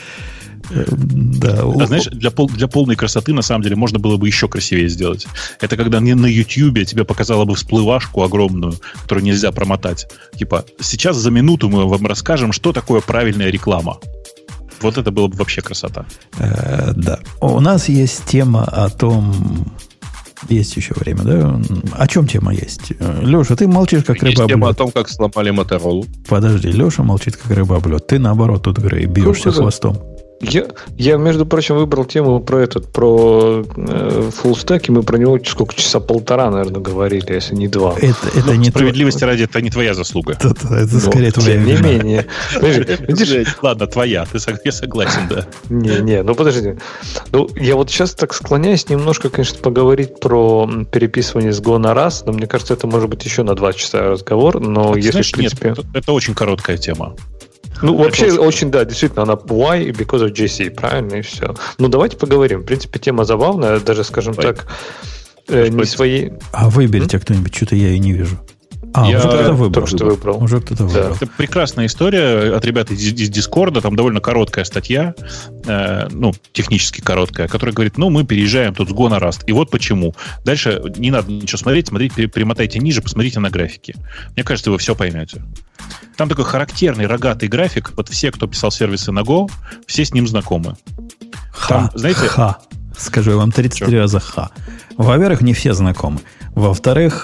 Да. А знаешь, для полной красоты, на самом деле, можно было бы еще красивее сделать. Это когда на YouTube тебе показало бы всплывашку огромную, которую нельзя промотать. Типа, сейчас за минуту мы вам расскажем, что такое правильная реклама. Вот это было бы вообще красота. Да. У нас есть тема о том... Есть еще время, да? О чем тема есть? Леша, ты молчишь, как рыба об лед. Тема о том, как сломали Моторолу. Подожди, Леша молчит, как рыба об лед. Ты, наоборот, тут, Грей, бьешься хвостом. Я, между прочим, выбрал тему про фуллстек, и мы про него часа полтора, наверное, говорили, если не 2. Это не справедливости ради, это не твоя заслуга. Это скорее твоя вина. Не менее. Ладно, твоя, я согласен, да. Не, подожди. Я вот сейчас так склоняюсь немножко, конечно, поговорить про переписывание с Go на раз, но мне кажется, это может быть еще на 2 часа разговор, но если, знаешь, в принципе... Нет, это очень короткая тема. Вообще очень, да, действительно, она why because of JC, правильно, и все. Давайте поговорим. В принципе, тема забавная, даже, скажем так, не своей... А выберите кто-нибудь, что-то я ее не вижу. Я уже кто-то выбрал. Только что выбрал. Уже кто-то выбрал. Это прекрасная история от ребят из Дискорда, там довольно короткая статья, технически короткая, которая говорит, мы переезжаем тут с Go на Rust. И вот почему. Дальше не надо ничего смотреть, перемотайте ниже, посмотрите на графики. Мне кажется, вы все поймете. Там такой характерный рогатый график. Вот все, кто писал сервисы на Go, все с ним знакомы. Скажу я вам 33 раза ха. Во-первых, не все знакомы. Во-вторых,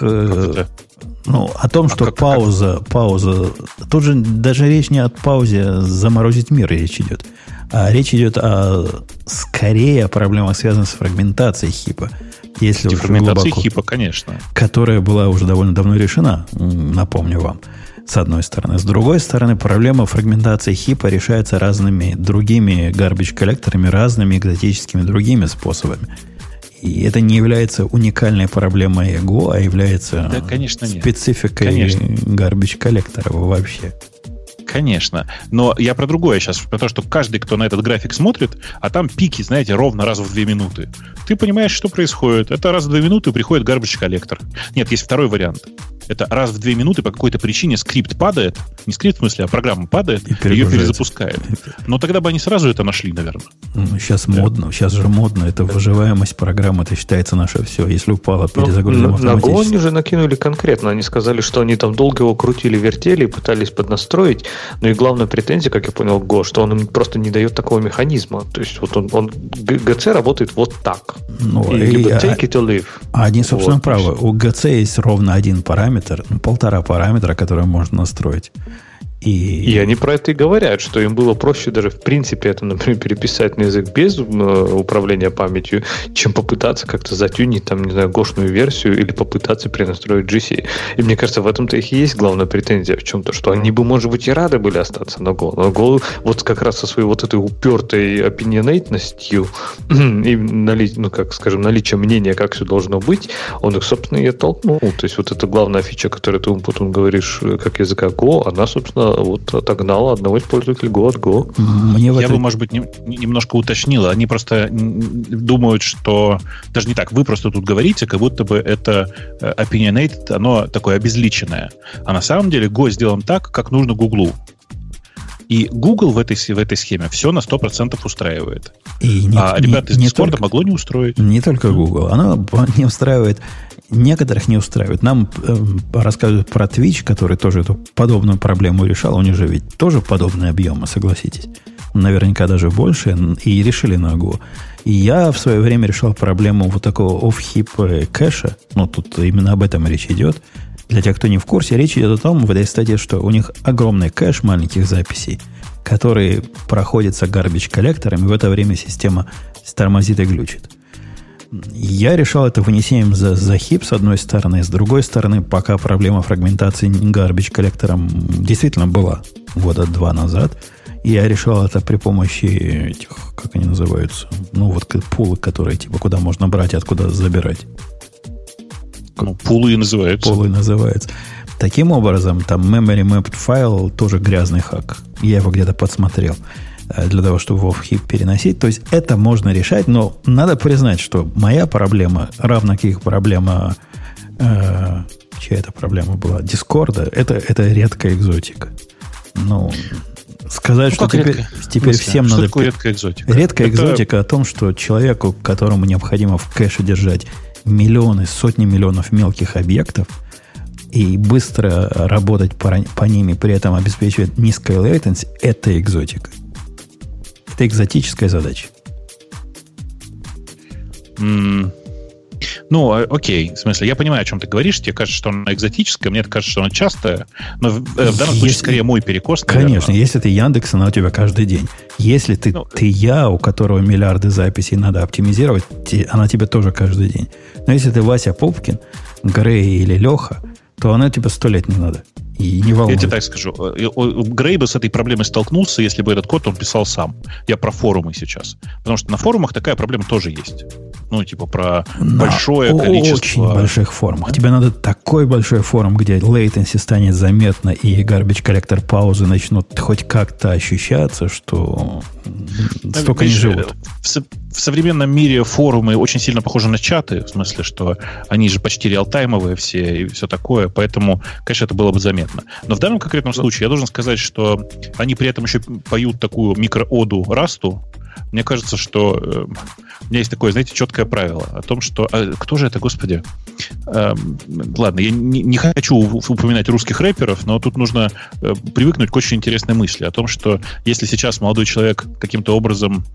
о том, что пауза. Тут же даже речь не о паузе заморозить мир речь идет. А речь идет скорее о проблемах, связанных с фрагментацией хипа. Если фрагментация хипа, конечно. Которая была уже довольно давно решена, напомню вам. С одной стороны. С другой стороны, проблема фрагментации хипа решается разными другими garbage-коллекторами, разными экзотическими другими способами. И это не является уникальной проблемой Go, а является спецификой garbage-коллектора вообще. Конечно. Но я про другое сейчас. Про то, что каждый, кто на этот график смотрит, а там пики, знаете, ровно раз в 2 минуты. Ты понимаешь, что происходит. Это раз в 2 минуты приходит garbage-коллектор. Нет, есть второй вариант. Это раз в 2 минуты по какой-то причине скрипт падает. Не скрипт в смысле, а программа падает, ее перезапускает. Но тогда бы они сразу это нашли, наверное. Сейчас модно. Сейчас же модно. Это выживаемость программы. Это считается наше все. Если упало, перезагрузим автоматически. На Go они же накинули конкретно. Они сказали, что они там долго его крутили, вертели, пытались поднастроить. Но и главная претензия, как я понял, Go, что он им просто не дает такого механизма. То есть вот он GC работает вот так. Либо take it or leave. Они, собственно, правы. У GC есть ровно один параметр, 1,5 параметра, который можно настроить. И они про это и говорят, что им было проще даже в принципе это, например, переписать на язык без управления памятью, чем попытаться как-то затюнить, там, не знаю, гошную версию или попытаться перенастроить GC. И мне кажется, в этом-то их и есть главная претензия в чем-то, что они бы, может быть, и рады были остаться на Go. Но Go вот как раз со своей вот этой упертой opinionateностью и наличием мнения, как все должно быть, он их, собственно, и оттолкнул. То есть вот эта главная фича, которую ты потом говоришь, как языка Go, она, собственно, вот отогнала одного из пользователей Go от Go. Я бы, может быть, немножко уточнил. Они просто думают, что... Даже не так. Вы просто тут говорите, как будто бы это opinionated, оно такое обезличенное. А на самом деле Go сделан так, как нужно Гуглу. И Google в этой схеме все на 100% устраивает. Ребята из Discord могло не устроить. Не только Google. Оно не устраивает. Некоторых не устраивает. Нам рассказывают про Twitch, который тоже эту подобную проблему решал. У них же ведь тоже подобные объемы, согласитесь. наверняка даже больше, и решили на Go. И я в свое время решал проблему вот такого off-heap кэша. Ну, тут именно об этом речь идет. Для тех, кто не в курсе, речь идет о том, в этой статье, что у них огромный кэш маленьких записей, которые проходятся garbage коллектором, и в это время система тормозит и глючит. Я решал это вынесением за хип с одной стороны, с другой стороны, пока проблема фрагментации garbage коллектором действительно была года 2 назад, и я решал это при помощи этих, как они называются, ну вот пулы, которые типа куда можно брать и откуда забирать. Ну, пулы и называются. Пулы называются. Таким образом, там memory mapped файл тоже грязный хак. Я его где-то подсмотрел для того, чтобы его в хип переносить. То есть это можно решать, но надо признать, что моя проблема, равно как их проблема, чья это проблема была, Дискорда, это редкая экзотика. Ну, сказать, что теперь всем что надо... Такое редкая экзотика? Редкая экзотика о том, что человеку, которому необходимо в кэше держать миллионы, сотни миллионов мелких объектов и быстро работать по ним, и при этом обеспечивать низкое latency, это экзотика. Это экзотическая задача. Ну, окей. В смысле, я понимаю, о чем ты говоришь. Тебе кажется, что она экзотическая, мне кажется, что она частая. Но в данном случае скорее мой перекос. Конечно, если ты Яндекс, она у тебя каждый день. Если ты я, у которого миллиарды записей надо оптимизировать, она тебе тоже каждый день. Но если ты Вася Попкин, Грей или Леха, то она тебе 100 лет не надо. И не волнует. Я тебе так скажу. Грей бы с этой проблемой столкнулся, если бы этот код он писал сам. Я про форумы сейчас. Потому что на форумах такая проблема тоже есть. Ну, типа про большое количество... очень больших форумах. Тебе надо такой большой форум, где latency станет заметно, и garbage коллектор паузы начнут хоть как-то ощущаться, что столько не живут. В современном мире форумы очень сильно похожи на чаты, в смысле, что они же почти реалтаймовые все и все такое, поэтому, конечно, это было бы заметно. Но в данном конкретном случае я должен сказать, что они при этом еще поют такую микрооду Расту. Мне кажется, что у меня есть такое, знаете, четкое правило о том, что... кто же это, господи? Ладно, я не хочу упоминать русских рэперов, но тут нужно привыкнуть к очень интересной мысли о том, что если сейчас молодой человек каким-то образом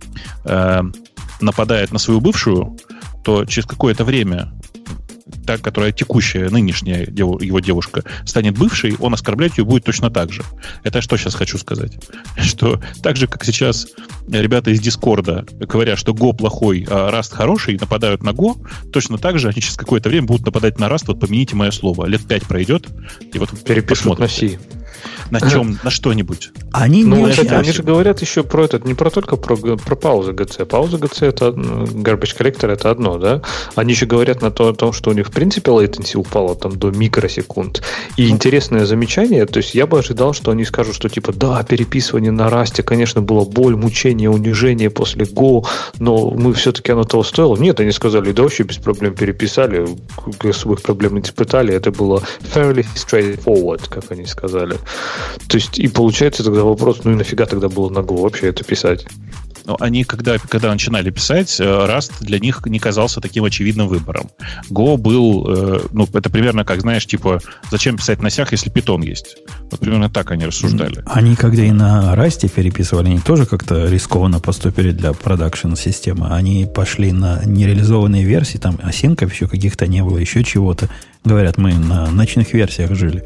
нападает на свою бывшую, то через какое-то время та, которая текущая, нынешняя его девушка, станет бывшей, он оскорблять ее будет точно так же. Это я что сейчас хочу сказать? Что так же, как сейчас ребята из Дискорда говорят, что Go плохой, а Rust хороший, и нападают на Go, точно так же они через какое-то время будут нападать на Rust, вот помяните мое слово. Лет 5 пройдет, и вот перепишут на C. На чем? На что-нибудь. Они они же говорят еще про этот, не про только про паузы GC. Пауза GC это garbage collector это одно, да? Они еще говорят о том, что у них в принципе latency упала там до микросекунд. И интересное замечание, то есть я бы ожидал, что они скажут, что типа да, переписывание на Расте, конечно, было боль, мучение, унижение после Go, но мы все-таки оно того стоило. Нет, они сказали, да вообще без проблем переписали, своих проблем не испытали, это было fairly straightforward, как они сказали. То есть, и получается тогда вопрос, ну и нафига тогда было на Go вообще это писать? Но они, когда начинали писать, Rust для них не казался таким очевидным выбором. Go был, это примерно как, знаешь, типа, зачем писать на сях, если Python есть? Вот примерно так они рассуждали. Они, когда и на Rust переписывали, они тоже как-то рискованно поступили для продакшн-системы. Они пошли на нереализованные версии, там осинков еще каких-то не было, еще чего-то. Говорят, мы на ночных версиях жили.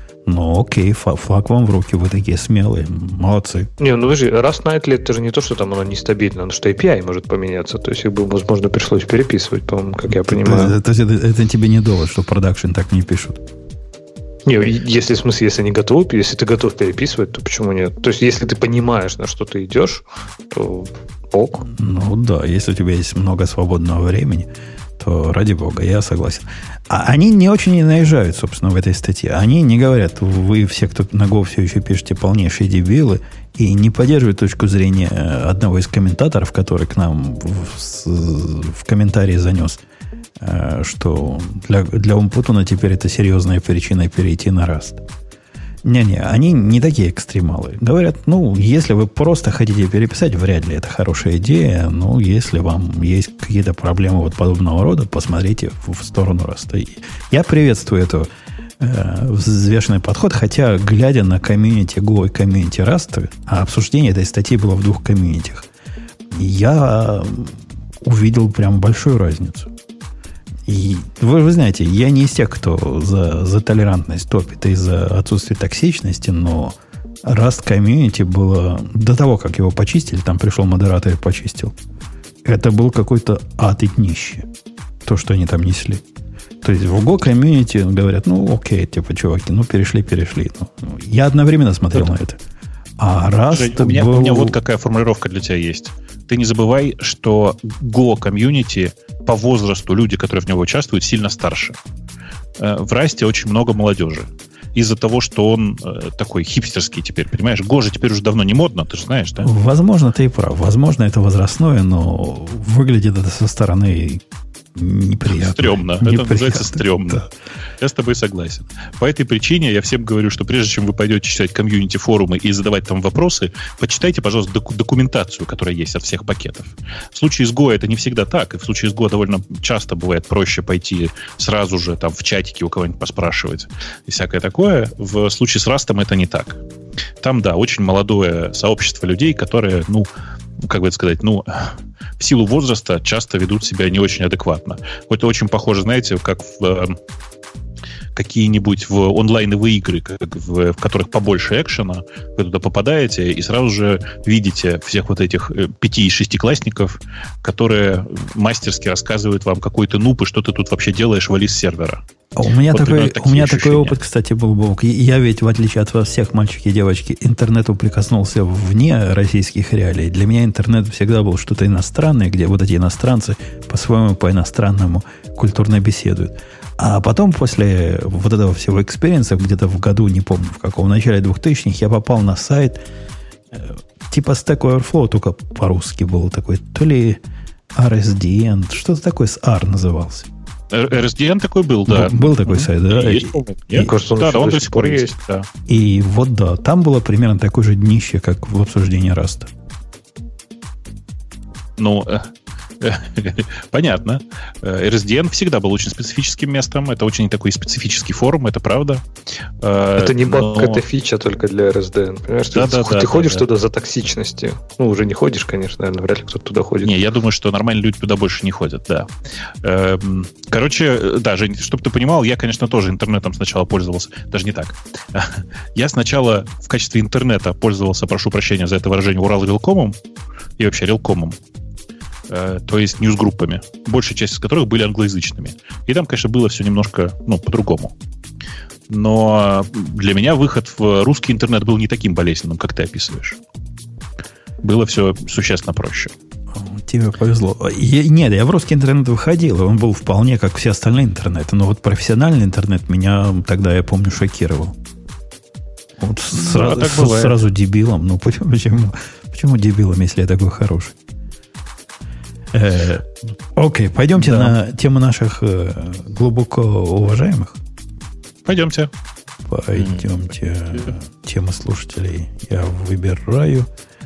Ну, окей, флаг вам в руки, вы такие смелые, молодцы. Не, ну подожди, Rust Nightly это же не то, что там оно нестабильно, но что API может поменяться, то есть их бы, возможно, пришлось переписывать, по-моему, как я понимаю. Это тебе не довод, что продакшн так не пишут. Не, если, в смысле, если они готовы, если ты готов переписывать, то почему нет? То есть, если ты понимаешь, на что ты идешь, то ок. Ну да, если у тебя есть много свободного времени, то ради бога, я согласен. А они не очень и наезжают, собственно, в этой статье. Они не говорят, вы все, кто на Go все еще пишете, полнейшие дебилы, и не поддерживают точку зрения одного из комментаторов, который к нам в комментарии занес, что для Умпутуна теперь это серьезная причина перейти на Rust. Не-не, они не такие экстремалы. Говорят, если вы просто хотите переписать, вряд ли это хорошая идея, но если вам есть какие-то проблемы вот подобного рода, посмотрите в сторону Rust. Я приветствую взвешенный подход, хотя, глядя на комьюнити Go и комьюнити Rust, а обсуждение этой статьи было в двух комьюнитях, я увидел прям большую разницу. И вы знаете, я не из тех, кто за толерантность топит и за отсутствие токсичности, но Rust комьюнити было до того, как его почистили, там пришел модератор и почистил. Это был какой-то ад и днище. То, что они там несли. То есть в Go комьюнити говорят, ну окей, типа, чуваки, ну перешли. Ну, я одновременно смотрел на это. А Rust у меня вот какая формулировка для тебя есть. Ты не забывай, что Go комьюнити по возрасту люди, которые в него участвуют, сильно старше. В Rust очень много молодежи. Из-за того, что он такой хипстерский теперь, понимаешь? Go же теперь уже давно не модно, ты же знаешь, да? Возможно, ты и прав. Возможно, это возрастное, но выглядит это со стороны неприятно. Стрёмно. Это называется стрёмно. Да. Я с тобой согласен. По этой причине я всем говорю, что прежде чем вы пойдете читать комьюнити-форумы и задавать там вопросы, почитайте, пожалуйста, документацию, которая есть от всех пакетов. В случае с Go это не всегда так. И в случае с Go довольно часто бывает проще пойти сразу же там в чатике у кого-нибудь поспрашивать и всякое такое. В случае с Rust'ом это не так. Там, да, очень молодое сообщество людей, которые, как бы это сказать, в силу возраста часто ведут себя не очень адекватно. Это очень похоже, знаете, как в какие-нибудь в онлайновые игры, в которых побольше экшена, вы туда попадаете и сразу же видите всех вот этих 5- и 6-классников, которые мастерски рассказывают вам, какой ты нуб и что ты тут вообще делаешь, вали с сервера. У меня такой опыт, кстати, был, Бог. Я ведь, в отличие от вас всех, мальчики и девочки, интернету прикоснулся вне российских реалий. Для меня интернет всегда был что-то иностранное, где вот эти иностранцы по-своему, по-иностранному культурно беседуют. А потом, после вот этого всего экспириенса, где-то в году, не помню в каком, в начале 2000-х, я попал на сайт типа Stack Overflow, только по-русски был такой, то ли RSDN, что-то такое с R назывался. RSDN такой был, да. Был такой сайт, да. Мне кажется, он до сих пор есть. Да. И вот да, там было примерно такое же днище, как в обсуждении Раста. Понятно. RSDN всегда был очень специфическим местом. Это очень такой специфический форум, это правда. Это не баг, это фича только для RSDN. Понимаешь, ты ходишь туда за токсичностью. Уже не ходишь, конечно, наверное, вряд ли кто-то туда ходит. Не, я думаю, что нормальные люди туда больше не ходят, да. Короче, да, Жень, чтобы ты понимал, я, конечно, тоже интернетом сначала пользовался. Даже не так. Я сначала в качестве интернета пользовался, прошу прощения за это выражение, Урал-Рилкомом и вообще Рилкомом. То есть ньюсгруппами, большая часть из которых были англоязычными. И там, конечно, было все немножко, по-другому. Но для меня выход в русский интернет был не таким болезненным, как ты описываешь. Было все существенно проще. Тебе повезло. Нет, я в русский интернет выходил, и он был вполне как все остальные интернеты. Но вот профессиональный интернет меня тогда, я помню, шокировал. Вот сразу дебилом. Почему дебилом, если я такой хороший? Окей, пойдемте на тему наших глубоко уважаемых. Пойдемте. Тема слушателей я выбираю.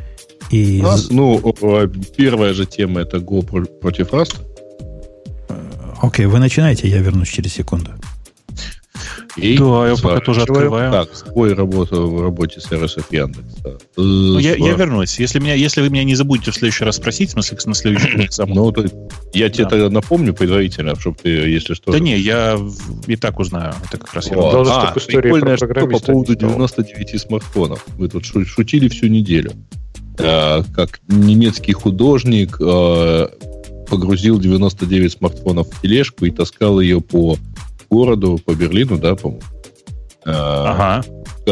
Первая же тема это Go против Rust. Окей, вы начинаете, я вернусь через секунду. Да, я пока тоже открываю. Так, свой работу в работе с RSF Яндекса. Я вернусь. Если вы меня не забудете в следующий раз спросить, в смысле, на следующий раз. Я тебе тогда напомню предварительно, чтобы ты, если что... Да не, я и так узнаю. Это как раз прикольная штука по поводу 99 смартфонов. Вы тут шутили всю неделю. Как немецкий художник погрузил 99 смартфонов в тележку и таскал ее по городу, по Берлину, да, по-моему. Ага.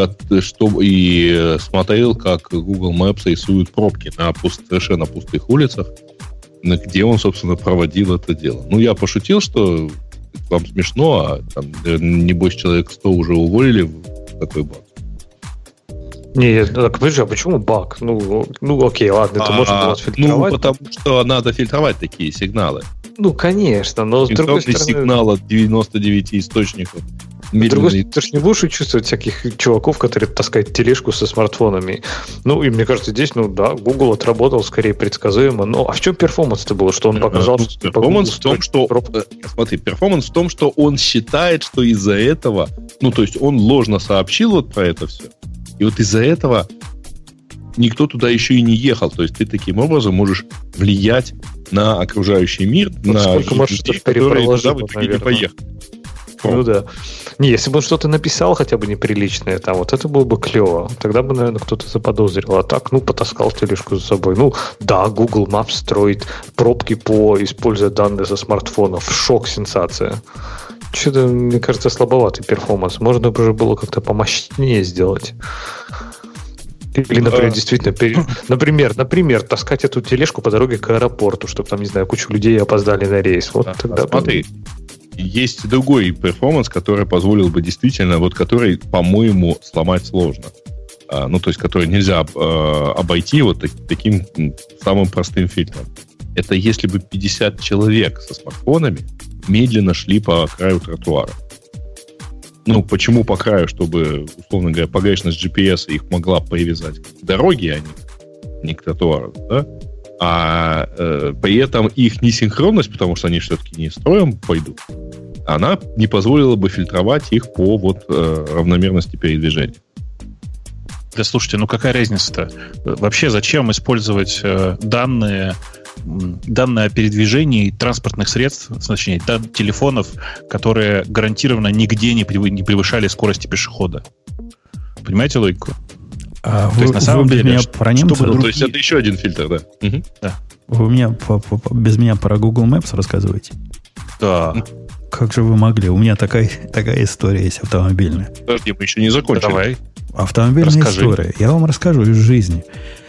И смотрел, как Google Maps рисует пробки на совершенно пустых улицах, где он, собственно, проводил это дело. Я пошутил, что вам смешно, а там, небось, человек 100 уже уволили в такой баг. Не, так подожди, а почему баг? Окей, ладно, это можно было отфильтровать. Потому что надо фильтровать такие сигналы. Конечно, но с другой стороны... сигнал от 99 источников. С другой стороны, ты же не будешь чувствовать всяких чуваков, которые таскают тележку со смартфонами. Ну, и мне кажется, здесь, Google отработал скорее предсказуемо. Ну, а в чем перформанс-то было? Что он показал, что... Перформанс в том, что... Смотри, перформанс в том, что он считает, что из-за этого... то есть он ложно сообщил вот про это все. И вот из-за этого никто туда еще и не ехал. То есть ты таким образом можешь влиять на окружающий мир, на сколько маршрутов перепроложил, наверное. Ну да. Не, если бы он что-то написал хотя бы неприличное, там, вот это было бы клево. Тогда бы, наверное, кто-то заподозрил. А так, потаскал тележку за собой. Да, Google Maps строит пробки используя данные со смартфонов. Шок, сенсация. Что-то, мне кажется, слабоватый перформанс. Можно бы уже было как-то помощнее сделать. Или, например, действительно, например, таскать эту тележку по дороге к аэропорту, чтобы там, не знаю, кучу людей опоздали на рейс. Вот тогда. Смотри. Есть другой перформанс, который позволил бы действительно, который, по-моему, сломать сложно. То есть, который нельзя обойти вот таким самым простым фильтром. Это если бы 50 человек со смартфонами медленно шли по краю тротуара. Почему по краю? Чтобы, условно говоря, погрешность GPS их могла привязать к дороге, а не к тротуару, да? А при этом их несинхронность, потому что они все-таки не строем пойдут, она не позволила бы фильтровать их по равномерности передвижения. Да слушайте, какая разница-то? Вообще зачем использовать данные о передвижении транспортных средств, точнее, телефонов, которые гарантированно нигде не превышали скорости пешехода? Понимаете логику? То есть, на самом деле, про немцев... То есть, это еще один фильтр, да? Угу. Да. Вы без меня про Google Maps рассказываете? Да. Как же вы могли? У меня такая история есть автомобильная. Подожди, мы еще не закончили. Давай. Автомобильная история. Я вам расскажу из жизни.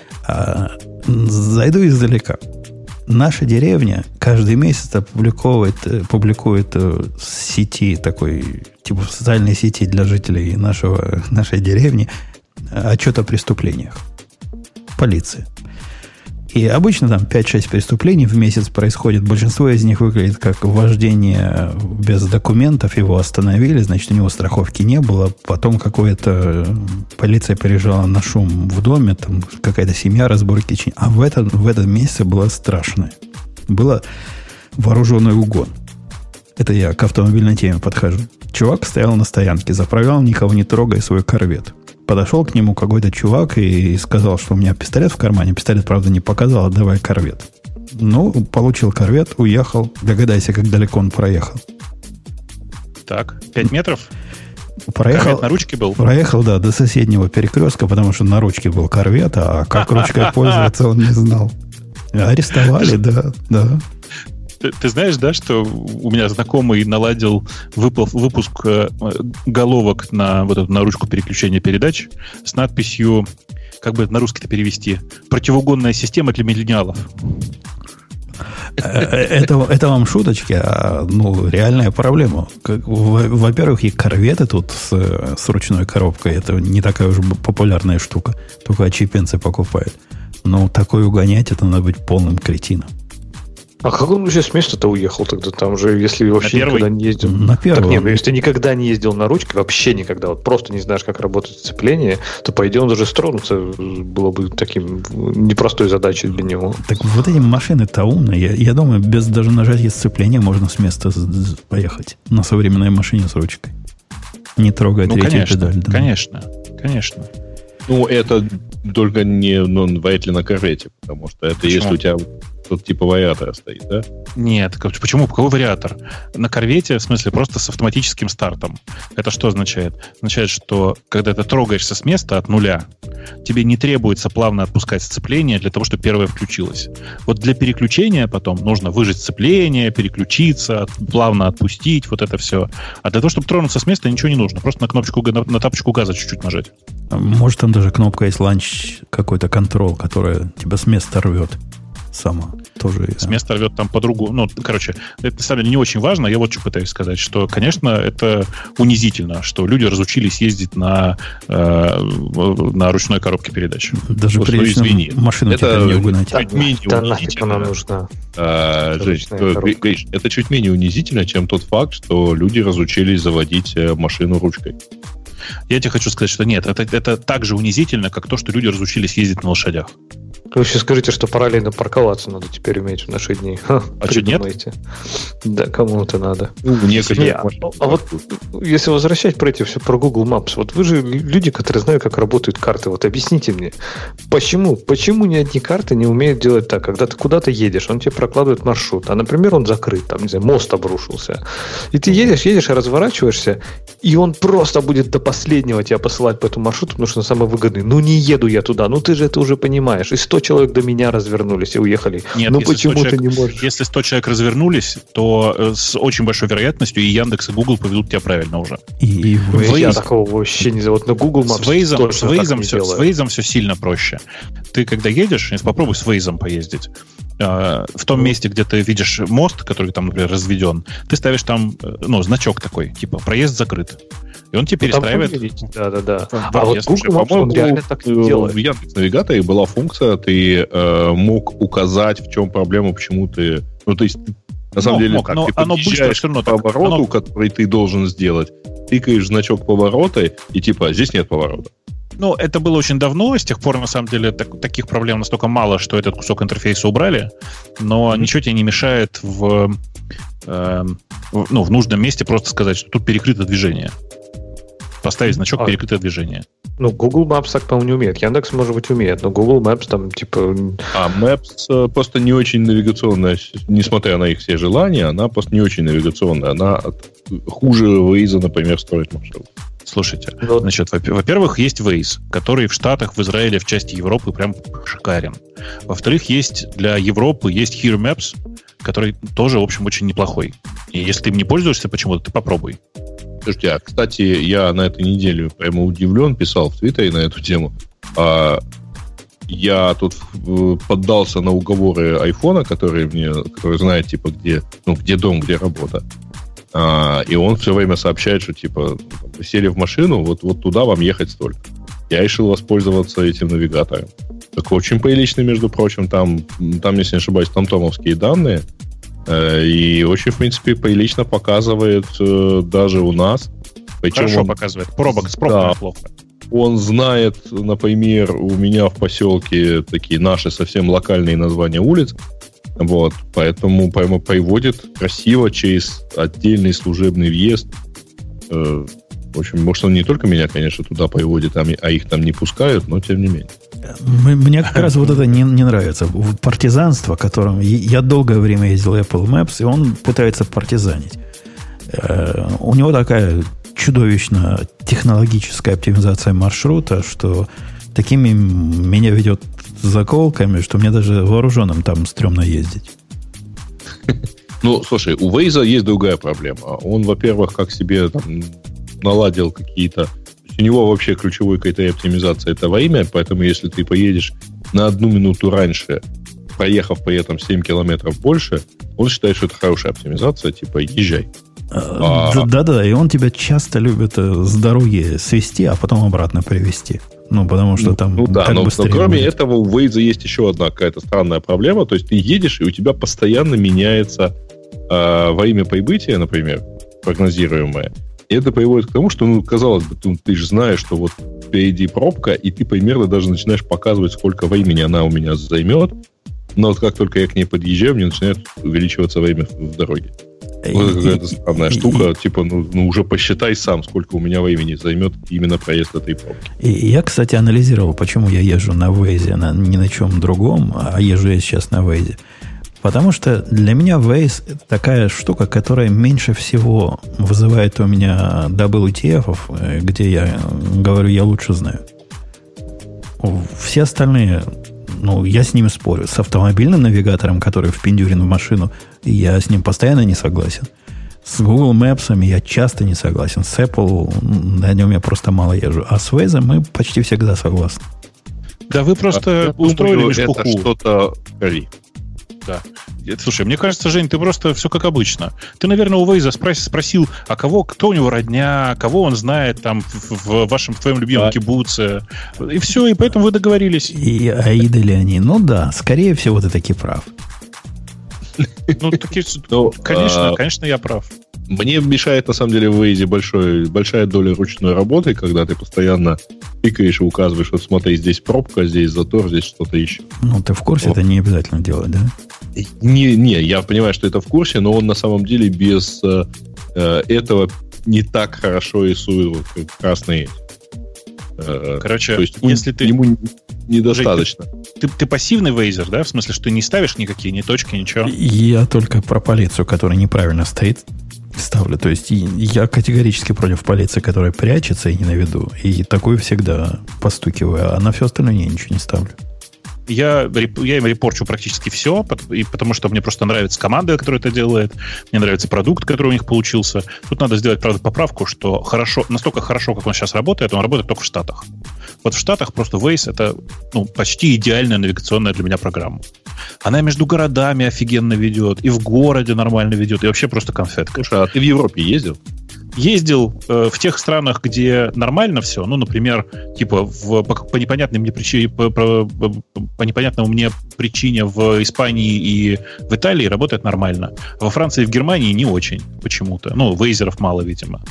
Зайду издалека. Наша деревня каждый месяц публикует в сети такой, типа в социальной сети для жителей нашей деревни отчет о преступлениях. Полиция. И обычно там 5-6 преступлений в месяц происходит. Большинство из них выглядит как вождение без документов. Его остановили, значит, у него страховки не было. Потом полиция переезжала на шум в доме. Там какая-то семья, разборки. А в этом месяце было страшное. Было вооруженный угон. Это я к автомобильной теме подхожу. Чувак стоял на стоянке, заправлял, никого не трогая, свой корвет. Подошел к нему какой-то чувак и сказал, что у меня пистолет в кармане. Пистолет, правда, не показал, отдавай корвет. Получил корвет, уехал. Догадайся, как далеко он проехал. Так, 5 метров? Проехал, корвет на ручке был? Проехал, да, до соседнего перекрестка, потому что на ручке был корвет, а как ручкой пользоваться он не знал. Арестовали, да. Ты знаешь, да, что у меня знакомый наладил выпуск головок на ручку переключения передач с надписью, как бы на русский-то перевести, «Противоугонная система для миллениалов». Это вам шуточки, а реальная проблема. Во-первых, и корветы тут с ручной коробкой, это не такая уж популярная штука, только отщепенцы покупают. Но такой угонять, это надо быть полным кретином. А как он вообще с места-то уехал тогда? Там же, если вообще никогда не ездил... На первый. Так нет, если ты никогда не ездил на ручке, вообще никогда, просто не знаешь, как работает сцепление, то, по идее, он даже стронуться было бы таким непростой задачей для него. Так вот эти машины-то умные. Я думаю, без даже нажатия сцепления можно с места поехать на современной машине с ручкой. Не трогая третью педаль. Да. Конечно. Это только вряд ли на корвете, потому что это Почему? Если у тебя тут типа вариатора стоит, да? Нет, почему? Какой вариатор? На корвете, в смысле, просто с автоматическим стартом. Это что означает? Означает, что когда ты трогаешься с места от нуля, тебе не требуется плавно отпускать сцепление для того, чтобы первое включилось. Вот для переключения потом нужно выжать сцепление, переключиться, плавно отпустить, вот это все. А для того, чтобы тронуться с места, ничего не нужно. Просто на тапочку газа чуть-чуть нажать. Может, там даже кнопка есть ланч, какой-то контрол, которая тебя с места рвет сама. тоже... С места рвет там подругу. Ну, короче, это, на самом деле, не очень важно. Я вот что пытаюсь сказать, что, конечно, это унизительно, что люди разучились ездить на ручной коробке передач. Даже приличную машину теперь не угнать. Чуть менее унизительно. Нужна. Гриш, это чуть менее унизительно, чем тот факт, что люди разучились заводить машину ручкой. Я тебе хочу сказать, что нет, это так же унизительно, как то, что люди разучились ездить на лошадях. Вы еще скажите, что параллельно парковаться надо теперь уметь в наши дни. А что, нет? Да, кому-то надо. А вот если возвращать про эти все про Google Maps, вот вы же люди, которые знают, как работают карты. Вот объясните мне, почему ни одни карты не умеют делать так, когда ты куда-то едешь, он тебе прокладывает маршрут, а, например, он закрыт, там, не знаю, мост обрушился. И ты едешь и разворачиваешься, и он просто будет до последнего тебя посылать по этому маршруту, потому что он самый выгодный. Ну, не еду я туда, ну, ты же это уже понимаешь. И 100 человек до меня развернулись и уехали. Нет, ну, почему ты не можешь? Если 100 человек развернулись, то с очень большой вероятностью и Яндекс, и Google поведут тебя правильно уже. И я такого вообще не знаю. Вот на Google Maps с Waze все сильно проще. Ты когда едешь, попробуй с Waze поездить. В том месте, где ты видишь мост, который там, например, разведен, ты ставишь там, значок такой, типа «Проезд закрыт». И он тебе перестраивает. Да. А вот Google Maps, он реально так не делает. В Яндекс.Навигаторе была функция, ты мог указать, в чем проблема, почему ты... Ну, то есть, на самом деле, как? Ты подъезжаешь к повороту, который ты должен сделать, тыкаешь значок поворота, и типа, здесь нет поворота. Ну, это было очень давно, с тех пор, на самом деле, таких проблем настолько мало, что этот кусок интерфейса убрали, но ничего тебе не мешает в нужном месте просто сказать, что тут перекрыто движение. Поставить значок «Перекрытое движение». Ну, Google Maps так, по-моему, не умеет. Яндекс, может быть, умеет, но Google Maps там, типа... Maps просто не очень навигационная, несмотря на их все желания, она просто не очень навигационная. Она хуже Waze, например, строит маршрут. Слушайте, значит, во-первых, есть Waze, который в Штатах, в Израиле, в части Европы прям шикарен. Во-вторых, есть для Европы есть Here Maps, который тоже, в общем, очень неплохой. И если ты им не пользуешься почему-то, ты попробуй. Слушайте, кстати, я на этой неделе прямо удивлен, писал в Твиттере на эту тему. Я тут поддался на уговоры айфона, который знает, типа, где дом, где работа. И он все время сообщает, что, типа, вы сели в машину, вот туда вам ехать столько. Я решил воспользоваться этим навигатором. Так очень приличный, между прочим, там, если не ошибаюсь, там томовские данные. И очень, в принципе, прилично показывает даже у нас. Причем Хорошо показывает. Пробок плохо. Он знает, например, у меня в поселке такие наши совсем локальные названия улиц. Вот, поэтому приводит красиво через отдельный служебный въезд. В общем, может, он не только меня, конечно, туда приводит, а их там не пускают, но тем не менее. Мне как раз вот это не нравится. Партизанство, которым я долгое время ездил Apple Maps, и он пытается партизанить. У него такая чудовищно технологическая оптимизация маршрута, что такими меня ведет заколками, что мне даже вооруженным там стрёмно ездить. Ну, слушай, у Waze есть другая проблема. Он, во-первых, как себе там наладил какие-то... У него вообще ключевой критерий оптимизации — это время, поэтому если ты поедешь на 1 минуту раньше, проехав при этом 7 километров больше, он считает, что это хорошая оптимизация, типа езжай. Да-да, и он тебя часто любит с дороги свести, а потом обратно привезти. Ну, потому что там но кроме этого у Waze есть еще одна какая-то странная проблема. То есть ты едешь, и у тебя постоянно меняется время прибытия, например, прогнозируемое. И это приводит к тому, что, казалось бы, ты же знаешь, что вот впереди пробка, и ты примерно даже начинаешь показывать, сколько времени она у меня займет. Но вот как только я к ней подъезжаю, мне начинает увеличиваться время в дороге. Вот какая-то странная штука. Типа, уже посчитай сам, сколько у меня времени займет именно проезд этой пробки. И я, кстати, анализировал, почему я езжу на Waze, не на чем другом, а езжу я сейчас на Waze. Потому что для меня Waze — такая штука, которая меньше всего вызывает у меня WTF-ов, где я говорю, я лучше знаю. Все остальные... я с ними спорю. С автомобильным навигатором, который впендюрен в машину, я с ним постоянно не согласен. С Google Maps я часто не согласен. С Apple на нем я просто мало езжу. А с Waze мы почти всегда согласны. Да вы просто устроили мешпуху. Это что-то... Да. Слушай, мне кажется, Жень, ты просто все как обычно. Ты, наверное, у Waze спросил, а кто у него родня, кого он знает там в твоем любимом кибуце. И все, и поэтому вы договорились. И аиды ли они? Ну да, скорее всего, ты таки прав. Конечно, я прав. Мне мешает, на самом деле, в Waze большая доля ручной работы, когда ты постоянно тыкаешь и указываешь, вот смотри, здесь пробка, здесь затор, здесь что-то еще. Ну, ты в курсе, это не обязательно делать, да? Не, я понимаю, что это в курсе, но он на самом деле без этого не так хорошо рисует красные. Короче, то есть если ты... ему недостаточно. Жень, ты пассивный вейзер, да? В смысле, что ты не ставишь никакие, ни точки, ничего? Я только про полицию, которая неправильно стоит, ставлю. То есть я категорически против полиции, которая прячется и не на виду. И такую всегда постукиваю, а на все остальное я ничего не ставлю. Я им репорчу практически все, потому что мне просто нравится команда, которая это делает, мне нравится продукт, который у них получился. Тут надо сделать, правда, поправку, что настолько хорошо, как он сейчас работает, он работает только в Штатах. Вот в Штатах просто Waze — это почти идеальная навигационная для меня программа. Она между городами офигенно ведет, и в городе нормально ведет, и вообще просто конфетка. Слушай, а ты в Европе ездил? Ездил в тех странах, где нормально все, например, типа по непонятной мне причине, по непонятному мне причине в Испании и в Италии работает нормально. Во Франции и в Германии не очень почему-то. Вейзеров мало, видимо.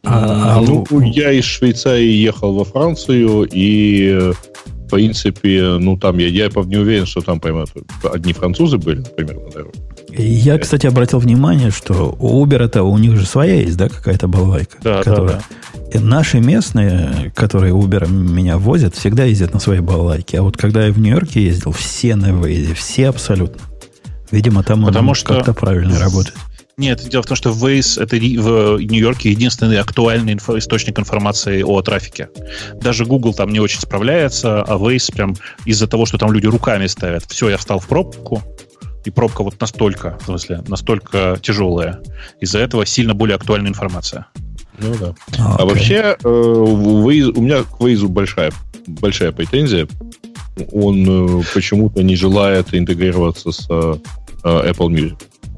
Я из Швейцарии ехал во Францию, и в принципе, там я не уверен, что там, пойму, одни французы были, например, на дороге. Я, кстати, обратил внимание, что у Uber-то у них же своя есть, да, какая-то балалайка? Да. И наши местные, которые Uber меня возят, всегда ездят на своей балалайке. А вот когда я в Нью-Йорке ездил, все на Waze, все абсолютно. Видимо, там он как-то правильно работает. Нет, дело в том, что Waze — это в Нью-Йорке единственный актуальный источник информации о трафике. Даже Google там не очень справляется, а Waze прям из-за того, что там люди руками ставят. Все, я встал в пробку, и пробка вот настолько тяжелая. Из-за этого сильно более актуальная информация. Ну да. Okay. А вообще, у меня к Waze большая претензия. Он почему-то не желает интегрироваться с Apple Music.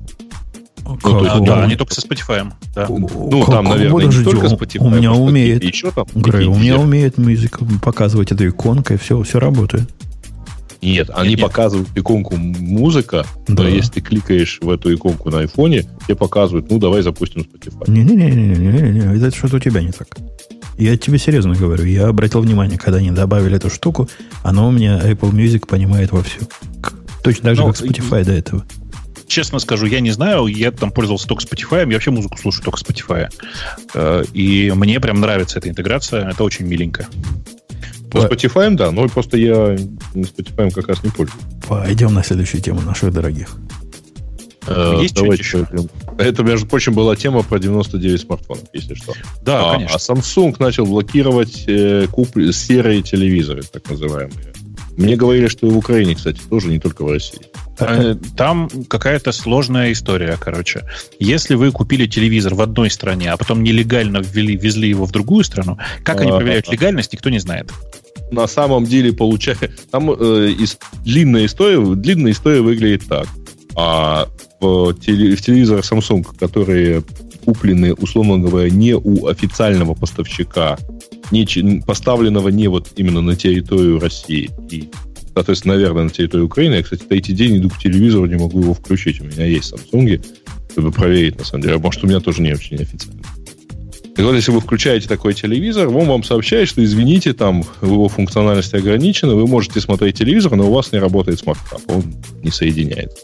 Не только со Spotify. Да. Там, наверное, не только Spotify. У меня умеет. Еще там. Грей, у меня умеет музыка показывать эту иконку, и все работает. Нет, они показывают иконку музыка, да. Но если ты кликаешь в эту иконку на айфоне, тебе показывают, давай запустим Spotify. Не, это что-то у тебя не так. Я тебе серьезно говорю, я обратил внимание, когда они добавили эту штуку, оно у меня Apple Music понимает вовсю. Точно так же, как Spotify до этого. Честно скажу, я не знаю, я там пользовался только Spotify, я вообще музыку слушаю только Spotify. И мне прям нравится эта интеграция, это очень миленько. По Spotify, да, но просто я Spotify как раз не пользуюсь. Пойдем на следующую тему наших дорогих. Есть что-нибудь еще? Это, между прочим, была тема про 99 смартфонов, если что. Да, конечно. А Samsung начал блокировать серые телевизоры, так называемые. Мне говорили, что и в Украине, кстати, тоже, не только в России. Там какая-то сложная история, короче. Если вы купили телевизор в одной стране, а потом нелегально везли его в другую страну, как они проверяют легальность, никто не знает. На самом деле, там длинная история выглядит так. В телевизорах Samsung, которые куплены, условно говоря, не у официального поставщика, поставленного не вот именно на территорию России и, соответственно, наверное, на территорию Украины. Я, кстати, третий день иду к телевизору, не могу его включить. У меня есть Samsung, чтобы проверить, на самом деле. Может, у меня тоже не очень официально. И вот, если вы включаете такой телевизор, он вам сообщает, что, извините, там его функциональность ограничена, вы можете смотреть телевизор, но у вас не работает смарт-хаб, он не соединяется.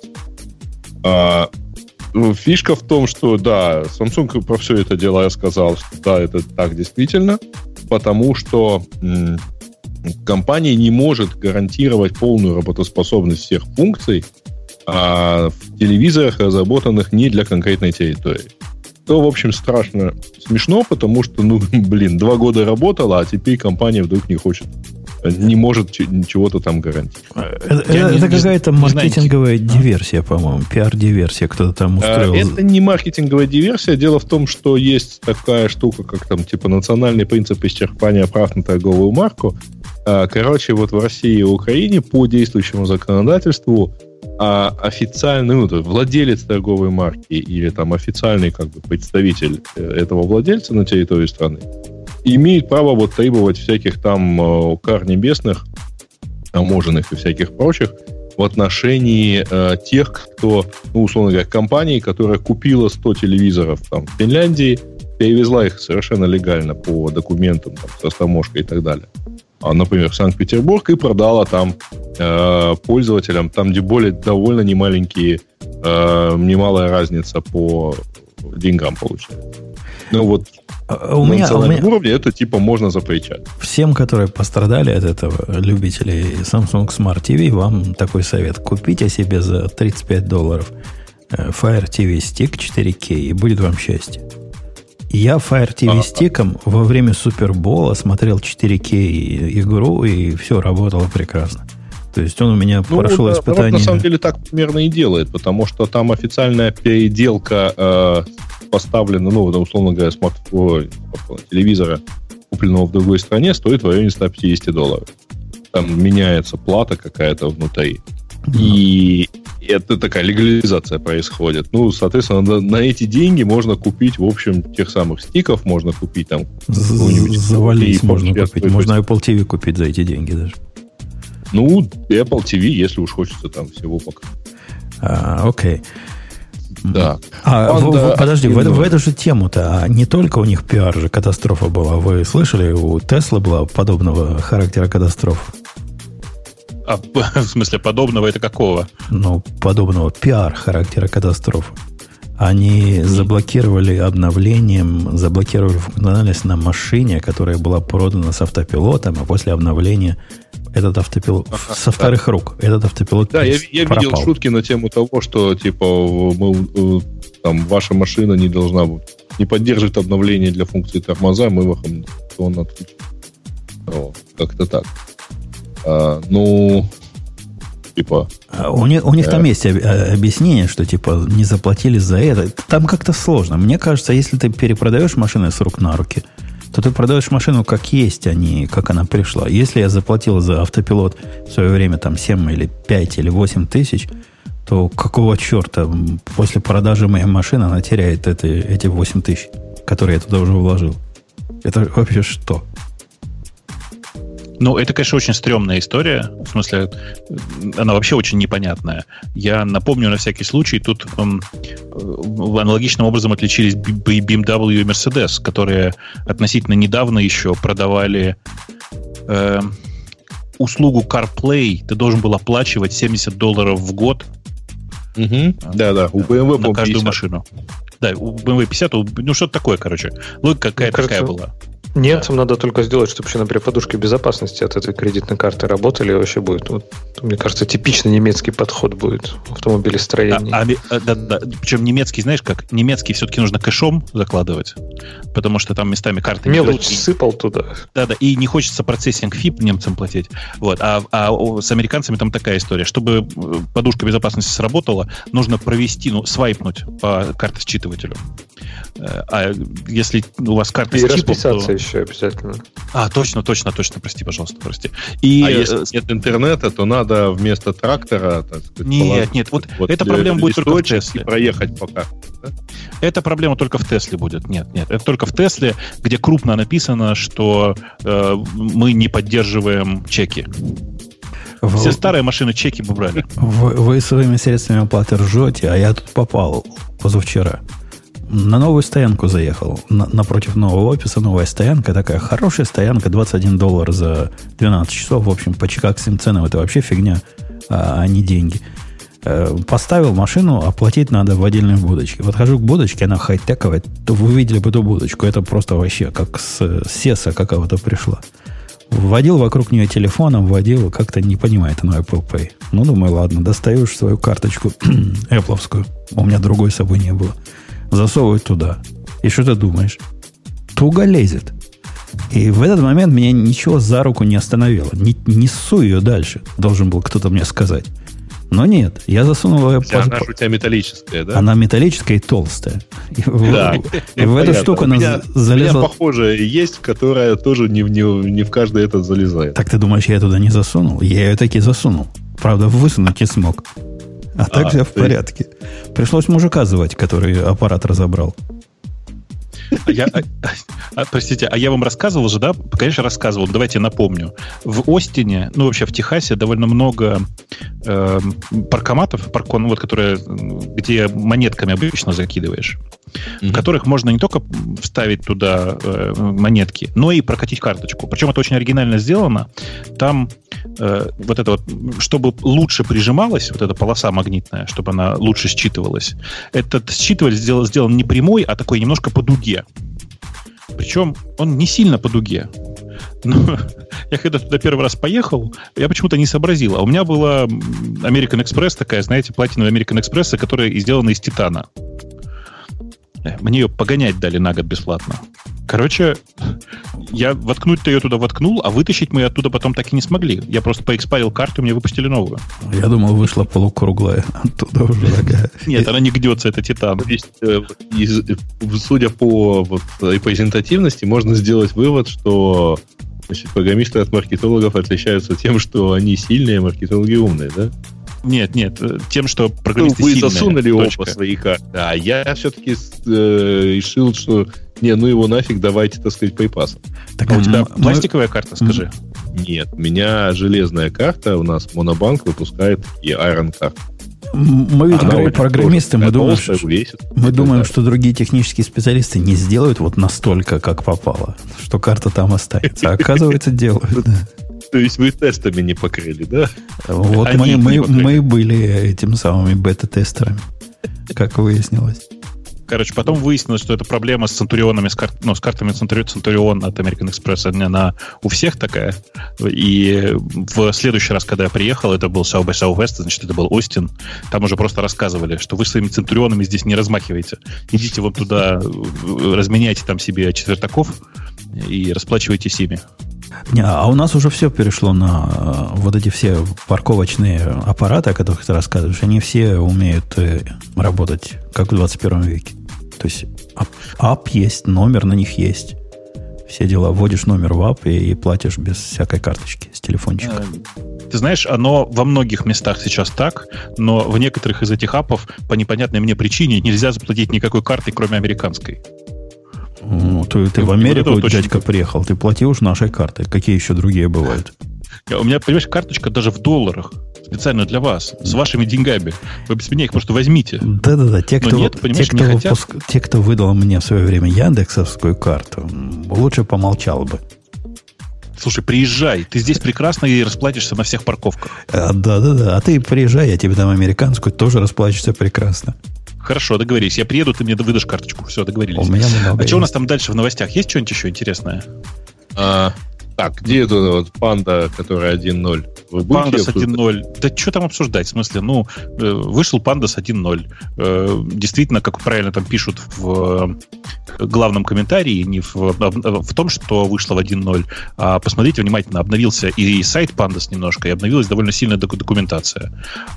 Фишка в том, что, да, Samsung про все это дело рассказал, что да, это так действительно, потому что компания не может гарантировать полную работоспособность всех функций в телевизорах, разработанных не для конкретной территории. То, в общем, страшно смешно, потому что, 2 года работала, а теперь компания вдруг не может чего-то там гарантировать. Это какая-то маркетинговая диверсия, по-моему, пиар-диверсия кто-то там устроил. Это не маркетинговая диверсия. Дело в том, что есть такая штука, как там, национальный принцип исчерпания прав на торговую марку. Короче, вот в России и Украине по действующему законодательству официальный, владелец торговой марки или там официальный как бы представитель этого владельца на территории страны имеет право вот требовать всяких там кар небесных, таможенных и всяких прочих в отношении тех, кто, условно говоря, компании, которая купила 100 телевизоров там, в Финляндии, перевезла их совершенно легально по документам, там, с растаможкой и так далее. Например, в Санкт-Петербург и продала там пользователям, там, где довольно немалая разница по деньгам получается. Ну вот на национальном уровне это типа можно запрещать. Всем, которые пострадали от этого, любителей Samsung Smart TV, вам такой совет. Купите себе за $35 Fire TV Stick 4K, и будет вам счастье. Я Fire TV Stick'ом во время Супербола смотрел 4K игру, и все работало прекрасно. То есть он у меня прошел испытание. На самом деле так примерно и делает, потому что там официальная переделка поставлена, условно говоря, телевизора, купленного в другой стране, стоит в районе $150. Там меняется плата какая-то внутри. И это такая легализация происходит. Соответственно, на эти деньги можно купить, в общем, тех самых стиков, можно купить там какую-нибудь... Завались можно купить. Можно Apple TV купить за эти деньги даже. Apple TV, если уж хочется там всего пока. Окей. Да. Подожди, в эту же тему-то, не только у них пиар же катастрофа была. Вы слышали, у Tesla была подобного характера катастрофа? В смысле, подобного это какого? Подобного пиар характера катастрофы. Они заблокировали обновлением, заблокировали функциональность на машине, которая была продана с автопилотом, а после обновления этот автопилот со вторых рук, этот автопилот пропал. Я видел шутки на тему того, что типа ваша машина не должна не поддерживает обновление для функции тормоза, мы вам отключим. Как-то так. У них там есть объяснение, что типа не заплатили за это. Там как-то сложно. Мне кажется, если ты перепродаешь машину с рук на руки, то ты продаешь машину как есть, а не как она пришла. Если я заплатил за автопилот в свое время там 7 или 5 или 8 тысяч, то какого черта после продажи моей машины она теряет эти 8 тысяч, которые я туда уже вложил? Это вообще что? Это, конечно, очень стрёмная история. В смысле, она вообще очень непонятная. Я напомню на всякий случай, тут аналогичным образом отличились BMW и Mercedes, которые относительно недавно еще продавали услугу CarPlay. Ты должен был оплачивать $70 в год. Да. У BMW на каждую машину. Да, у BMW 50, что-то такое, короче. Логика какая была. Немцам надо только сделать, чтобы еще, например, подушки безопасности от этой кредитной карты работали, и вообще будет, мне кажется, типичный немецкий подход будет в автомобилестроении. Да. Причем немецкий, знаешь как? Немецкий все-таки нужно кэшом закладывать, потому что там местами карты... Мелочь сыпал туда. Да, и не хочется процессинг ФИП немцам платить. А с американцами там такая история. Чтобы подушка безопасности сработала, нужно провести, свайпнуть по картосчитывателю. А если у вас карта с чипом, расписаться еще обязательно. Точно, прости, пожалуйста. Если нет интернета, то надо вместо трактора, так сказать, нет, вот эта проблема будет только в Тесле. И проехать пока. Да? Эта проблема только в Тесле будет. Нет, это только в Тесле, где крупно написано, что мы не поддерживаем чеки. Все старые машины чеки бы брали. Вы своими средствами оплаты ржете, а я тут попал позавчера. На новую стоянку заехал. Напротив нового офиса новая стоянка. Такая хорошая стоянка. $21 за 12 часов. В общем, по чикагским ценам это вообще фигня, а не деньги. Поставил машину, оплатить надо в отдельной будочке. Подхожу к будочке, она хай-тековая. Вы видели бы эту будочку. Это просто вообще как с сеса какого-то пришла. Вводил вокруг нее телефоном, вводил, как-то не понимает она Apple Pay. Думаю, ладно, достаю свою карточку Apple'овскую. У меня другой с собой не было. Засовываю туда. И что ты думаешь? Туго лезет. И в этот момент меня ничего за руку не остановило. Не ссу ее дальше, должен был кто-то мне сказать. Но нет, я засунул ее... Она же у тебя металлическая, да? Она металлическая и толстая. Да. И в эту штуку она залезла... У меня похожая есть, которая тоже не в каждый этот залезает. Так ты думаешь, я туда не засунул? Я ее таки засунул. Правда, высунуть не смог. А так все в порядке. Пришлось мужика звать, который аппарат разобрал. Простите, а я вам рассказывал же, да? Конечно, рассказывал. Давайте напомню. В Остине, ну, вообще в Техасе довольно много паркоматов, вот, которые, где монетками обычно закидываешь, в которых можно не только вставить туда монетки, но и прокатить карточку. Причем это очень оригинально сделано. Там вот это вот, чтобы лучше прижималась, вот эта полоса магнитная, чтобы она лучше считывалась, этот считыватель сделан не прямой, а такой немножко по дуге. Причем он не сильно по дуге. Но я когда туда первый раз поехал, я почему-то не сообразил. А у меня была American Express такая, знаете, платиновая American Express, которая сделана из титана. Мне ее погонять дали на год бесплатно. Короче, я воткнуть-то ее туда воткнул, а вытащить мы оттуда потом так и не смогли. Я просто поэкспарил карту, мне выпустили новую. Я думал, вышла полукруглая. Оттуда уже такая. Нет, она не гнется, это титан. Судя по репрезентативности, можно сделать вывод, что программисты от маркетологов отличаются тем, что они сильные, а маркетологи умные, да? Нет, тем, что программисты сильные. Вы засунули оба свои карты. А я все-таки решил, что его нафиг, давайте, так сказать, PayPass. Так, а у тебя пластиковая карта, скажи? Нет, у меня железная карта, у нас Монобанк выпускает и Iron карт. Мы ведь программисты, мы думаем, что другие технические специалисты не сделают вот настолько, как попало, что карта там останется. А оказывается, делают. То есть вы тестами не покрыли, да? Вот мы были этим самыми бета-тестерами, как выяснилось. Короче, потом выяснилось, что это проблема с центурионами, с картами Centurion от American Express. Она у всех такая. И в следующий раз, когда я приехал, это был South by Southwest, значит, это был Остин, там уже просто рассказывали, что вы своими центурионами здесь не размахиваете. Идите вот туда, разменяйте там себе четвертаков и расплачивайтесь ими. А у нас уже все перешло на вот эти все парковочные аппараты, о которых ты рассказываешь. Они все умеют работать, как в 21 веке. То есть ап есть, номер на них есть. Все дела. Вводишь номер в ап и платишь без всякой карточки с телефончика. Ты знаешь, оно во многих местах сейчас так, но в некоторых из этих апов по непонятной мне причине нельзя заплатить никакой картой, кроме американской. Ну, ты в Америку, дядька, приехал, ты плати уж нашей картой. Какие еще другие бывают? У меня, понимаешь, карточка даже в долларах. Специально для вас. С вашими деньгами. Вы без меня их просто возьмите. Да-да-да. Те, кто выдал мне в свое время яндексовскую карту, лучше помолчал бы. Слушай, приезжай. Ты здесь прекрасно и расплатишься на всех парковках. Да-да-да. А ты приезжай, я тебе дам американскую, тоже расплатишься прекрасно. Хорошо, договорились. Я приеду, ты мне выдашь карточку. Все, договорились. У меня много. А что у нас там дальше в новостях? Есть что-нибудь еще интересное? Так, где это вот панда, которая 1.0? Пандас 1.0. Да что там обсуждать? В смысле, вышел Пандас 1.0. Действительно, как правильно там пишут в главном комментарии, не в том, что вышло в 1.0, а посмотрите внимательно, обновился и сайт Пандас немножко, и обновилась довольно сильная документация.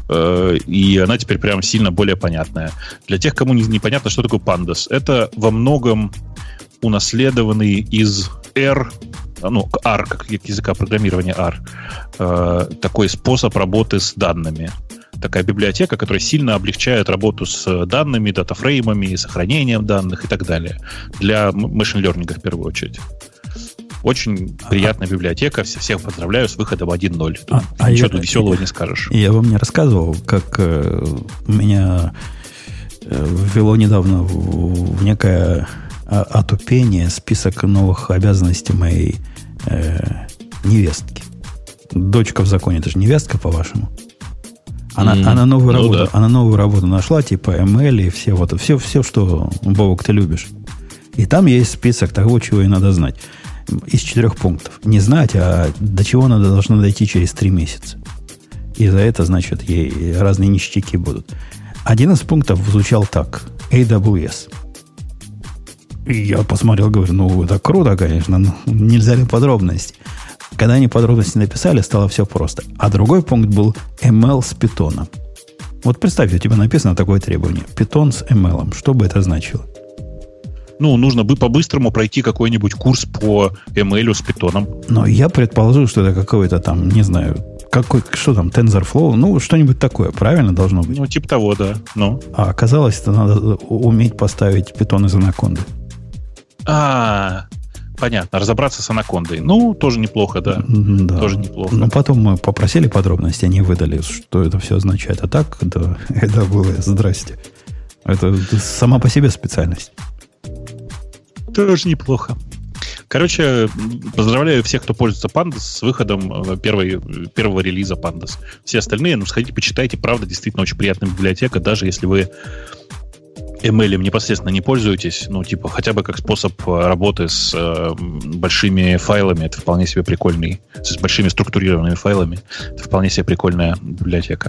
И она теперь прям сильно более понятная. Для тех, кому непонятно, что такое Пандас, это во многом унаследованный из R, R, как языка программирования R, такой способ работы с данными. Такая библиотека, которая сильно облегчает работу с данными, датафреймами, сохранением данных и так далее. Для machine learning в первую очередь. Очень приятная библиотека. Всех поздравляю с выходом 1.0. Ничего тут веселого не скажешь. Я вам не рассказывал, как меня ввело недавно в некое отупение список новых обязанностей моей невестки. Дочка в законе, это же невестка, по-вашему. Она новую работу, она новую работу нашла, типа ML и все, что, Бобок, ты любишь. И там есть список того, чего ей надо знать. Из 4 пунктов. Не знать, а до чего она должна дойти через 3 месяца. И за это, значит, ей разные ништяки будут. Один из пунктов звучал так. AWS. И я посмотрел, говорю, это круто, конечно, но нельзя ли подробности? Когда они подробности написали, стало все просто. А другой пункт был ML с питоном. Вот представь, у тебя написано такое требование. Python с ML. Что бы это значило? Ну, нужно бы по-быстрому пройти какой-нибудь курс по ML с Python. Но я предположу, что это какой-то там, не знаю, что там, TensorFlow, ну, что-нибудь такое, правильно должно быть? Ну, типа того, да. Ну. А оказалось, это надо уметь поставить Python из анаконды. Понятно, разобраться с анакондой. Ну, тоже неплохо, да. Да. Тоже неплохо. Но потом мы попросили подробности, они выдали, что это все означает. А так, да, это было здрасте. Это сама по себе специальность. Тоже неплохо. Короче, поздравляю всех, кто пользуется Pandas с выходом первого релиза Pandas. Все остальные, сходите, почитайте. Правда, действительно очень приятная библиотека, даже если вы ML непосредственно не пользуетесь, хотя бы как способ работы с большими файлами, это вполне себе прикольный, с большими структурированными файлами, это вполне себе прикольная библиотека.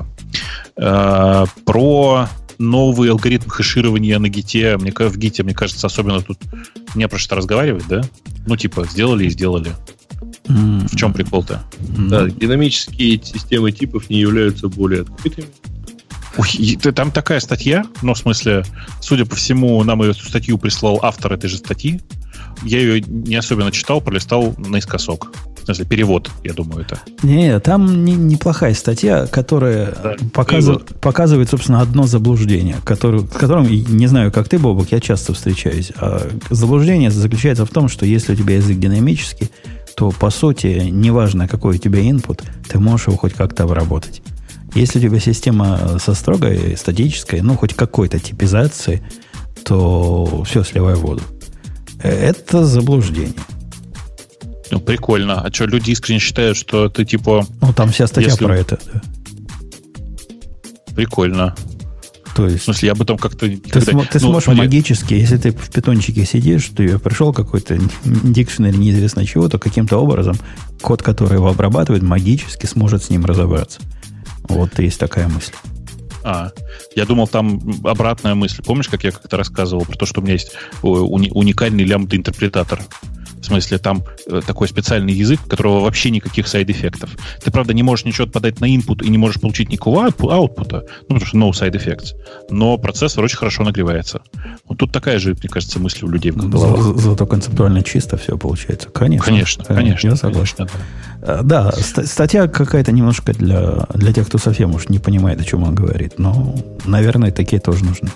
Про новый алгоритм хэширования на Git, в Git, мне кажется, особенно тут не про что разговаривать, да? Сделали и сделали. В чем прикол-то? Да, динамические системы типов не являются более открытыми. Там такая статья, в смысле, судя по всему, нам эту статью прислал автор этой же статьи. Я ее не особенно читал, пролистал наискосок. В смысле, перевод, я думаю, это. Не, там неплохая статья, которая показывает, собственно, одно заблуждение, которым, не знаю, как ты, Бобок, я часто встречаюсь. А заблуждение заключается в том, что если у тебя язык динамический, то, по сути, неважно, какой у тебя input, ты можешь его хоть как-то обработать. Если у тебя система со строгой, статической, хоть какой-то типизацией, то все, сливай воду. Это заблуждение. Прикольно. А что, люди искренне считают, что ты там вся статья про это. Да. Прикольно. То есть, в смысле, я об этом как-то... Ты сможешь магически, если ты в питончике сидишь, ты пришел какой-то дикшнери неизвестно чего, то каким-то образом код, который его обрабатывает, магически сможет с ним разобраться. Вот есть такая мысль. Я думал, там обратная мысль. Помнишь, как я как-то рассказывал про то, что у меня есть уникальный лямбда-интерпретатор? В смысле, там такой специальный язык, у которого вообще никаких сайд-эффектов. Ты, правда, не можешь ничего подать на input и не можешь получить никакого аутпута, потому что no side effects. Но процессор очень хорошо нагревается. Вот тут такая же, мне кажется, мысль у людей в головах. Зато концептуально чисто все получается. Конечно. Я согласен. Да, статья какая-то немножко для тех, кто совсем уж не понимает, о чем он говорит. Но, наверное, такие тоже нужны.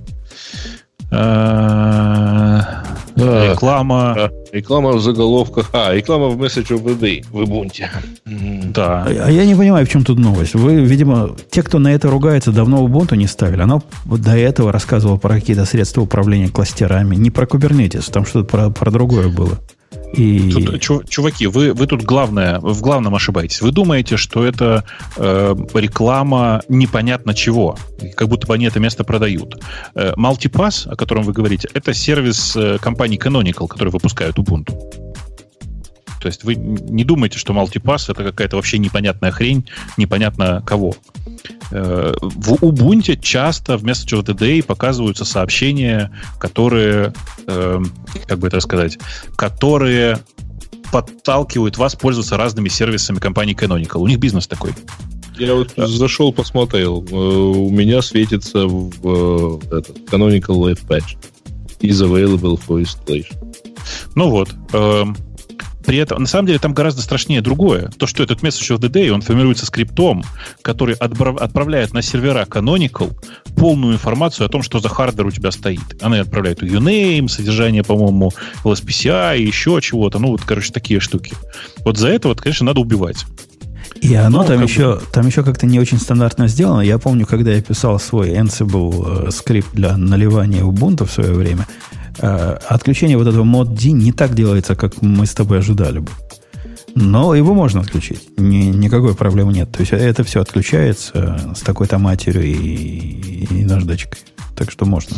Реклама. Реклама в заголовках. Реклама в Message of the Day в Ubuntu. Да. А я не понимаю, в чем тут новость. Вы, видимо, те, кто на это ругается, давно Ubuntu не ставили. Оно до этого рассказывало про какие-то средства управления кластерами. Не про Kubernetes, там что-то про другое было. Чуваки, вы тут в главном ошибаетесь. Вы думаете, что это реклама непонятно чего, как будто бы они это место продают. Multipass, о котором вы говорите, это сервис компании Canonical, который выпускает Ubuntu. То есть вы не думаете, что Multipass это какая-то вообще непонятная хрень, непонятно кого. В Ubuntu часто в Message of the Day показываются сообщения, которые, как бы это сказать, которые подталкивают вас пользоваться разными сервисами компании Canonical. У них бизнес такой. Я вот зашел, посмотрел. У меня светится в Canonical Live Patch. Is available for installation. Ну вот. При этом, на самом деле, там гораздо страшнее другое. То, что этот Message of the Day, он формируется скриптом, который отправляет на сервера Canonical полную информацию о том, что за хардвер у тебя стоит. Она отправляет UNAME, содержание, по-моему, LSPCI, еще чего-то. Такие штуки. Вот за это, конечно, надо убивать. И оно там еще как-то не очень стандартно сделано. Я помню, когда я писал свой Ansible скрипт для наливания Ubuntu в свое время, отключение вот этого mod-D не так делается, как мы с тобой ожидали бы. Но его можно отключить. Никакой проблемы нет. То есть это все отключается с такой-то матерью и наждачкой. Так что можно.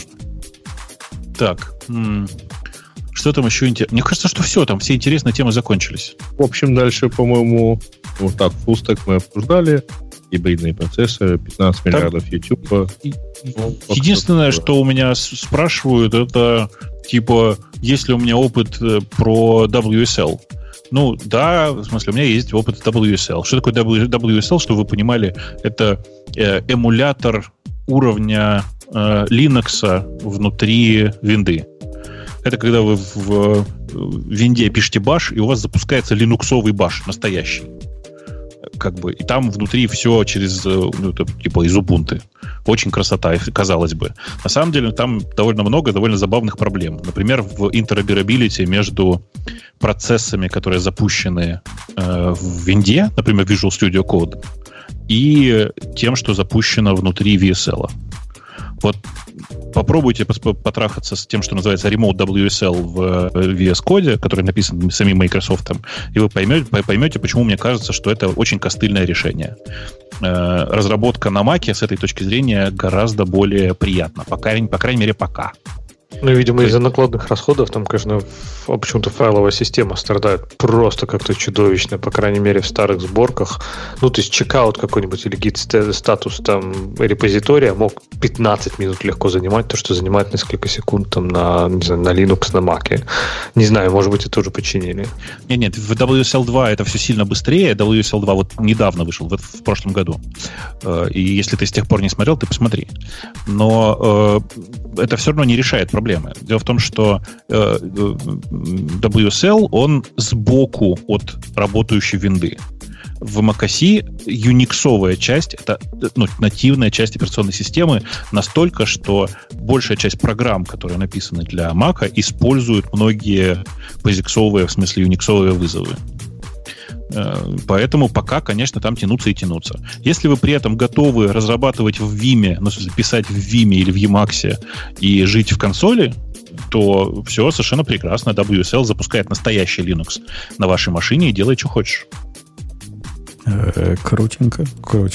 Так. Что там еще интересно? Мне кажется, что все, там все интересные темы закончились. В общем, дальше, по-моему, вот так, фуллстек мы обсуждали. Гибридные процессоры, 15 миллиардов YouTube. Единственное, что у меня спрашивают, это есть ли у меня опыт про WSL. Ну, да, в смысле, у меня есть опыт WSL. Что такое WSL, чтобы вы понимали? Это эмулятор уровня Linux внутри винды. Это когда вы в винде пишете баш, и у вас запускается линуксовый баш настоящий. Как бы, и там внутри все через, типа из Ubuntu. Очень красота, казалось бы. На самом деле там довольно много довольно забавных проблем. Например, в интероперабилити между процессами, которые запущены в винде, например, Visual Studio Code, и тем, что запущено внутри VSL. Вот попробуйте потрахаться с тем, что называется Remote WSL в VS Code, который написан самим Microsoft, и вы поймете, почему мне кажется, что это очень костыльное решение. Разработка на Mac с этой точки зрения гораздо более приятна. По крайней мере, пока. Ну, видимо, из-за накладных расходов там, конечно, почему-то файловая система страдает просто как-то чудовищно, по крайней мере, в старых сборках. Ну, то есть чекаут какой-нибудь или гид-статус там репозитория мог 15 минут легко занимать, то, что занимает несколько секунд там на, не знаю, на Linux, на Mac. Не знаю, может быть, это уже починили. Нет, в WSL 2 это все сильно быстрее. WSL 2 вот недавно вышел, в прошлом году. И если ты с тех пор не смотрел, ты посмотри. Но это все равно не решает проблемы. Дело в том, что WSL, он сбоку от работающей винды. В macOS юниксовая часть, это нативная часть операционной системы, настолько, что большая часть программ, которые написаны для Mac, используют многие позиксовые, в смысле юниксовые вызовы. Поэтому пока, конечно, там тянуться и тянуться. Если вы при этом готовы разрабатывать в Vim, ну, в смысле, писать в Vim или в Emacs и жить в консоли, то все совершенно прекрасно. WSL запускает настоящий Linux на вашей машине и делает, что хочешь. Крутенько.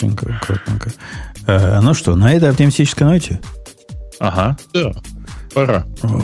Ну что, на этой оптимистической ноте? Ага. Да, пора.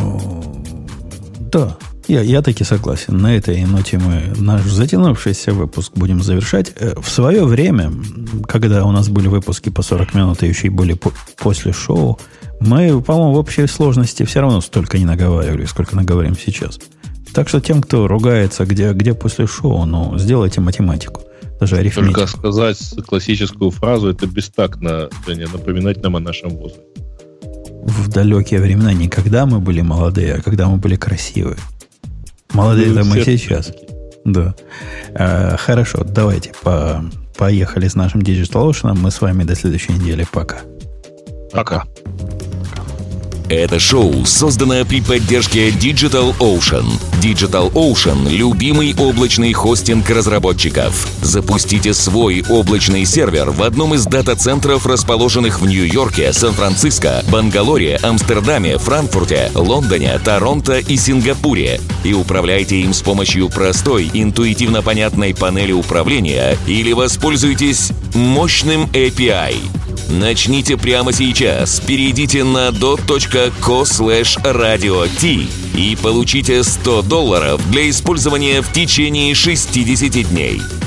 Да. Я таки согласен. На этой ноте мы наш затянувшийся выпуск будем завершать. В свое время, когда у нас были выпуски по 40 минут, и еще и были после шоу, мы, по-моему, в общей сложности все равно столько не наговаривали, сколько наговорим сейчас. Так что тем, кто ругается, где после шоу, ну, сделайте математику. Даже арифметику. Только сказать классическую фразу, это бестактно, Женя, напоминать нам о нашем возрасте. В далекие времена не когда мы были молодые, а когда мы были красивые. Молодые это мы сейчас. Да. Хорошо, давайте поехали с нашим Digital Ocean. Мы с вами до следующей недели. Пока. Пока. Это шоу создано при поддержке Digital Ocean. Digital Ocean – любимый облачный хостинг разработчиков. Запустите свой облачный сервер в одном из дата-центров, расположенных в Нью-Йорке, Сан-Франциско, Бангалоре, Амстердаме, Франкфурте, Лондоне, Торонто и Сингапуре. И управляйте им с помощью простой, интуитивно понятной панели управления или воспользуйтесь мощным API. Начните прямо сейчас. Перейдите на dot.co/radio-t и получите $100 для использования в течение 60 дней.